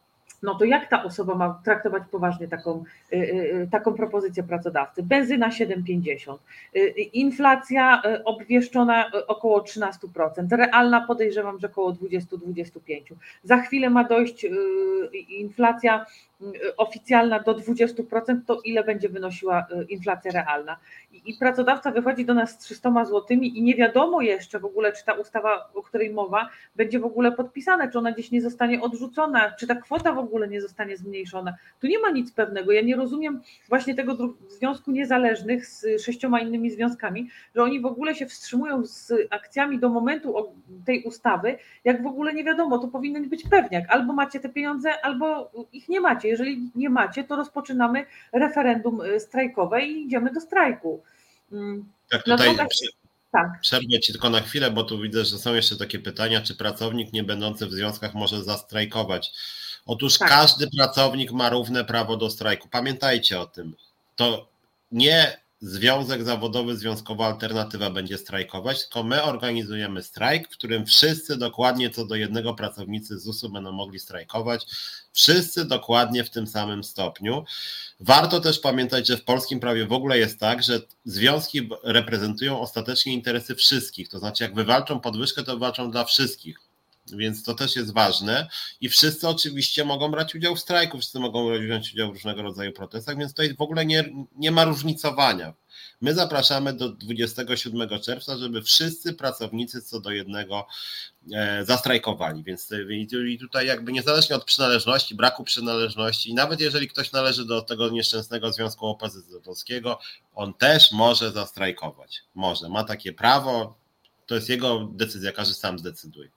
no to jak ta osoba ma traktować poważnie taką, taką propozycję pracodawcy? Benzyna siedem pięćdziesiąt, inflacja obwieszczona około trzynaście procent, realna podejrzewam, że około dwadzieścia do dwudziestu pięciu. Za chwilę ma dojść inflacja oficjalna do dwudziestu procent, to ile będzie wynosiła inflacja realna? I, i pracodawca wychodzi do nas z trzysta złotymi i nie wiadomo jeszcze w ogóle, czy ta ustawa, o której mowa, będzie w ogóle podpisana, czy ona gdzieś nie zostanie odrzucona, czy ta kwota w ogóle nie zostanie zmniejszona. Tu nie ma nic pewnego. Ja nie rozumiem właśnie tego Związku Niezależnych z sześcioma innymi związkami, że oni w ogóle się wstrzymują z akcjami do momentu tej ustawy, jak w ogóle nie wiadomo, to powinien być pewniak. Albo macie te pieniądze, albo ich nie macie. Jeżeli nie macie, to rozpoczynamy referendum strajkowe i idziemy do strajku. Tak, tutaj no, tak. Przerwę Ci tylko na chwilę, bo tu widzę, że są jeszcze takie pytania, czy pracownik nie będący w związkach może zastrajkować. Otóż tak. Każdy pracownik ma równe prawo do strajku. Pamiętajcie o tym. To nie Związek Zawodowy, Związkowa Alternatywa będzie strajkować, tylko my organizujemy strajk, w którym wszyscy dokładnie co do jednego pracownicy z zusu będą mogli strajkować. Wszyscy dokładnie w tym samym stopniu. Warto też pamiętać, że w polskim prawie w ogóle jest tak, że związki reprezentują ostatecznie interesy wszystkich. To znaczy, jak wywalczą podwyżkę, to wywalczą dla wszystkich. Więc to też jest ważne i wszyscy oczywiście mogą brać udział w strajku, wszyscy mogą wziąć udział w różnego rodzaju protestach, więc tutaj w ogóle nie, nie ma różnicowania. My zapraszamy do dwudziestego siódmego czerwca, żeby wszyscy pracownicy co do jednego e, zastrajkowali, więc i tutaj jakby niezależnie od przynależności, braku przynależności, nawet jeżeli ktoś należy do tego nieszczęsnego Związku Opozycyjnego, on też może zastrajkować. Może, ma takie prawo, to jest jego decyzja, każdy sam zdecyduje.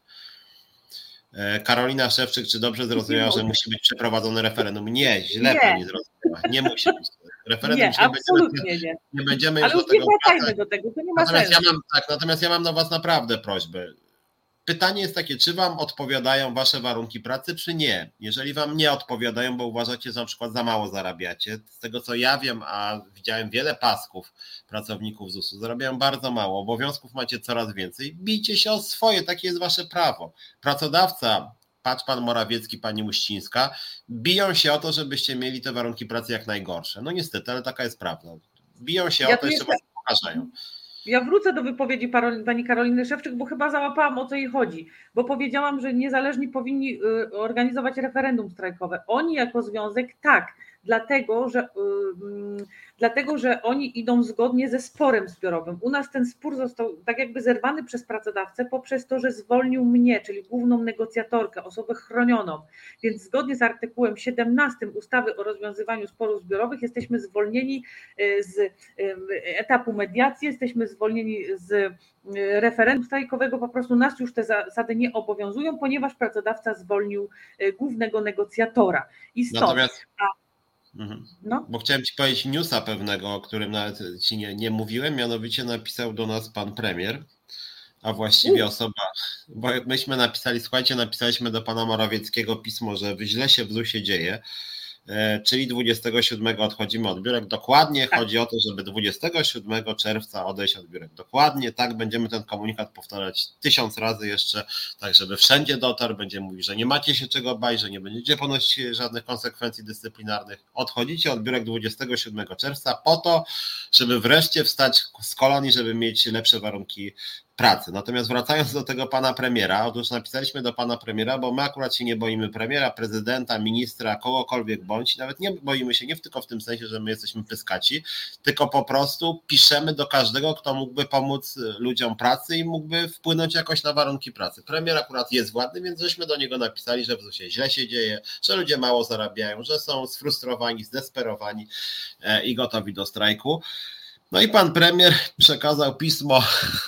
Karolina Szewczyk, czy dobrze zrozumiała, że musi być przeprowadzone referendum? Nie, źle nie. Pani zrozumiała. Nie musi być. Referendum nie, nie absolutnie będziemy, nie. nie będziemy Ale już już do nie tego wracajmy wracać. do tego, to nie ma natomiast sensu. Ja mam, tak, natomiast ja mam do Was naprawdę prośbę. Pytanie jest takie, czy Wam odpowiadają Wasze warunki pracy, czy nie? Jeżeli Wam nie odpowiadają, bo uważacie, że na przykład za mało zarabiacie, z tego co ja wiem, a widziałem wiele pasków pracowników zusu, zarabiają bardzo mało, obowiązków macie coraz więcej, bijcie się o swoje, takie jest Wasze prawo. Pracodawca, patrz pan Morawiecki, pani Uścińska, biją się o to, żebyście mieli te warunki pracy jak najgorsze. No niestety, ale taka jest prawda. Biją się Ja o to, jeszcze was pokażają. Ja wrócę do wypowiedzi pani Karoliny Szewczyk, bo chyba załapałam, o co jej chodzi, bo powiedziałam, że niezależni powinni organizować referendum strajkowe. Oni jako związek tak, dlatego że, yy, dlatego, że oni idą zgodnie ze sporem zbiorowym. U nas ten spór został tak jakby zerwany przez pracodawcę poprzez to, że zwolnił mnie, czyli główną negocjatorkę, osobę chronioną. Więc zgodnie z artykułem siedemnastym ustawy o rozwiązywaniu sporów zbiorowych jesteśmy zwolnieni z etapu mediacji, jesteśmy zwolnieni z referendum strajkowego, po prostu nas już te zasady nie obowiązują, ponieważ pracodawca zwolnił głównego negocjatora. I stąd... Natomiast... A, No. Bo chciałem Ci powiedzieć newsa pewnego, o którym nawet Ci nie, nie mówiłem, mianowicie napisał do nas pan premier, a właściwie U. osoba, bo myśmy napisali, słuchajcie, napisaliśmy do pana Morawieckiego pismo, że źle się w zusie dzieje, czyli dwudziestego siódmego odchodzimy od biurek. Dokładnie tak. Chodzi o to, żeby dwudziestego siódmego czerwca odejść od biurek. Dokładnie tak, będziemy ten komunikat powtarzać tysiąc razy jeszcze, tak żeby wszędzie dotarł, będziemy mówić, że nie macie się czego bać, że nie będziecie ponosić żadnych konsekwencji dyscyplinarnych. Odchodzicie od biurek dwudziestego siódmego czerwca po to, żeby wreszcie wstać z kolan i żeby mieć lepsze warunki pracy. Natomiast wracając do tego pana premiera, otóż napisaliśmy do pana premiera, bo my akurat się nie boimy premiera, prezydenta, ministra, kogokolwiek bądź, nawet nie boimy się, nie tylko w tym sensie, że my jesteśmy pyskaci, tylko po prostu piszemy do każdego, kto mógłby pomóc ludziom pracy i mógłby wpłynąć jakoś na warunki pracy. Premier akurat jest władny, więc żeśmy do niego napisali, że w zusie źle się dzieje, że ludzie mało zarabiają, że są sfrustrowani, zdesperowani i gotowi do strajku. No i pan premier przekazał pismo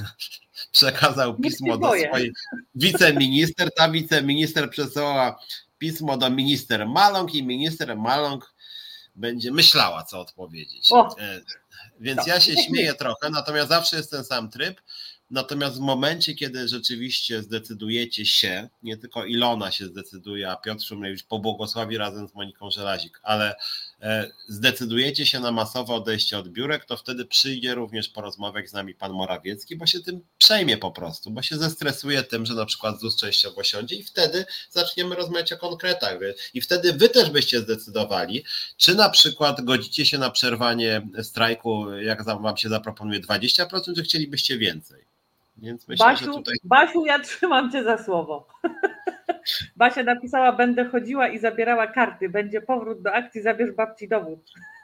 przekazał pismo do swojej wiceminister. Ta wiceminister przesłała pismo do minister Maląg i minister Maląg będzie myślała, co odpowiedzieć. O, Więc ja się śmieję trochę, natomiast zawsze jest ten sam tryb. Natomiast w momencie, kiedy rzeczywiście zdecydujecie się, nie tylko Ilona się zdecyduje, a Piotr Szumlewicz pobłogosławi razem z Moniką Żelazik, ale zdecydujecie się na masowe odejście od biurek, to wtedy przyjdzie również porozmawiać z nami pan Morawiecki, bo się tym przejmie po prostu, bo się zestresuje tym, że na przykład ZUS częściowo siądzie i wtedy zaczniemy rozmawiać o konkretach. I wtedy wy też byście zdecydowali, czy na przykład godzicie się na przerwanie strajku, jak wam się zaproponuje dwadzieścia procent, czy chcielibyście więcej? Więc myślę, Basiu, że tutaj... Basiu, ja trzymam cię za słowo. Basia napisała, będę chodziła i zabierała karty, będzie powrót do akcji, zabierz babci dowód.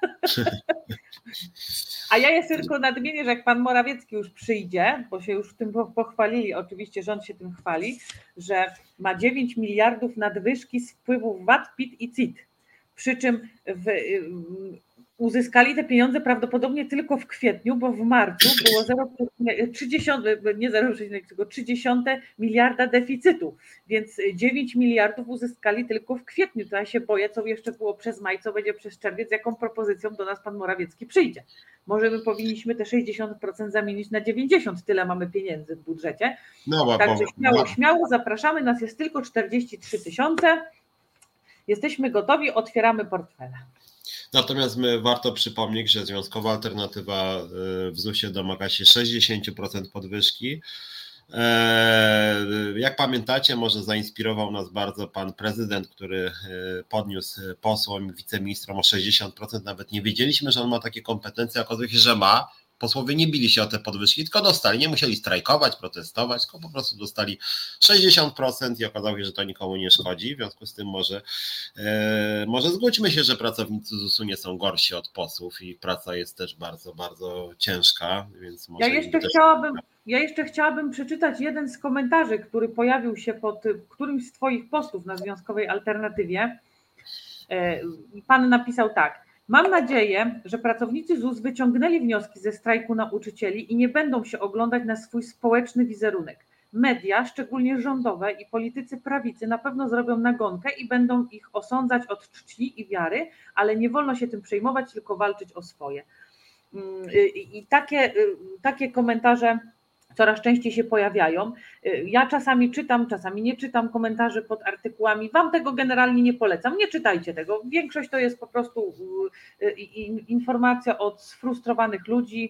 A ja jest tylko nadmienię, że jak pan Morawiecki już przyjdzie, bo się już w tym pochwalili, oczywiście rząd się tym chwali, że ma dziewięć miliardów nadwyżki z wpływów V A T, P I T i C I T. Przy czym w, uzyskali te pieniądze prawdopodobnie tylko w kwietniu, bo w marcu było zero przecinek trzydzieści, nie zero przecinek trzydzieści miliarda deficytu, więc dziewięć miliardów uzyskali tylko w kwietniu. To ja się boję, co jeszcze było przez maj, co będzie przez czerwiec, jaką propozycją do nas pan Morawiecki przyjdzie. Może my powinniśmy te sześćdziesiąt procent zamienić na dziewięćdziesiąt procent, tyle mamy pieniędzy w budżecie. No, bo, Także śmiało, bo... śmiało zapraszamy, nas jest tylko czterdzieści trzy tysiące. Jesteśmy gotowi, otwieramy portfele. Natomiast my warto przypomnieć, że Związkowa Alternatywa w zusie domaga się sześćdziesiąt procent podwyżki. Jak pamiętacie, może zainspirował nas bardzo pan prezydent, który podniósł posłom i wiceministrom o sześćdziesiąt procent. Nawet nie wiedzieliśmy, że on ma takie kompetencje, okazuje się, że ma. Posłowie nie bili się o te podwyżki, tylko dostali, nie musieli strajkować, protestować, tylko po prostu dostali sześćdziesiąt procent i okazało się, że to nikomu nie szkodzi. W związku z tym może, e, może zgódźmy się, że pracownicy zusu nie są gorsi od posłów i praca jest też bardzo, bardzo ciężka. Więc może ja, jeszcze też... chciałabym, ja jeszcze chciałabym przeczytać jeden z komentarzy, który pojawił się pod którymś z twoich postów na Związkowej Alternatywie. Pan napisał tak. Mam nadzieję, że pracownicy ZUS wyciągnęli wnioski ze strajku nauczycieli i nie będą się oglądać na swój społeczny wizerunek. Media, szczególnie rządowe i politycy prawicy na pewno zrobią nagonkę i będą ich osądzać od czci i wiary, ale nie wolno się tym przejmować, tylko walczyć o swoje. I takie, takie komentarze coraz częściej się pojawiają. Ja czasami czytam, czasami nie czytam komentarzy pod artykułami. Wam tego generalnie nie polecam. Nie czytajcie tego. Większość to jest po prostu informacja od sfrustrowanych ludzi,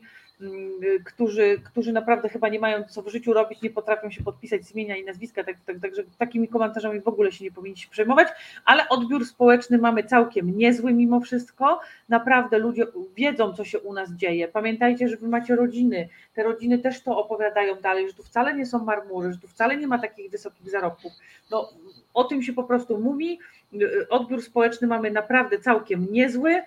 którzy, którzy naprawdę chyba nie mają co w życiu robić, nie potrafią się podpisać z imienia i nazwiska, tak, tak, także takimi komentarzami w ogóle się nie powinniście przejmować, ale odbiór społeczny mamy całkiem niezły mimo wszystko, naprawdę ludzie wiedzą, co się u nas dzieje, pamiętajcie, że wy macie rodziny, te rodziny też to opowiadają dalej, że tu wcale nie są marmury, że tu wcale nie ma takich wysokich zarobków, no o tym się po prostu mówi, odbiór społeczny mamy naprawdę całkiem niezły,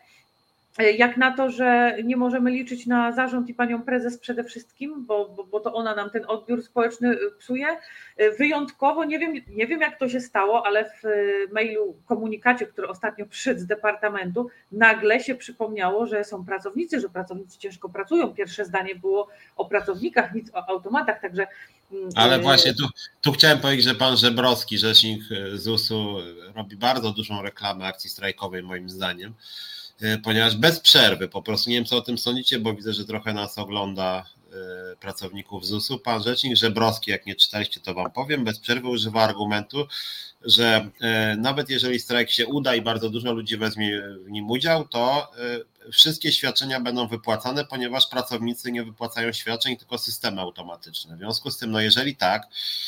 jak na to, że nie możemy liczyć na zarząd i panią prezes przede wszystkim, bo, bo, bo to ona nam ten odbiór społeczny psuje. Wyjątkowo, nie wiem, nie wiem jak to się stało, ale w mailu, komunikacie, który ostatnio przyszedł z departamentu, nagle się przypomniało, że są pracownicy, że pracownicy ciężko pracują. Pierwsze zdanie było o pracownikach, nic o automatach, także... Ale właśnie tu, tu chciałem powiedzieć, że pan Żebrowski, rzecznik zusu, robi bardzo dużą reklamę akcji strajkowej moim zdaniem, ponieważ bez przerwy, po prostu nie wiem co o tym sądzicie, bo widzę, że trochę nas ogląda pracowników zusu. Pan rzecznik Żebrowski, jak nie czytaliście, to wam powiem, bez przerwy używa argumentu, że nawet jeżeli strajk się uda i bardzo dużo ludzi weźmie w nim udział, to wszystkie świadczenia będą wypłacane, ponieważ pracownicy nie wypłacają świadczeń, tylko systemy automatyczne. W związku z tym, no jeżeli tak,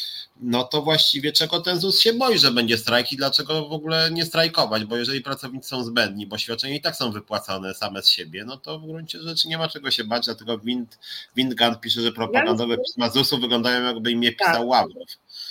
no to właściwie czego ten ZUS się boi, że będzie strajk i dlaczego w ogóle nie strajkować, bo jeżeli pracownicy są zbędni, bo świadczenia i tak są wypłacane same z siebie, no to w gruncie rzeczy nie ma czego się bać, dlatego Wind, Windgard pisze, że propagandowe pisma zusu wyglądają jakby im je pisał Ławrow.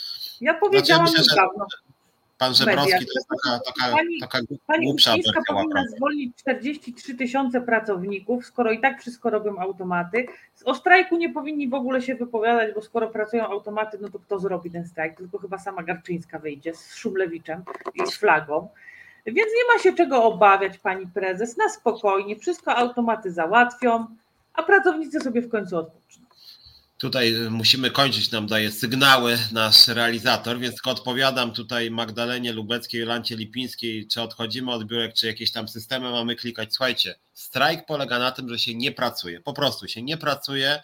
Ja powiedziałam znaczy, myślę, dawno. Pan Żebrowski to jest taka, taka, pani, taka pani głupsza Uścińska powinna zwolnić czterdzieści trzy tysiące pracowników, skoro i tak wszystko robią automaty. O strajku nie powinni w ogóle się wypowiadać, bo skoro pracują automaty, no to kto zrobi ten strajk? Tylko chyba sama Garczyńska wyjdzie z Szumlewiczem i z flagą. Więc nie ma się czego obawiać, pani prezes, na spokojnie, wszystko automaty załatwią, a pracownicy sobie w końcu odpoczną. Tutaj musimy kończyć, nam daje sygnały nasz realizator, więc tylko odpowiadam tutaj Magdalenie Lubeckiej, Jolancie Lipińskiej, czy odchodzimy od biurek, czy jakieś tam systemy mamy klikać. Słuchajcie, strajk polega na tym, że się nie pracuje, po prostu się nie pracuje.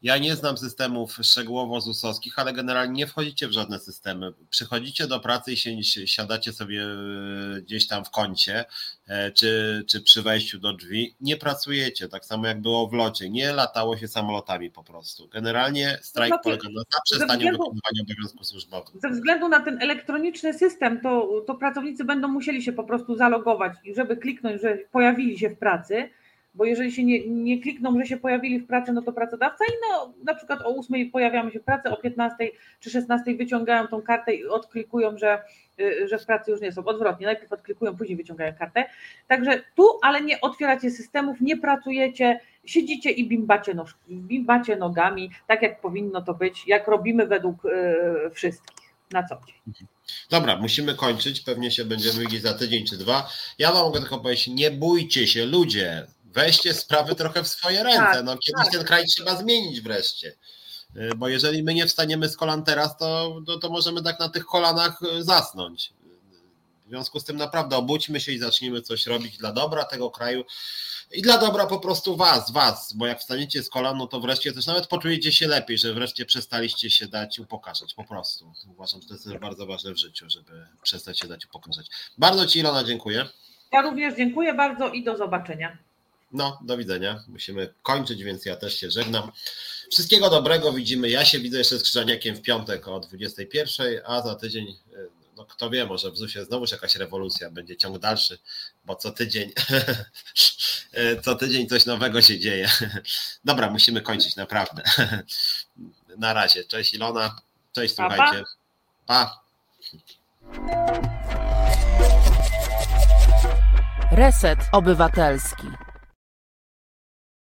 Ja nie znam systemów szczegółowo zusowskich, ale generalnie nie wchodzicie w żadne systemy. Przychodzicie do pracy i się, siadacie sobie gdzieś tam w kącie, czy, czy przy wejściu do drzwi. Nie pracujecie, tak samo jak było w locie. Nie latało się samolotami po prostu. Generalnie strajk no, polega na zaprzestaniu wykonywania obowiązków służbowych. Ze względu na ten elektroniczny system, to, to pracownicy będą musieli się po prostu zalogować i żeby kliknąć, że pojawili się w pracy, bo jeżeli się nie, nie klikną, że się pojawili w pracy, no to pracodawca i no, na przykład o ósmej pojawiamy się w pracy, o piętnastej czy szesnastej wyciągają tą kartę i odklikują, że, że w pracy już nie są. Odwrotnie, najpierw odklikują, później wyciągają kartę. Także tu, ale nie otwieracie systemów, nie pracujecie, siedzicie i bimbacie, no, bimbacie nogami, tak jak powinno to być, jak robimy według y, wszystkich na co dzień. Dobra, musimy kończyć, pewnie się będziemy widzieć za tydzień czy dwa. Ja wam mogę tylko powiedzieć, nie bójcie się ludzie, weźcie sprawy trochę w swoje ręce, no kiedyś ten kraj trzeba zmienić wreszcie, bo jeżeli my nie wstaniemy z kolan teraz, to, to, to możemy tak na tych kolanach zasnąć. W związku z tym naprawdę obudźmy się i zacznijmy coś robić dla dobra tego kraju i dla dobra po prostu was, was, bo jak wstaniecie z kolan, no to wreszcie też nawet poczujecie się lepiej, że wreszcie przestaliście się dać upokarzać, po prostu. Uważam, że to jest bardzo ważne w życiu, żeby przestać się dać upokarzać. Bardzo ci, Ilona, dziękuję. Ja również dziękuję bardzo i do zobaczenia. No, do widzenia. Musimy kończyć, więc ja też się żegnam. Wszystkiego dobrego, widzimy. Ja się widzę jeszcze z Krzyżaniakiem w piątek o dwudziestej pierwszej, a za tydzień, no kto wie, może w zusie znowuż jakaś rewolucja, będzie ciąg dalszy, bo co tydzień co tydzień coś nowego się dzieje. Dobra, musimy kończyć, naprawdę. Na razie. Cześć Ilona, cześć, pa, słuchajcie. Pa. Reset Obywatelski.